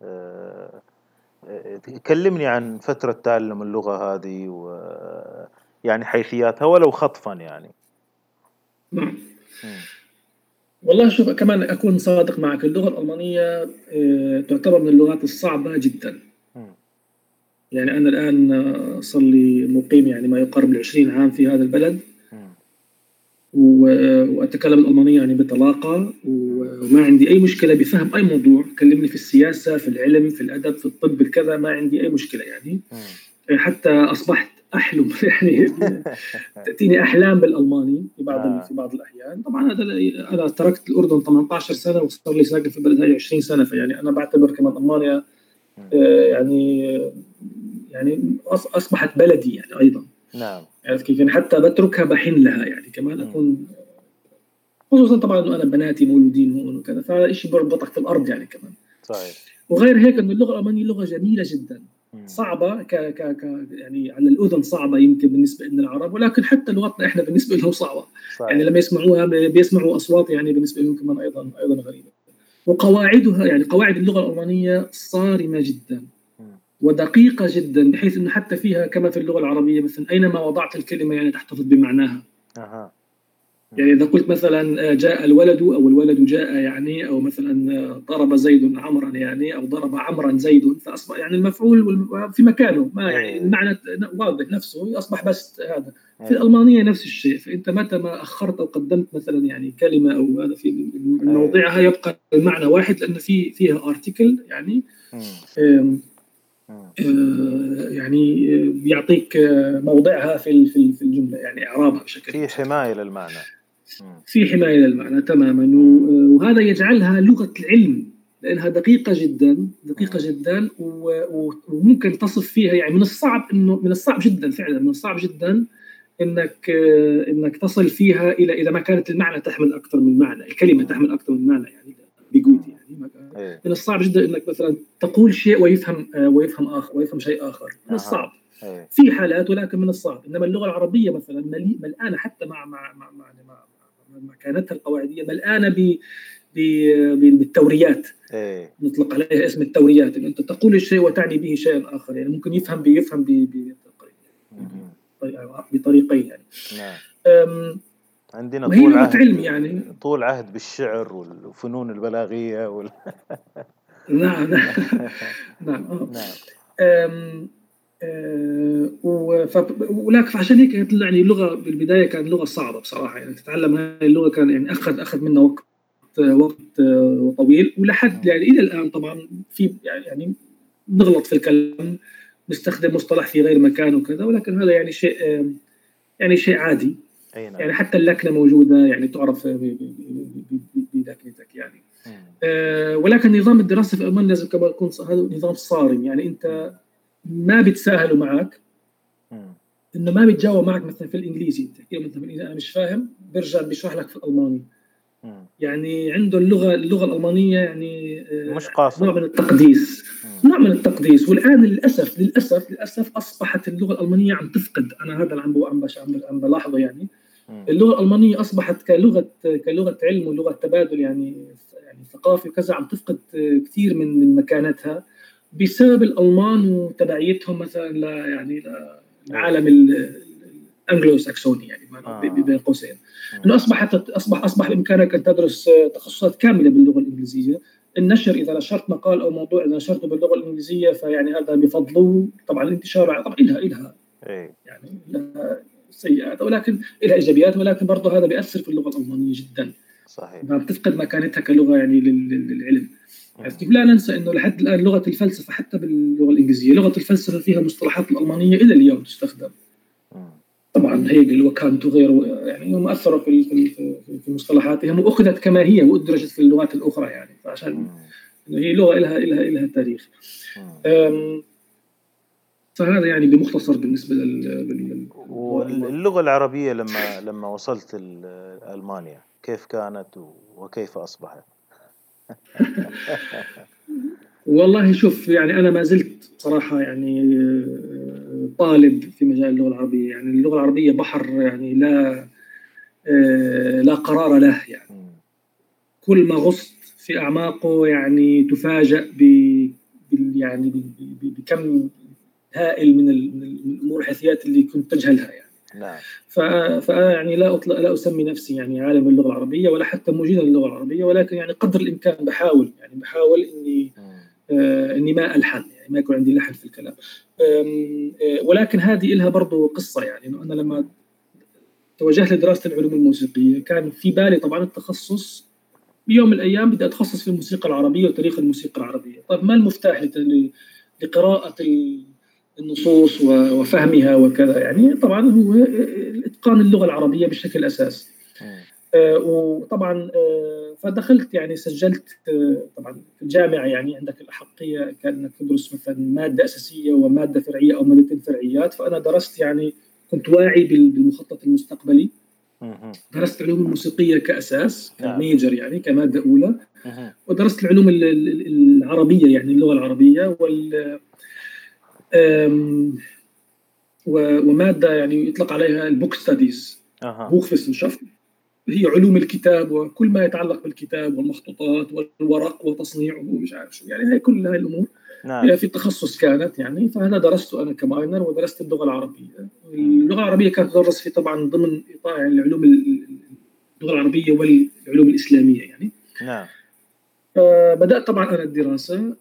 كلمني عن فترة تعلم اللغة هذه ويعني حيثياتها ولو خطفا يعني. نعم. والله شوف، كمان أكون صادق معك، اللغة الألمانية تعتبر من اللغات الصعبة جدا. يعني أنا الآن صار لي مقيم يعني ما يقارب 20 عام في هذا البلد، وأتكلم الألمانية يعني بطلاقة، وما عندي أي مشكلة بفهم أي موضوع. كلمني في السياسة، في العلم، في الأدب، في الطب، الكذا، ما عندي أي مشكلة يعني. حتى أصبحت أحلم يعني تأتيني أحلام بالألماني في بعض الأحيان. طبعا هذا أنا تركت الأردن 18 سنة وصار لي ساكن في البلد هاي 20 سنة، فيعني أنا بعتبر كمان ألمانيا يعني أصبحت بلدي يعني أيضا. نعم. عرفت كيف؟ يعني حتى بتركها بحن لها يعني كمان أكون، خصوصا طبعا إنه أنا بناتي مولودين هون وكذا، فهذا شيء بربطك في الأرض يعني كمان. صحيح. وغير هيك إنه اللغة الألمانية لغة جميلة جدا. صعبة يعني على الأذن صعبة يمكن بالنسبة لنا العرب، ولكن حتى لغتنا إحنا بالنسبة لهم صعبة. صحيح. يعني لما يسمعوها بيسمعوا أصوات يعني بالنسبة لهم كمان أيضا غريبة. وقواعدها يعني قواعد اللغة الألمانية صارمة جدا ودقيقة جدا، بحيث إنه حتى فيها كما في اللغة العربية مثلا أينما وضعت الكلمة يعني تحتفظ بمعناها. يعني إذا قلت مثلا جاء الولد أو الولد جاء يعني، أو مثلا ضرب زيد عمرا يعني، أو ضرب عمرا زيد، فأصبح يعني المفعول في مكانه، ما يعني المعنى واضح نفسه، أصبح بس هذا. في الألمانية نفس الشيء، فأنت متى ما أخرت أو قدمت مثلا يعني كلمة أو هذا في موضعها يبقى المعنى واحد، لأن فيها ارتكل يعني يعني يعطيك موضعها في الجملة يعني إعرابها بشكل في حماية للمعنى. في حماية للمعنى تماما. وهذا يجعلها لغة العلم لأنها دقيقة جدا وممكن تصف فيها يعني من الصعب جدا فعلا، من الصعب جدا إنك تصل فيها إلى إذا ما كانت المعنى تحمل أكثر من معنى، الكلمة تحمل أكثر من معنى يعني بيجودي يعني. من الصعب جدا إنك مثلا تقول شيء ويفهم شيء آخر، من الصعب. في حالات ولكن من الصعب. إنما اللغة العربية مثلا ملآنة حتى مع مكانتها القواعدية، ملآنة بالتوريات. نطلق عليها اسم التوريات، إن أنت تقول الشيء وتعني به شيئا آخر يعني. ممكن يفهم بطريقين يعني. عندنا طول عهد علم يعني، طول عهد بالشعر والفنون البلاغية نعم. ولكن عشان هيك يعني اللغة بالبداية كانت لغة صعبة بصراحة يعني. تتعلم هذه اللغة كان يعني أخذ منا وقت طويل، ولحد يعني إلى الآن طبعا في يعني نغلط في الكلام، نستخدم مصطلح في غير مكان وكذا، ولكن هذا يعني شيء عادي يعني. حتى اللكنة موجودة يعني، تعرف بلكنتك يعني. ولكن نظام الدراسة في ألمانيا لازم كمان يكون هذا نظام صارم يعني. أنت ما بتساهلوا معك، إنه ما بيتجاوب معك مثلا في الإنجليزي، تحكي له مثلا في الإنجليزي أنا مش فاهم، بيرجع بيشرح لك في الألماني. يعني عنده اللغة الألمانية يعني مش قاصر، نوع من التقديس. والآن للأسف أصبحت اللغة الألمانية عم تفقد، أنا هذا اللي عم بلاحظه يعني. اللغة الألمانية أصبحت كلغة علم ولغة تبادل يعني ثقافي وكذا، عم تفقد كثير من مكانتها بسبب الألمان وتبعيتهم مثلا يعني العالم الأنجلو ساكسوني يعني بين قوسين. إنه أصبح بإمكانك أن تدرس تخصصات كاملة باللغة الإنجليزية. النشر إذا نشرت مقال أو موضوع إذا نشرته باللغة الإنجليزية فيعني هذا بفضله. طبعا الانتشار طبعا إلها يعني لها سيئات ولكن لها إيجابيات، ولكن برضه هذا بيأثر في اللغة الألمانية جدا. صحيح، بتفقد مكانتها كلغة يعني للعلم. كيف لا ننسى إنه لحد الآن لغة الفلسفة حتى باللغة الإنجليزية لغة الفلسفة فيها مصطلحات الألمانية إلى اليوم تستخدم. طبعا هيجل وكانت وغيره يعني هم أثروا في مصطلحاتهم وأخذت كما هي وأدرجت في اللغات الأخرى يعني، فعشان هي لغة لها تاريخ. فهذا يعني بمختصر بالنسبة واللغة العربية لما وصلت ألمانيا كيف كانت وكيف أصبحت؟ والله شوف يعني أنا ما زلت صراحة يعني طالب في مجال اللغة العربية. يعني اللغة العربية بحر يعني لا قرار له يعني. كل ما غصت في أعماقه يعني تفاجأ يعني بكم هائل من الأمور الحيثيات اللي كنت تجهلها يعني. نعم. فيعني لا أسمي نفسي يعني عالم اللغة العربية ولا حتى مجيدا للغة العربية، ولكن يعني قدر الإمكان بحاول إني ما ألحن يعني ما يكون عندي لحن في الكلام. ولكن هذه إلها برضو قصة يعني، إنه أنا لما توجهت لدراسة العلوم الموسيقية كان في بالي طبعا التخصص بيوم من الأيام بدي أتخصص في الموسيقى العربية وتاريخ الموسيقى العربية. طيب ما المفتاح لقراءة النصوص وفهمها وكذا يعني؟ طبعا هو إتقان اللغة العربية بشكل أساس. وطبعا فدخلت يعني سجلت طبعا في الجامعة يعني عندك الأحقية كأنك تدرس مثلا مادة أساسية ومادة فرعية أو مادتين فرعيات. فأنا درست يعني كنت واعي بالمخطط المستقبلي. درست العلوم الموسيقية كأساس كميجر يعني كمادة أولى، ودرست العلوم العربية يعني اللغة العربية ومادة يعني يطلق عليها البوك ستاديز بوخفيسنشافت، هي علوم الكتاب وكل ما يتعلق بالكتاب والمخطوطات والورق وتصنيعه ومش عارف شو يعني، هي كل هاي الأمور في التخصص كانت يعني. فهذا درسته أنا كماينر ودرست اللغة العربية. اللغة العربية كانت تدرس في طبعا ضمن إطار يعني العلوم اللغة العربية والعلوم الإسلامية يعني. نعم. بدأت طبعا أنا الدراسة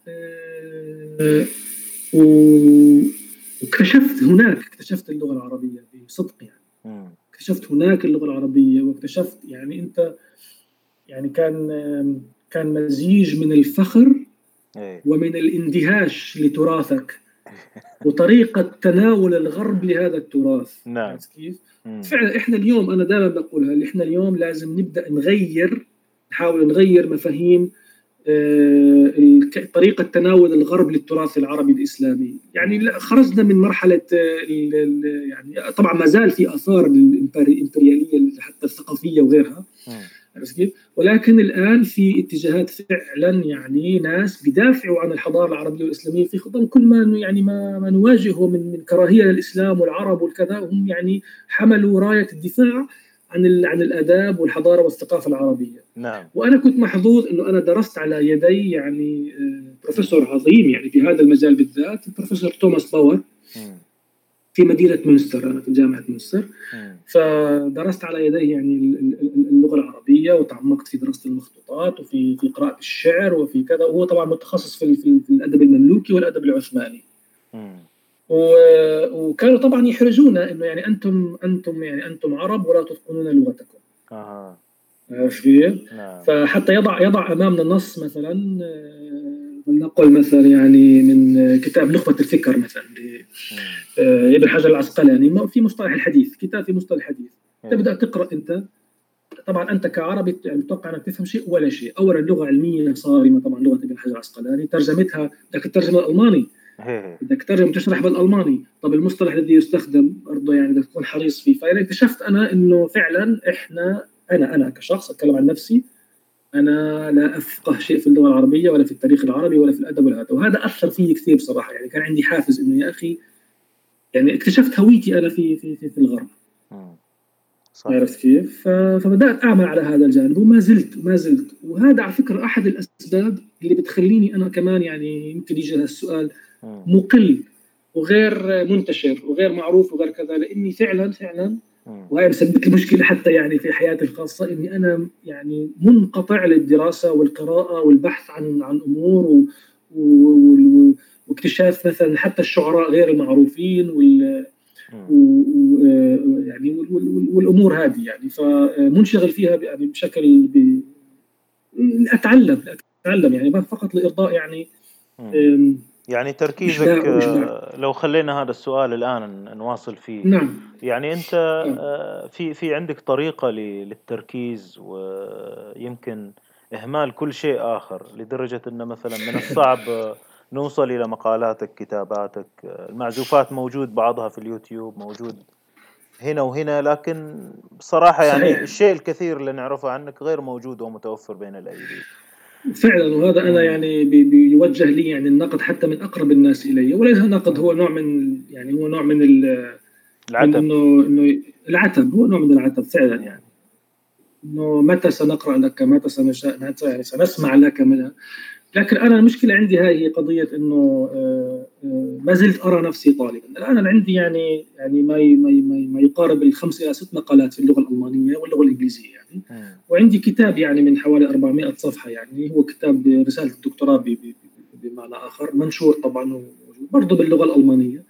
اكتشفت اللغة العربية بصدق يعني. اكتشفت هناك اللغة العربية واكتشفت يعني أنت يعني كان مزيج من الفخر ومن الاندهاش لتراثك وطريقة تناول الغرب لهذا التراث. نعم. كيف؟ فعلا احنا اليوم أنا دائما بقولها احنا اليوم لازم نبدأ نحاول نغير مفاهيم طريقة تناول الغرب للتراث العربي الإسلامي. يعني خرجنا من مرحلة يعني طبعا ما زال في آثار الإمبريالية حتى الثقافية وغيرها، ولكن الآن في اتجاهات فعلا يعني ناس بدافعوا عن الحضارة العربية والإسلامية في خضم كل ما يعني ما نواجهه من كراهية للإسلام والعرب والكذا. هم يعني حملوا راية الدفاع عن الآداب والحضارة والثقافة العربية. نعم. وأنا كنت محظوظ إنه أنا درست على يدي يعني بروفيسور عظيم يعني في هذا المجال بالذات، البروفيسور توماس باور في مدينة مونستر. أنا في جامعة مونستر، فدرست على يديه يعني اللغة العربية وتعمقت في دراسة المخطوطات وفي قراءة الشعر وفي كذا. وهو طبعا متخصص في الأدب المملوكي والأدب العثماني. وكانوا طبعا يحرجونا إنه يعني أنتم عرب ولا تتقنون لغتكم. فحتى يضع أمامنا النص مثلا نقول مثلا يعني من كتاب نخبة الفكر مثلا ابن حجر العسقلاني في مصطلح الحديث، كتاب في مصطلح الحديث. تبدأ تقرأ أنت طبعا أنت كعربي يعني تتوقع أنك تفهم شيء ولا شيء. أولا لغة علمية صارمة طبعا لغة ابن حجر العسقلاني، ترجمتها بدك تترجم الألماني، بدك تترجم تشرح بالألماني. طب المصطلح الذي يستخدم برضه يعني بدك تكون حريص فيه. فأنا اكتشفت أنا إنه فعلا إحنا أنا كشخص أتكلم عن نفسي أنا لا أفقه شيء في اللغة العربية ولا في التاريخ العربي ولا في الأدب ولا هذا، وهذا أثر فيه كثير بصراحة. يعني كان عندي حافز إنه يا أخي يعني اكتشفت هويتي أنا في الغرب. عرفت كيف؟ فبدأت أعمل على هذا الجانب وما زلت. وهذا على فكرة أحد الأسباب اللي بتخليني أنا كمان يعني يمكن يجي هذا السؤال مقل وغير منتشر وغير معروف وغير كذا، لأني فعلا وهي مسببت لي مشكلة حتى يعني في حياتي الخاصة، إني أنا يعني منقطع للدراسة والقراءة والبحث عن أمور واكتشاف مثلا حتى الشعراء غير المعروفين يعني والامور هذه يعني، فمنشغل فيها يعني بشكل اتعلم يعني فقط لارضاء يعني تركيزك لو خلينا هذا السؤال الان نواصل فيه. نعم. يعني انت في عندك طريقة للتركيز ويمكن اهمال كل شيء اخر، لدرجة ان مثلا من الصعب نوصل الى مقالاتك كتاباتك. المعزوفات موجود بعضها في اليوتيوب، موجود هنا وهنا، لكن بصراحة يعني صحيح. الشيء الكثير اللي نعرفه عنك غير موجود ومتوفر بين الأيدي فعلا. وهذا أنا يعني بيوجه لي يعني النقد حتى من أقرب الناس إلي، وليس نقد، هو نوع من يعني هو نوع من العتب. إنه العتب، هو نوع من العتب فعلا. يعني إنه متى سنقرأ لك، متى يعني سنسمع لك منها. لكن أنا المشكلة عندي هاي هي قضية إنه ما زلت أرى نفسي طالبا. الآن أنا عندي يعني ما يقارب 5 إلى 6 مقالات في اللغة الألمانية واللغة الإنجليزية يعني. وعندي كتاب يعني من حوالي 400 صفحة، يعني هو كتاب رسالة الدكتوراه بمعنى آخر، منشور طبعا برضه باللغة الألمانية.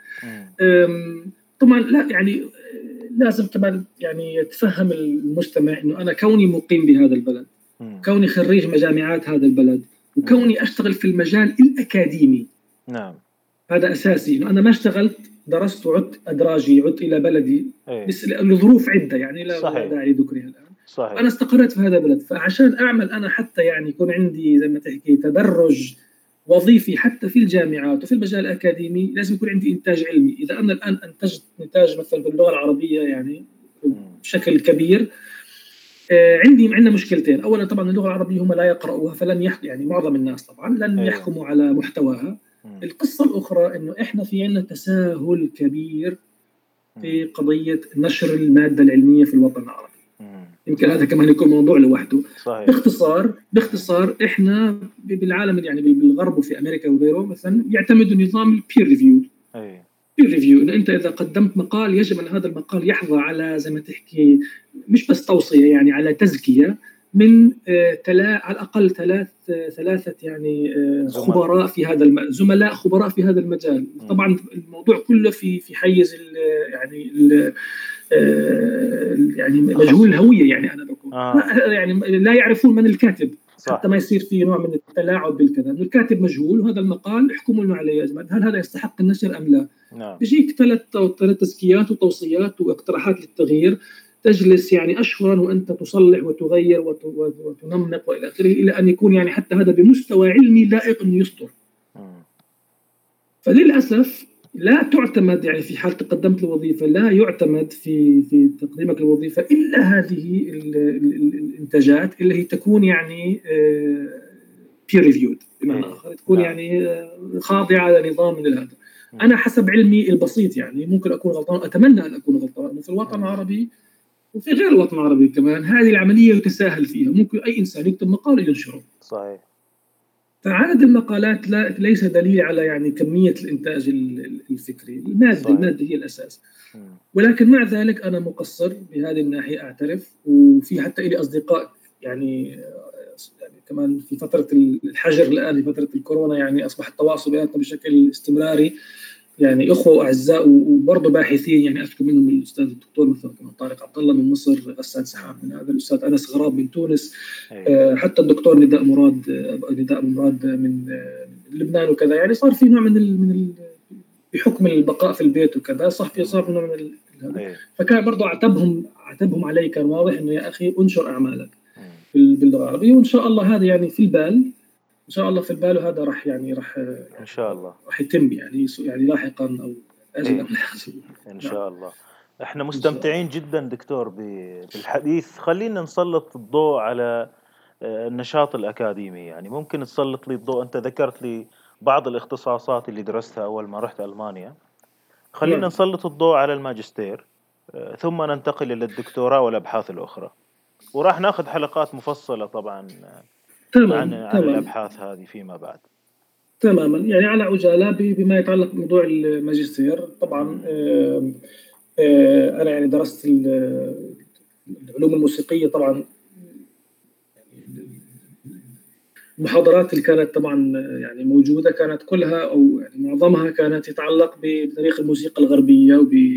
طبعا لا يعني لازم كمان يعني يتفهم المستمع إنه أنا كوني مقيم بهذا البلد، كوني خريج مجامعات هذا البلد، وكوني أشتغل في المجال الأكاديمي. نعم. هذا أساسي، إنه أنا ما اشتغلت درست وعدت أدراجي، عدت إلى بلدي بس لظروف عدة يعني لا داعي ذكرها الآن. صحيح. أنا استقريت في هذا البلد، فعشان أعمل أنا حتى يعني يكون عندي زي ما تحكي تدرج وظيفي حتى في الجامعات وفي المجال الأكاديمي، لازم يكون عندي إنتاج علمي. إذا أنا الآن أنتجت إنتاج مثلا باللغة العربية يعني بشكل كبير، عندنا مشكلتين. اولا طبعا اللغه العربيه هم لا يقرأوها، فلن يعني معظم الناس طبعا لن يحكموا على محتواها. القصه الاخرى انه احنا في عندنا تساهل كبير في قضيه نشر الماده العلميه في الوطن العربي. يمكن هذا كمان يكون موضوع لوحده. صحيح. باختصار احنا بالعالم يعني بالغرب وفي امريكا وغيره مثلا يعتمدوا نظام البير ريفيو. انه انت اذا قدمت مقال يجب ان هذا المقال يحظى على زي ما تحكي مش بس توصيه، يعني على تزكيه من على الاقل ثلاثه يعني خبراء في هذا زملاء خبراء في هذا المجال. طبعا الموضوع كله في حيز يعني مجهول الهويه. يعني انا بقول يعني لا يعرفون من الكاتب. صح. حتى ما يصير في نوع من التلاعب بالكذا، الكاتب مجهول وهذا المقال احكموا لنا عليه يا جماعه، هل هذا يستحق النشر ام لا؟ نعم. بيجيك ثلاث تزكيات وتوصيات واقتراحات للتغيير، تجلس يعني اشهرا وانت تصلح وتغير وتنمق والى اخره، الى ان يكون يعني حتى هذا بمستوى علمي لائق انه يصدر. فللاسف لا تعتمد يعني في حال تقدمت لوظيفه، لا يعتمد في تقديمك للوظيفه الا هذه الانتاجات اللي هي تكون يعني peer reviewed بمعنى اخر، تكون يعني خاضعه لنظام من هذا. انا حسب علمي البسيط يعني ممكن اكون غلطان، اتمنى ان اكون غلطان. في الوطن العربي وفي غير الوطن العربي كمان هذه العمليه يتساهل فيها، ممكن اي انسان يكتب مقال ينشره. صحيح. فعدد المقالات ليس دليل على يعني كميه الانتاج الفكري. الماده هي الاساس. ولكن مع ذلك انا مقصر بهذه الناحيه اعترف. وفي حتى لي اصدقاء يعني كمان في فتره الحجر الان، في فتره الكورونا يعني اصبح التواصل بيناتنا بشكل استمراري، يعني اخوه واعزاء وبرضه باحثين. يعني اذكر منهم الاستاذ الدكتور مثلا طارق عبد الله من مصر، غسان سحاب من هذا، الاستاذ انس غراب من تونس، حتى الدكتور نداء مراد من لبنان وكذا. يعني صار في نوع من بحكم البقاء في البيت وكذا، صار نوع من فكان برضه عتبهم علي، كان واضح انه يا اخي انشر اعمالك باللغه العربيه، وان شاء الله هذا يعني في البال، ان شاء الله في البال، وهذا راح ان شاء الله راح يتم يعني لاحقا او اجلا. ان شاء الله. احنا مستمتعين جدا دكتور بالحديث. خلينا نسلط الضوء على النشاط الأكاديمي. يعني ممكن تسلط لي الضوء، أنت ذكرت لي بعض الاختصاصات اللي درستها أول ما رحت ألمانيا، خلينا نعم. نسلط الضوء على الماجستير، ثم ننتقل إلى الدكتوراه والأبحاث الأخرى، وراح ناخذ حلقات مفصلة طبعا عن تمام. الأبحاث هذه فيما بعد. تماما. يعني على عجالة بما يتعلق بموضوع الماجستير، طبعا أنا يعني درست العلوم الموسيقية. طبعا المحاضرات اللي كانت طبعا يعني موجودة كانت كلها أو يعني معظمها كانت يتعلق بتاريخ الموسيقى الغربية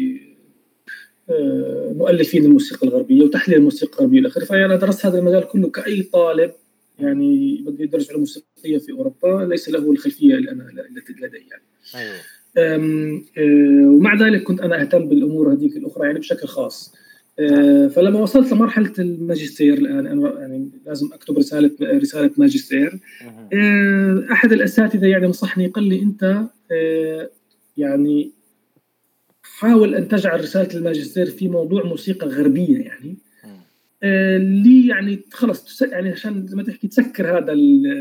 وبمؤلفين الموسيقى الغربية وتحليل الموسيقى الغربية إلى آخره. فأنا درست هذا المجال كله كأي طالب يعني بده يدرس علوم موسيقية في أوروبا ليس له الخلفية اللي أنا لدي يعني. أيوه. ومع ذلك كنت أنا أهتم بالأمور هذيك الأخرى يعني بشكل خاص. فلما وصلت لمرحلة الماجستير الآن أنا يعني لازم أكتب رسالة ماجستير. أحد الأساتذة يعني نصحني، قال لي أنت يعني حاول أن تجعل رسالة الماجستير في موضوع موسيقى غربية يعني لي يعني خلص يعني عشان زي ما تحكي تسكر هذا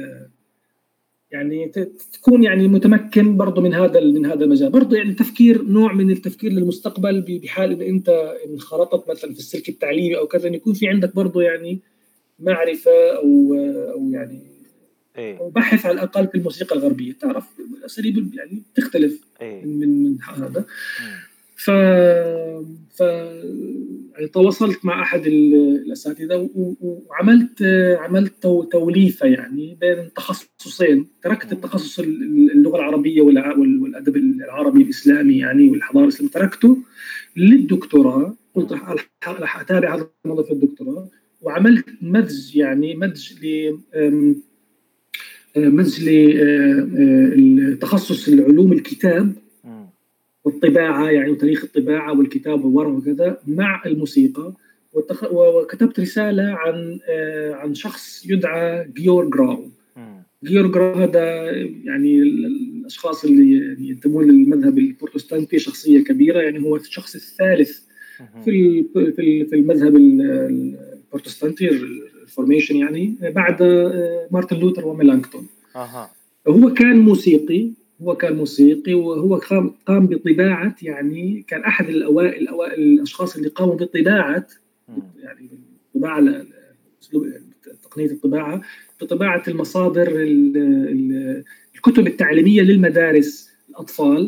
يعني تكون يعني متمكن برضه من هذا المجال برضه، يعني تفكير نوع من التفكير للمستقبل بحال ان انت انخرطت مثلا في السلك التعليمي او كذا، يكون في عندك برضه يعني معرفه او يعني أو بحث على الاقل في الموسيقى الغربيه، تعرف الاساليب يعني تختلف من هذا. ف يعني تواصلت مع احد الاساتذه وعملت توليفه يعني بين تخصصين. تركت التخصص اللغه العربيه والادب العربي الاسلامي يعني والحضاره الاسلاميه، تركته للدكتوراه. قلت راح اتابع هذا الموضوع في الدكتوراه، وعملت مزج لتخصص العلوم الكتاب والطباعة يعني وتاريخ الطباعة والكتاب والورق وكذا مع الموسيقى. وكتبت رسالة عن شخص يدعى جيورغ جراو. جيورغ جراو هذا يعني الأشخاص اللي ينتمون للمذهب البروتستانتي، شخصية كبيرة يعني، هو الشخص الثالث في المذهب البروتستانتي الريفورميشن يعني بعد مارتن لوثر وميلانكتون. هو كان موسيقي وهو قام بطباعة يعني كان أحد الأوائل الأشخاص اللي قاموا بطباعة يعني طباعة تقنية الطباعة بطباعة المصادر الكتب التعليمية للمدارس الأطفال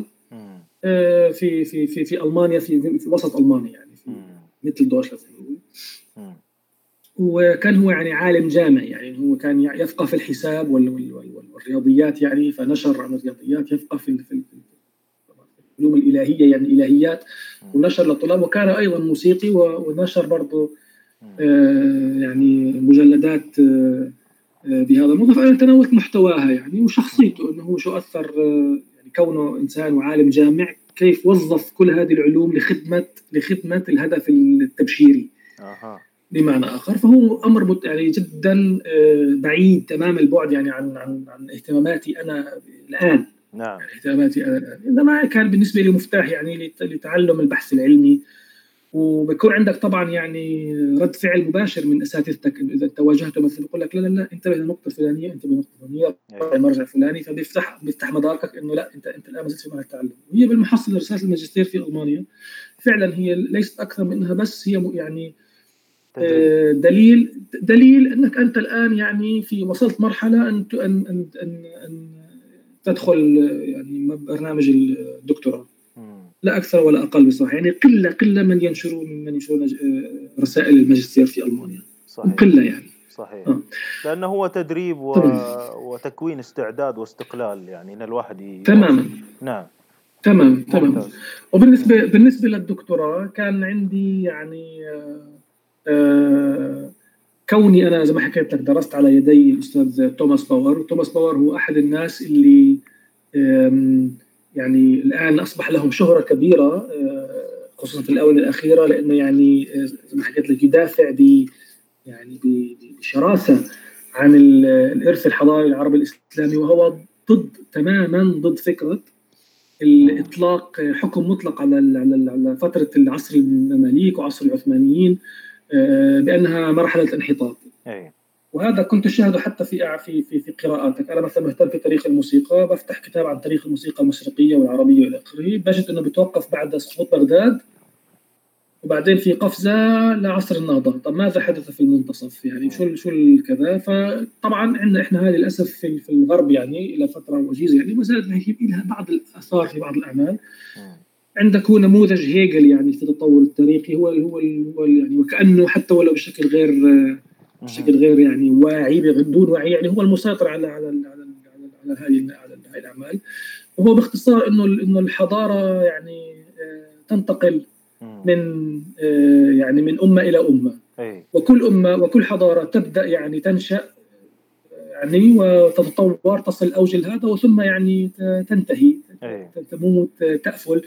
في ألمانيا في وسط ألمانيا يعني في مثل دوشلة. وكان هو يعني عالم جامع يعني، هو كان يفقه في الحساب والرياضيات يعني، فنشر عن الرياضيات، يفقه في العلوم الإلهية يعني الإلهيات، ونشر للطلاب. وكان أيضا موسيقي ونشر برضو يعني مجلدات بهذا الموضوع. فأنا تناولت محتواها يعني وشخصيته، أنه شو أثر يعني كونه إنسان وعالم جامع، كيف وظف كل هذه العلوم لخدمة الهدف التبشيري بمعنى آخر. فهو أمر يعني جدا بعيد تمام البعد يعني عن اهتماماتي أنا الآن. نعم. يعني اهتماماتي أنا الآن، إنما كان بالنسبة لي مفتاح يعني لتعلم البحث العلمي. وبيكون عندك طبعا يعني رد فعل مباشر من اساتذتك، اذا انت واجهته مثلا يقول لك لا انتبه للنقطه الفلانيه، انتبه للنقطه الفلانيه، المرجع الفلاني، فبيفتح مداركك انه لا انت الان ما زلت في مرحله التعلم. وهي بالمحصله رساله الماجستير في المانيا فعلا هي ليست اكثر من انها بس هي يعني دليل انك انت الان يعني وصلت مرحله ان تدخل يعني برنامج الدكتوراه، لا أكثر ولا أقل بصراحة. يعني قلة من ينشرون رسائل الماجستير في ألمانيا. صحيح. قلة يعني. صحيح. لأنه هو تدريب وتكوين استعداد واستقلال يعني إن الواحد تماما. نعم. تمام. وبالنسبة للدكتوراه كان عندي يعني كوني أنا زي ما حكيت لك درست على يدي الأستاذ توماس باور. وتوماس باور هو أحد الناس اللي يعني الآن أصبح لهم شهرة كبيرة خصوصا في الآونة الأخيرة، لأنه يعني زي ما حكيت لك يدافع بشراسة عن الإرث الحضاري العربي الإسلامي، وهو تماما ضد فكرة الإطلاق حكم مطلق على فترة العصر المماليك وعصر العثمانيين بأنها مرحلة انحطاط. وهذا كنت أشاهده حتى في قراءاتك. أنا مثلا مهتم في تاريخ الموسيقى، بفتح كتاب عن تاريخ الموسيقى المشرقية والعربية وإلى آخره، بجد إنه بتوقف بعد سقوط بغداد وبعدين في قفزة لعصر النهضة. طب ماذا حدث في المنتصف؟ يعني شو الكذا؟ فطبعا عندنا إحنا هذه للأسف في الغرب يعني إلى فترة وجيزة يعني ما زالت لها بعض الآثار في بعض الأعمال. عندك هو نموذج هيجل يعني في التطور التاريخي، هو يعني وكأنه حتى ولو بشكل غير يعني واعي، بدون وعي، يعني هو المسيطر على هذه الأعمال. وهو باختصار إنه الحضارة يعني تنتقل من أمة إلى أمة، وكل أمة وكل حضارة تبدأ يعني تنشأ يعني وتتطور، تصل أوج هذا وثم يعني تنتهي، تموت، تأفل،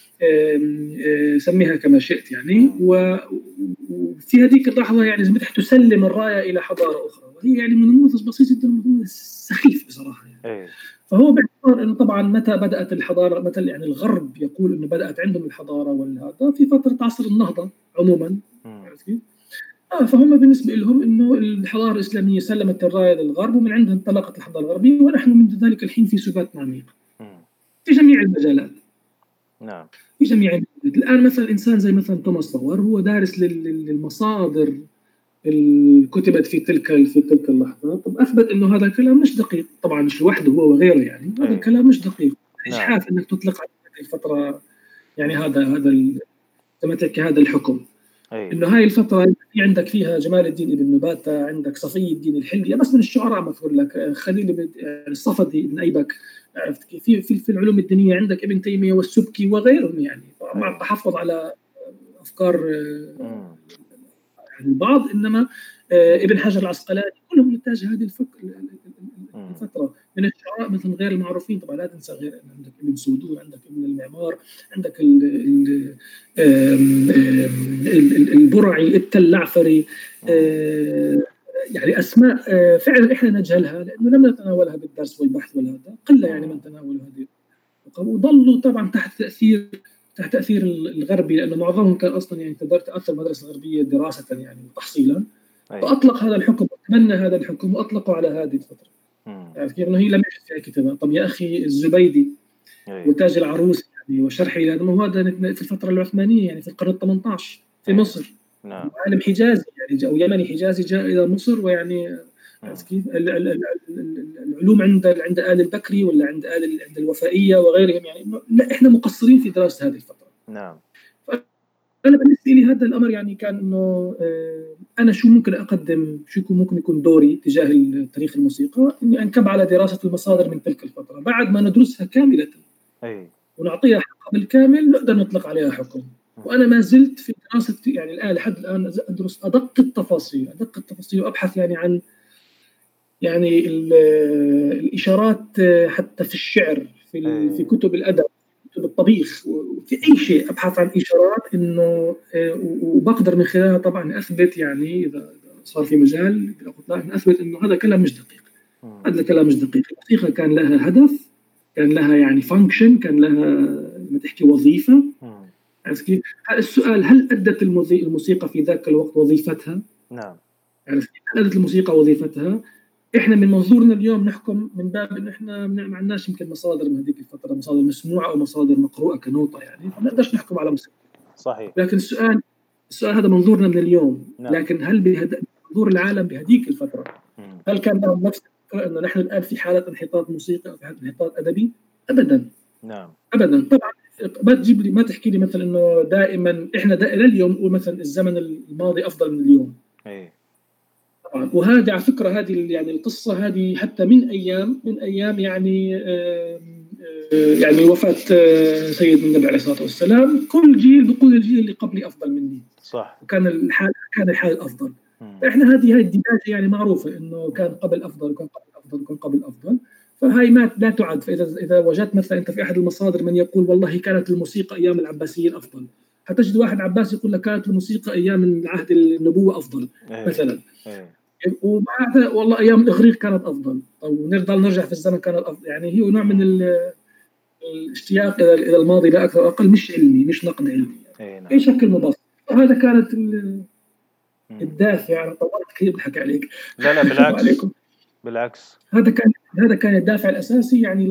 سميها كما شئت يعني. وفي هذيك اللحظة يعني زي تسلم الراية إلى حضارة أخرى، وهي يعني من نموذج بسيط جدا سخيف بصراحة يعني. فهو باعتبار انه طبعا متى بدات الحضاره، متى يعني الغرب يقول انه بدات عندهم الحضاره والهذا في فتره عصر النهضه عموما. فهم بالنسبه لهم انه الحضاره الاسلاميه سلمت الرايه للغرب ومن عندها انطلقت الحضاره الغربيه، ونحن من ذلك الحين في سبات عميق في جميع المجالات. نعم. في جميع المجالات. الان مثلا انسان زي مثلا توماس ساور هو دارس للمصادر كتبت في تلك اللحظة. طب أثبت إنه هذا الكلام مش دقيق، طبعا مش لوحده هو وغيره يعني. هذا الكلام مش دقيق. إجحاف إنك تطلق على هذه الفترة يعني هذا الحكم. إنه هاي الفترة في عندك فيها جمال الدين ابن نباتة، عندك صفي الدين الحلي، بس من الشعراء مثل لك خليل الصفدي ابن أيبك، عرفت كيف؟ في العلوم الدينية عندك ابن تيمية والسبكي وغيرهم يعني، مع التحفظ على أفكار البعض، إنما ابن حجر العسقلاني كلهم نتاج هذه الفترة من الشعراء مثل غير المعروفين. طبعا لا تنسى غير أن عندك ابن سودون، عندك ابن المعمار، عندك البرعي، التلعفري، يعني أسماء فعلا إحنا نجهلها لأنه لم نتناولها بالدرس والبحث والهذا، قل يعني من تناول هذه، وظلوا طبعا تحت تأثير الغربي، لأنه معظمهم كان أصلا يعني تأثر المدرسة الغربية دراسة يعني وتحصيلا. فأطلق هذا الحكم، تبنى هذا الحكم وأطلقوا على هذه الفترة. يعني كيف؟ إنه هي لم يحدث فيها كتابة. طب يا أخي الزبيدي وتاج العروس يعني وشرحه إلى هذا في الفترة العثمانية يعني في القرن 18 في مصر. عالم حجازي يعني أو يمني حجازي جاء إلى مصر، ويعني كيف العلوم عند آل البكري ولا عند الوفائية وغيرهم يعني. لا، إحنا مقصرين في دراسة هذه الفترة. نعم. أنا بالنسبة لي هذا الأمر يعني كان إنه أنا شو ممكن أقدم، شو ممكن يكون دوري تجاه تاريخ الموسيقى، إني أنكب على دراسة المصادر من تلك الفترة بعد ما ندرسها كاملة ونعطيها حقها بالكامل، نقدر نطلق عليها حكم. وأنا ما زلت في دراسة يعني الآن لحد الآن أدرس أدق التفاصيل وأبحث يعني عن يعني الإشارات حتى في الشعر، في كتب الأدب، كتب الطبيخ، وفي أي شيء أبحث عن إشارات إنه وبقدر من خلالها طبعا أثبت يعني إذا صار في مجال أثبت إنه هذا كلام مش دقيق. هذا كلام مش دقيق. الحقيقة كان لها هدف، كان لها يعني فانكشن، كان لها ما تحكي وظيفة. هذا السؤال، هل أدت الموسيقى في ذاك الوقت وظيفتها؟ نعم. هل أدت الموسيقى وظيفتها؟ إحنا من منظورنا اليوم نحكم من باب إن إحنا ما عندناش يمكن مصادر من هذيك الفترة، مصادر مسموعة أو مصادر مقروءة كنوطة يعني، فما نقدرش نحكم على موسيقى. صحيح. لكن السؤال هذا منظورنا من اليوم. نعم. لكن هل منظور العالم بهذيك الفترة هل كان لهم نفس الفكرة إنه نحن الآن في حالة انحطاط موسيقى أو في حالة انحطاط أدبي؟ أبدا. نعم. أبدا. طبعا ما تجيب لي، ما تحكي لي مثلا إنه دائما إحنا إلى اليوم نقول مثلا الزمن الماضي أفضل من اليوم. وهذه على فكرة هذه يعني القصة هذه حتى من أيام يعني وفاة سيد النبي عليه الصلاة والسلام، كل جيل بيقول الجيل اللي قبلي أفضل مني. صح. وكان الحال أفضل. إحنا هذه الديباجة يعني معروفة إنه كان قبل أفضل وكان قبل أفضل وكان قبل أفضل. فهاي ما لا تعد. فإذا وجدت مثلا أنت في أحد المصادر من يقول والله كانت الموسيقى أيام العباسيين أفضل، هتجد واحد عباسي يقول لك كانت الموسيقى أيام عهد النبوة أفضل مثلا. وبعد والله أيام الإغريق كانت أفضل، أو نرجع في الزمن كانت أفضل. يعني هي نوع من الاشتياق إلى الماضي لا أكثر أقل، مش علمي، مش نقد علمي يعني. أي شكل مبسط. وهذا كانت الدافع. أنا طولت كثير بضحك عليك. لا بالعكس بالعكس، هذا كان الدافع الأساسي يعني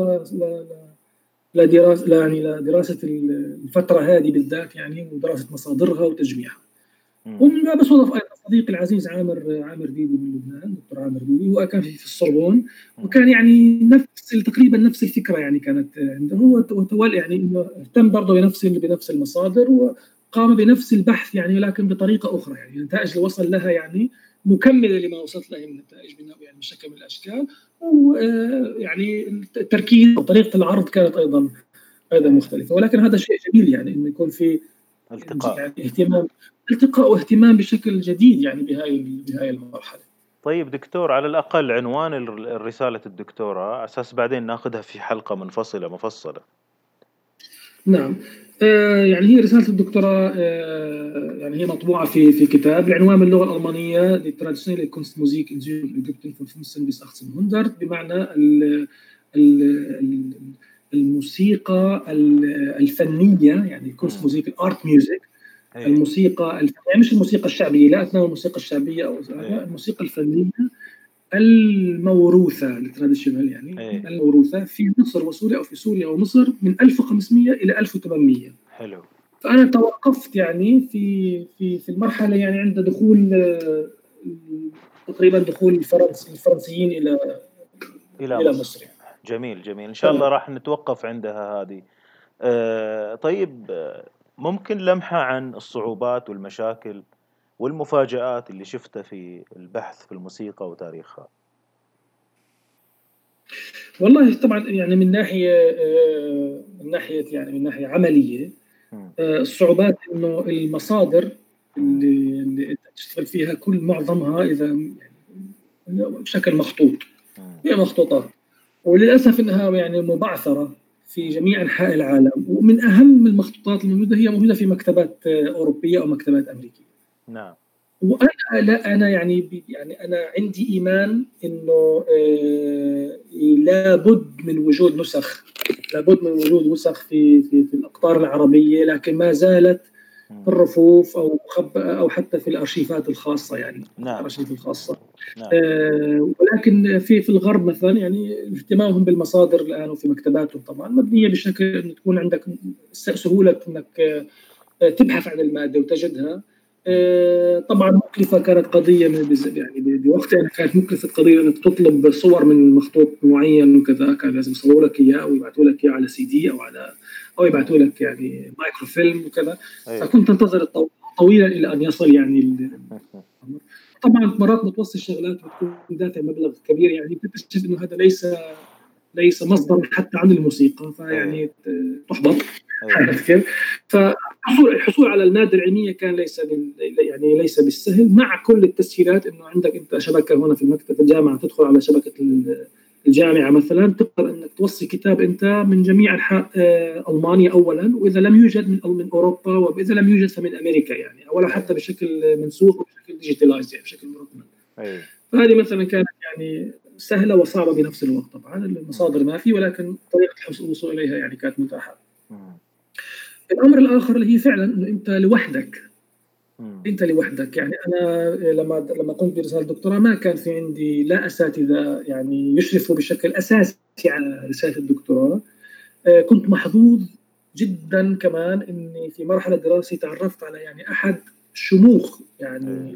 لدراسة الفترة هذه بالذات يعني، ودراسة مصادرها وتجميعها. ومن باب الصدف أيضا صديقي العزيز عامر ديدي من لبنان، دكتور عامر ديدي، هو كان في السوربون، وكان يعني تقريبا نفس الفكرة يعني كانت عنده. هو يعني إنه اهتم برضه بنفس المصادر، وقام بنفس البحث يعني، ولكن بطريقة أخرى يعني. النتائج اللي وصل لها يعني مكملة لما وصلت له من نتائج يعني بشكل من الأشكال، ويعني التركيز وطريقة العرض كانت أيضا مختلفة. ولكن هذا شيء جميل يعني، إنه يكون في يعني التقاء واهتمام بشكل جديد يعني بهاي المرحلة. طيب دكتور، على الأقل عنوان الرسالة الدكتوراه على أساس بعدين ناخذها في حلقة مفصلة. نعم. يعني هي رسالة الدكتوراه يعني هي مطبوعة في كتاب العنوان باللغة الألمانية لتراديشنال كونستموزيك إن زيرلندن في 15 bis 1800، بمعنى الموسيقى الفنية يعني كونستموزيك الارت ميوزك، الموسيقى الفنية، مش الموسيقى الشعبية، لا أتناول الموسيقى الشعبية أو الموسيقى الفنية الموروثة التراديشنال يعني الموروثة في مصر وسوريا، أو في سوريا ومصر من 1500 إلى 1800. حلو. فأنا توقفت يعني في المرحلة يعني عند دخول تقريبا دخول الفرنسيين إلى مصر يعني. جميل إن شاء الله راح نتوقف عندها هذه. طيب ممكن لمحة عن الصعوبات والمشاكل والمفاجآت اللي شفتها في البحث في الموسيقى وتاريخها؟ والله طبعا يعني من ناحية عملية، الصعوبات إنه المصادر اللي تشتغل فيها معظمها إذا يعني بشكل مخطوط، هي مخطوطات، وللأسف إنها يعني مبعثرة في جميع أنحاء العالم. ومن أهم المخطوطات الموجودة هي موجودة في مكتبات أوروبية أو مكتبات أمريكية. نعم. وأنا يعني أنا عندي إيمان إنه لابد من وجود نسخ في الأقطار العربية، لكن ما زالت في الرفوف أو حتى في الأرشيفات الخاصة يعني. نعم. الأرشيف الخاصة. نعم. ولكن في الغرب مثلا يعني اهتمامهم بالمصادر الآن وفي مكتباتهم طبعا مبنية بشكل أن تكون عندك سهولة أنك تبحث عن المادة وتجدها. طبعا مكلفة كانت قضية يعني بوقتها كانت مكلفة قضية أنك تطلب صور من مخطوط معين وكذا، كان لازم يصوروا لك إياه ويبعثوا لك إياه على CD أو يبعثوا لك يعني مايكرو فيلم وكذا. فكنت تنتظر طويلا إلى أن يصل يعني طبعا مرات بتوصل شغلات بتكون دافع مبلغ كبير يعني، بتكتشف إنه هذا ليس مصدر حتى عن الموسيقى، فيعني تحبط. عرفت كيف؟ فالحصول على المادة العلمية كان ليس بالسهل، مع كل التسهيلات إنه عندك أنت شبكة هنا في المكتب الجامعة، تدخل على شبكة الجامعة مثلا، تقدر أنك توصي كتاب أنت من جميع أنحاء ألمانيا أولا، وإذا لم يوجد من أوروبا، وإذا لم يوجد فمن أمريكا يعني، ولا حتى بشكل منسوخ وبشكل ديجيتالايز يعني بشكل مرقم. فهذه مثلا كانت يعني سهلة وصعبة بنفس الوقت. طبعا المصادر ما في، ولكن طريقة الوصول إليها يعني كانت متاحة. الأمر الآخر اللي هي فعلا إنه أنت لوحدك يعني. أنا لما قمت برسالة الدكتوراه ما كان في عندي لا أساتذة يعني يشرفوا بشكل أساسي على رسالة الدكتوراه. كنت محظوظ جدا كمان إني في مرحلة دراسي تعرفت على يعني أحد شموخ يعني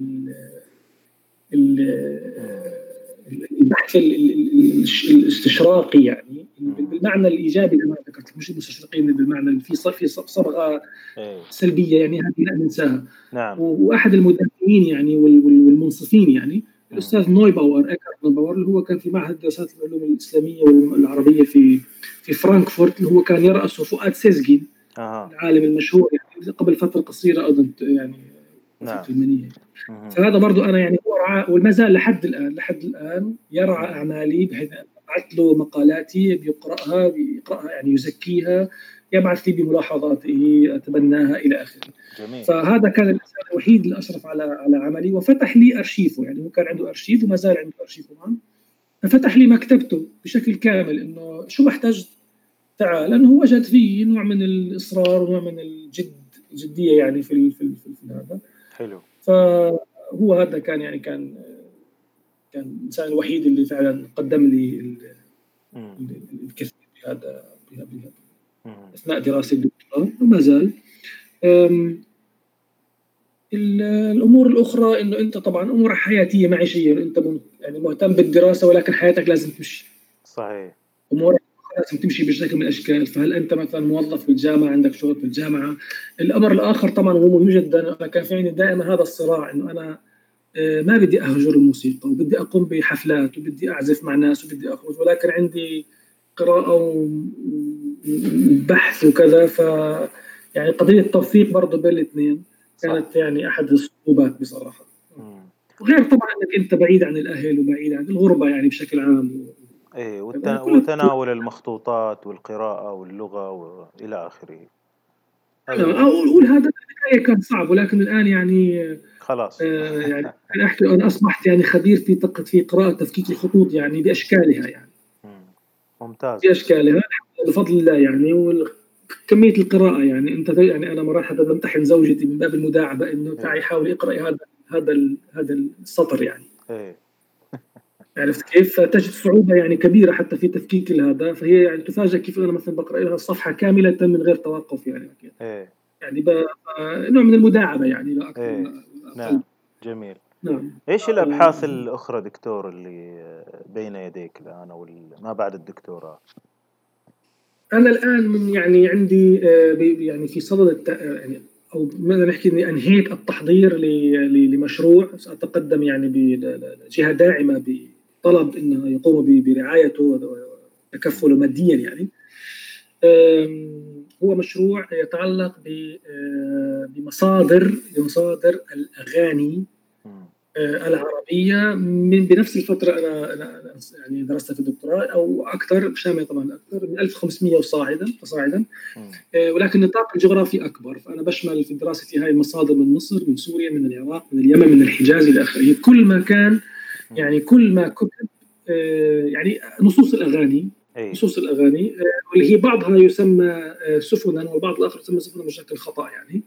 البحث الاستشراقي يعني بالمعنى الإيجابي كما ذكرت، مش المستشرقين بالمعنى اللي في صبغة سلبية يعني، هذه لا ننساها. نعم. وأحد المدافعين يعني والمنصفين يعني الأستاذ نويباور اللي هو كان في معهد دراسات العلوم الإسلامية والعربية في فرانكفورت، اللي هو كان يرأسه فؤاد سيزجين العالم المشهور يعني قبل فترة قصيرة أظن يعني. نعم. فهذا برضو أنا يعني هو رعى، وما زال لحد الآن يرعى أعمالي، بحيث أبعث له مقالاتي بيقرأها يعني يزكيها، يبعث لي بملاحظاته أتبناها إلى آخره. فهذا كان الإنسان الوحيد اللي أشرف على عملي، وفتح لي أرشيفه يعني. هو كان عنده أرشيف وما زال عنده أرشيفه معه، ففتح لي مكتبته بشكل كامل، إنه شو ما احتجت تعال، لأنه وجد فيه نوع من الإصرار ونوع من الجدية يعني في هذا. حلو. هو هذا كان يعني كان الإنسان الوحيد اللي فعلا قدم لي الكثير بهذا أثناء دراسة الدكتوراه وما زال. الأمور الأخرى إنه أنت طبعا أمور حياتية معيشية، أنت يعني مهتم بالدراسة ولكن حياتك لازم تمشي. صحيح. أمورك لازم تمشي بشكل من الأشكال. فهل أنت مثلا موظف في الجامعة، عندك شغل في الجامعة؟ الأمر الآخر طبعا هو مهم جدا، أنا كان في عندي دائما هذا الصراع إنه أنا ما بدي أهجر الموسيقى وبدي أقوم بحفلات وبدي أعزف مع ناس وبدي أخرج، ولكن عندي قراءة وبحث وكذا. ف يعني قضية التوفيق برضه بين الاثنين كانت يعني أحد الصعوبات بصراحة. وغير طبعا أنك أنت بعيد عن الأهل وبعيد عن الغربة يعني بشكل عام. إيه، وتناول المخطوطات والقراءة واللغة وإلى آخره. أقول هذا كان صعب، ولكن الآن يعني خلاص يعني أنا أحكي أنا أصبحت يعني خبير في قراءة تفكيك الخطوط يعني بأشكالها يعني. ممتاز. بأشكالها بفضل الله يعني. وكمية القراءة يعني أنت يعني أنا مرات حتى بمتحن زوجتي من باب المداعبة إنه تعي حاولي اقرأي هذا السطر يعني. عرفت كيف؟ فتجد صعوبة يعني كبيرة حتى في تفكيك هذا. فهي يعني تفاجأ كيف أنا مثلا بقرأ لها الصفحة كاملة من غير توقف يعني. يعني نوع من المداعبة يعني لا أكثر. نعم جميل. نعم. إيش الأبحاث الأخرى دكتور اللي بين يديك الآن أو ما بعد الدكتوراه؟ أنا الآن من يعني عندي يعني في صدد يعني أو ماذا نحكي إني أنهيت التحضير لمشروع سأتقدم يعني بجهة داعمة بطلب إنه يقوم برعايته وتكفله ماديا يعني. هو مشروع يتعلق بمصادر الأغاني العربية بنفس الفترة أنا يعني درست في الدكتوراه أو أكثر، شامل طبعا أكثر من 1500 فصاعدا. ولكن النطاق الجغرافي أكبر. فأنا بشمل في دراستي هاي المصادر من مصر، من سوريا، من العراق، من اليمن، من الحجاز إلى آخره. كل ما كان يعني كل ما كتب يعني نصوص الأغاني واللي هي بعضها يسمى سفنا والبعض الآخر يسمى سفنا بشكل خطأ يعني.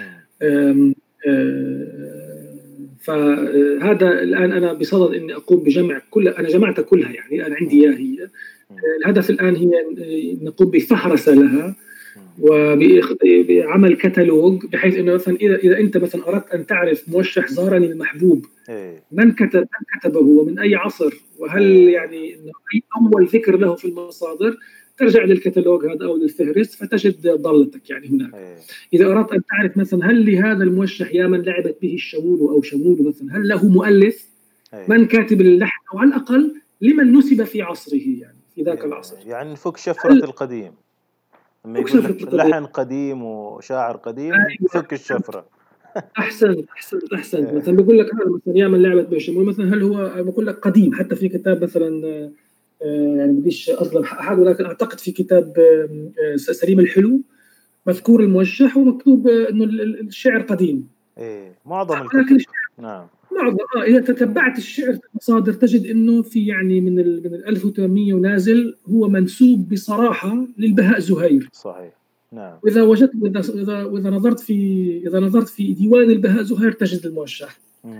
فهذا الآن أنا بصدد إني أقوم بجمع أنا جمعت كلها يعني أنا عندي إياها هي. الهدف الآن هي نقوم بفهرسة لها وبعمل كتالوج، بحيث إنه مثلا إذا أنت مثلا أردت أن تعرف موشح زارني المحبوب من كتبه ومن أي عصر، وهل يعني أي أول ذكر له في المصادر، ترجع للكتالوج هذا أو للفهرس فتجد ضالتك يعني هناك. إذا أردت أن تعرف مثلا هل لهذا الموشح يا من لعبت به الشمول أو شمول مثلا هل له مؤلف، من كاتب اللحن، أو على الأقل لمن نسب في عصره يعني في ذاك العصر. يعني نفك شفرة القديم. لما يقول لك لحن قديم وشاعر قديم فك الشفرة. أحسن مثلا بيقول لك هذا مثلا يا من لعبت به الشمول مثلا هل هو بقول لك قديم. حتى في كتاب مثلا يعني بديش أظلم أحد، ولكن أعتقد في كتاب سليم الحلو مذكور الموشح ومكتوب إنه الشعر قديم. معظم الكتب. نعم. معظم إذا تتبعت الشعر في المصادر تجد إنه في يعني من 1800 ونازل هو منسوب بصراحة للبهاء زهير. صحيح. نعم. وإذا وجدت إذا نظرت في ديوان البهاء زهير تجد الموشح.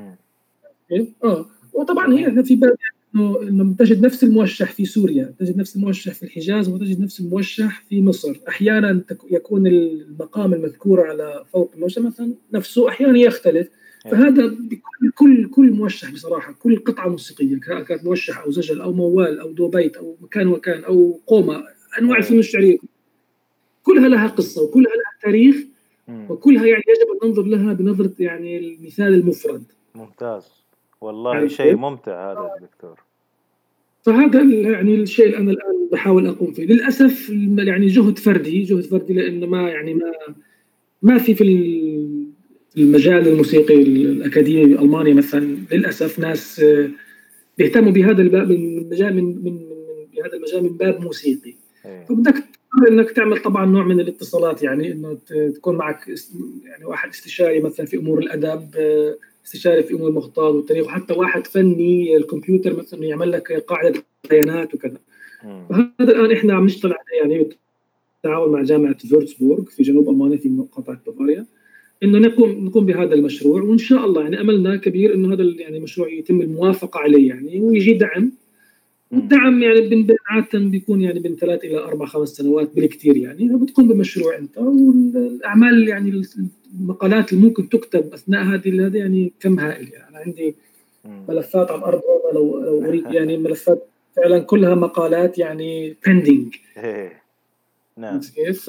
وطبعا هي في باب إنه تجد نفس الموشح في سوريا، تجد نفس الموشح في الحجاز، وتجد نفس الموشح في مصر. أحيانا يكون المقام المذكور على فوق الموشح مثلا نفسه، أحيانا يختلف. فهذا كل موشح بصراحة، كل قطعة موسيقية كانت موشح أو زجل أو موال أو دوبيت أو مكان أو قومة، أنواع الفنون الشعرية كلها لها قصة وكلها لها تاريخ، وكلها يعني يجب أن ننظر لها بنظرة يعني المثال المفرد. ممتاز والله يعني شيء ممتع هذا دكتور. فهذا يعني الشيء اللي أنا الآن بحاول أقوم فيه. للأسف يعني جهد فردي لأنه ما في المجال الموسيقي الأكاديمي بألمانيا مثلا للأسف ناس بيهتموا بهذا الباب بهذا المجال من باب موسيقي. فبدك انك تعمل طبعا نوع من الاتصالات، يعني انه تكون معك يعني واحد استشاري مثلا في امور الادب، استشاري في امور المخطوطات والتاريخ، وحتى واحد فني الكمبيوتر مثلا يعمل لك قاعده بيانات وكذا. فهذا الان احنا عم نشتغل عليه يعني بالتعاون مع جامعه فيرتسبورغ في جنوب المانيا في مقاطعه بافاريا. انه نقوم بهذا المشروع، وان شاء الله يعني املنا كبير انه هذا يعني المشروع يتم الموافقه عليه يعني ويجي دعم. والدعم يعني عاده بيكون يعني بين 3 إلى 4 5 سنوات بالكثير يعني. بتقوم بمشروع انت، والاعمال يعني المقالات اللي ممكن تكتب اثناء هذه يعني كم هائل يعني. انا عندي ملفات على الارض، لو اريد يعني ملفات فعلا كلها مقالات يعني pending. نعم. كيف؟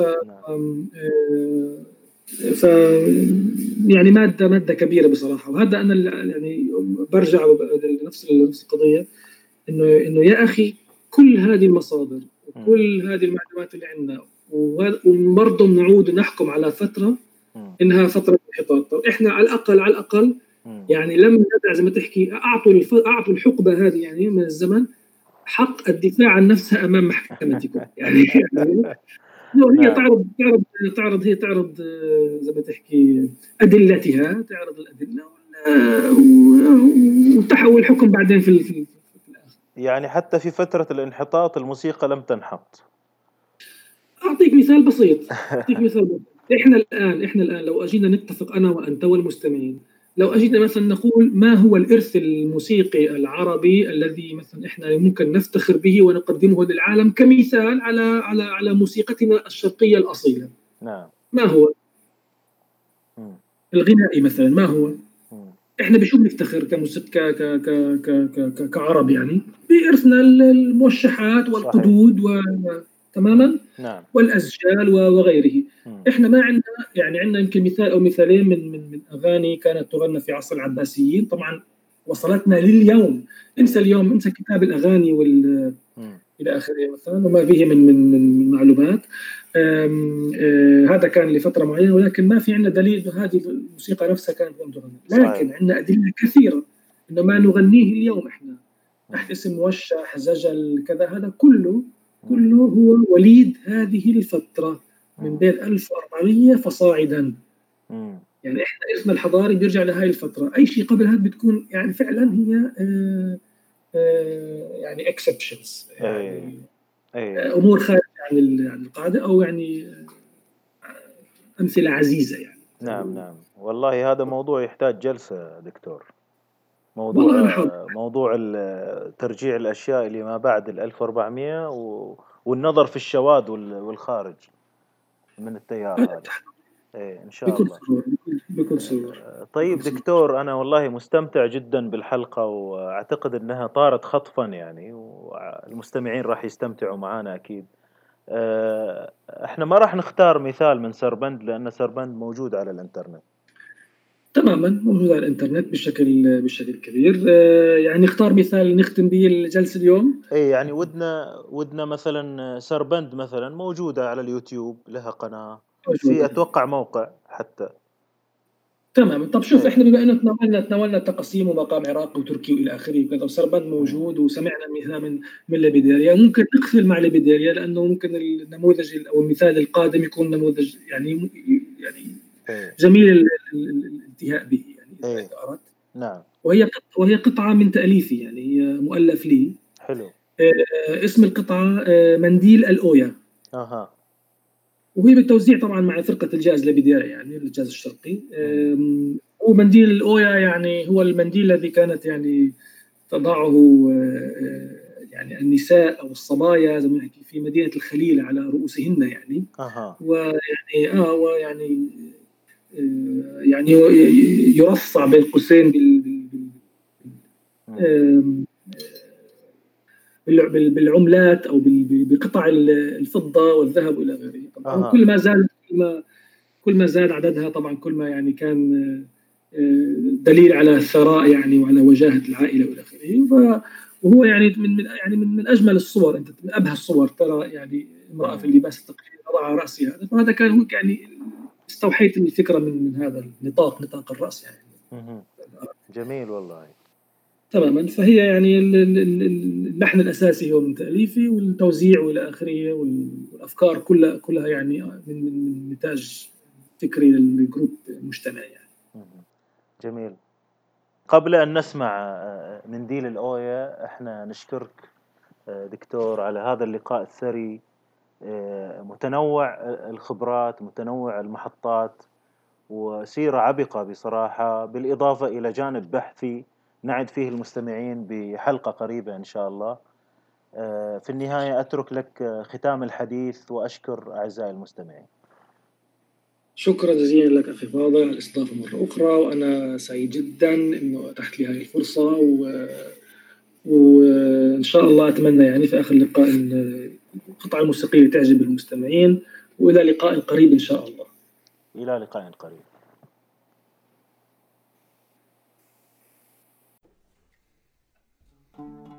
ف يعني ماده كبيره بصراحه. وهذا انا يعني برجع لنفس القضيه، انه يا اخي كل هذه المصادر وكل هذه المعلومات اللي عندنا، وبرضه نعود نحكم على فتره انها فتره انحطاط. طب احنا على الاقل يعني لم ندع زي ما تحكي، اعطوا الحقبه هذه يعني من الزمن حق الدفاع عن نفسها امام محكمتكم يعني. هي تعرض زي ما تحكي ادلتها، تعرض الادله وتحول الحكم بعدين في الاخر. يعني حتى في فتره الانحطاط الموسيقى لم تنحط. اعطيك مثال بسيط. احنا الان لو اجينا نتفق انا وانت والمستمعين، لو اجينا مثلا نقول ما هو الارث الموسيقي العربي الذي مثلا احنا ممكن نفتخر به ونقدمه للعالم كمثال على موسيقتنا الشرقيه الاصيله. نعم. ما هو؟ الغنائي مثلا ما هو؟ احنا بشو بنفتخر كعرب يعني؟ بارثنا الموشحات والقدود تماما. نعم. والأسجال وغيره. إحنا ما عندنا يعني، عندنا يمكن مثال أو مثالين من أغاني كانت تغنى في عصر العباسيين، طبعا وصلتنا لليوم. انسى اليوم، انسى كتاب الأغاني إلى آخره مثلا وما فيه من معلومات. هذا كان لفترة معينة، ولكن ما في عندنا دليل أن هذه الموسيقى نفسها كانت تغنى. لكن عندنا أدلة كثيرة أن ما نغنيه اليوم إحنا تحت اسم موشح زجل كذا، هذا كله هو وليد هذه الفترة من بين 1400 فصاعدا. يعني احنا اسمنا الحضاري بيرجع لهاي الفترة. اي شيء قبل هذا بتكون يعني فعلا هي يعني exceptions، يعني امور خارجة عن القاعدة، او يعني امثلة عزيزة يعني. نعم. والله هذا موضوع يحتاج جلسة دكتور. موضوع ترجيع الأشياء اللي ما بعد 1400 والنظر في الشواذ والخارج من التيار هذا. إن شاء الله. بكل سرور. طيب دكتور، أنا والله مستمتع جدا بالحلقة، وأعتقد أنها طارت خطفا يعني، والمستمعين راح يستمتعوا معنا أكيد. احنا ما راح نختار مثال من سربند، لأن سربند موجود على الإنترنت تماما، موجود على الانترنت بشكل كبير. يعني نختار مثال نختم به الجلسه اليوم. يعني ودنا مثلا سربند مثلا موجوده على اليوتيوب، لها قناه في اتوقع موقع حتى. تماما. طب شوف، احنا بما انه تناولنا تقسيم ومقام عراقي وتركي والى اخره وكذا، وسربند موجود وسمعنا مثال من لابيداريا، ممكن نقفل مع لابيداريا لانه ممكن النموذج او المثال القادم يكون نموذج يعني جميل الانتهاء به يعني إذا أردت. نعم. وهي قطعة من تأليفي يعني، هي مؤلف لي. حلو. اسم القطعة منديل الأويا. وهي بالتوزيع طبعا مع فرقة الجاز لابيداريا يعني الجاز الشرقي. ومنديل الأويا يعني هو المنديل الذي كانت يعني تضعه يعني النساء أو الصبايا زي ما نحكي في مدينة الخليل على رؤوسهن يعني. ويعني يعني يرصع بين قوسين بالعملات او بقطع الفضه والذهب والى غيره. طبعا كل ما زاد عددها طبعا كل ما يعني كان دليل على الثراء يعني وعلى وجاهه العائله والى اخره. وهو يعني من اجمل الصور، انت من ابهى الصور ترى يعني امراه في اللباس التقليدي تضع راسها. فهذا كان هو يعني استوحيت الفكره من هذا نطاق الراس يعني. جميل والله. تماما. فهي يعني اللحن الاساسي هو من تاليفي، والتوزيع والى اخره والافكار كلها يعني من نتاج فكري للجروب مجتمعي يعني. جميل. قبل ان نسمع منديل الاويا، احنا نشكرك دكتور على هذا اللقاء الثري، متنوع الخبرات، متنوع المحطات، وسيرة عبقة بصراحة، بالإضافة إلى جانب بحثي نعد فيه المستمعين بحلقة قريبة إن شاء الله. في النهاية أترك لك ختام الحديث وأشكر أعزائي المستمعين. شكرا جزيلا لك أخي فاضل على الاستضافة مرة أخرى، وأنا سعيد جدا إنه أتحت لي هذه الفرصة، وإن شاء الله أتمنى يعني في آخر اللقاء إن القطعة الموسيقية تعجب المستمعين، وإلى لقاء قريب إن شاء الله. إلى لقاء قريب.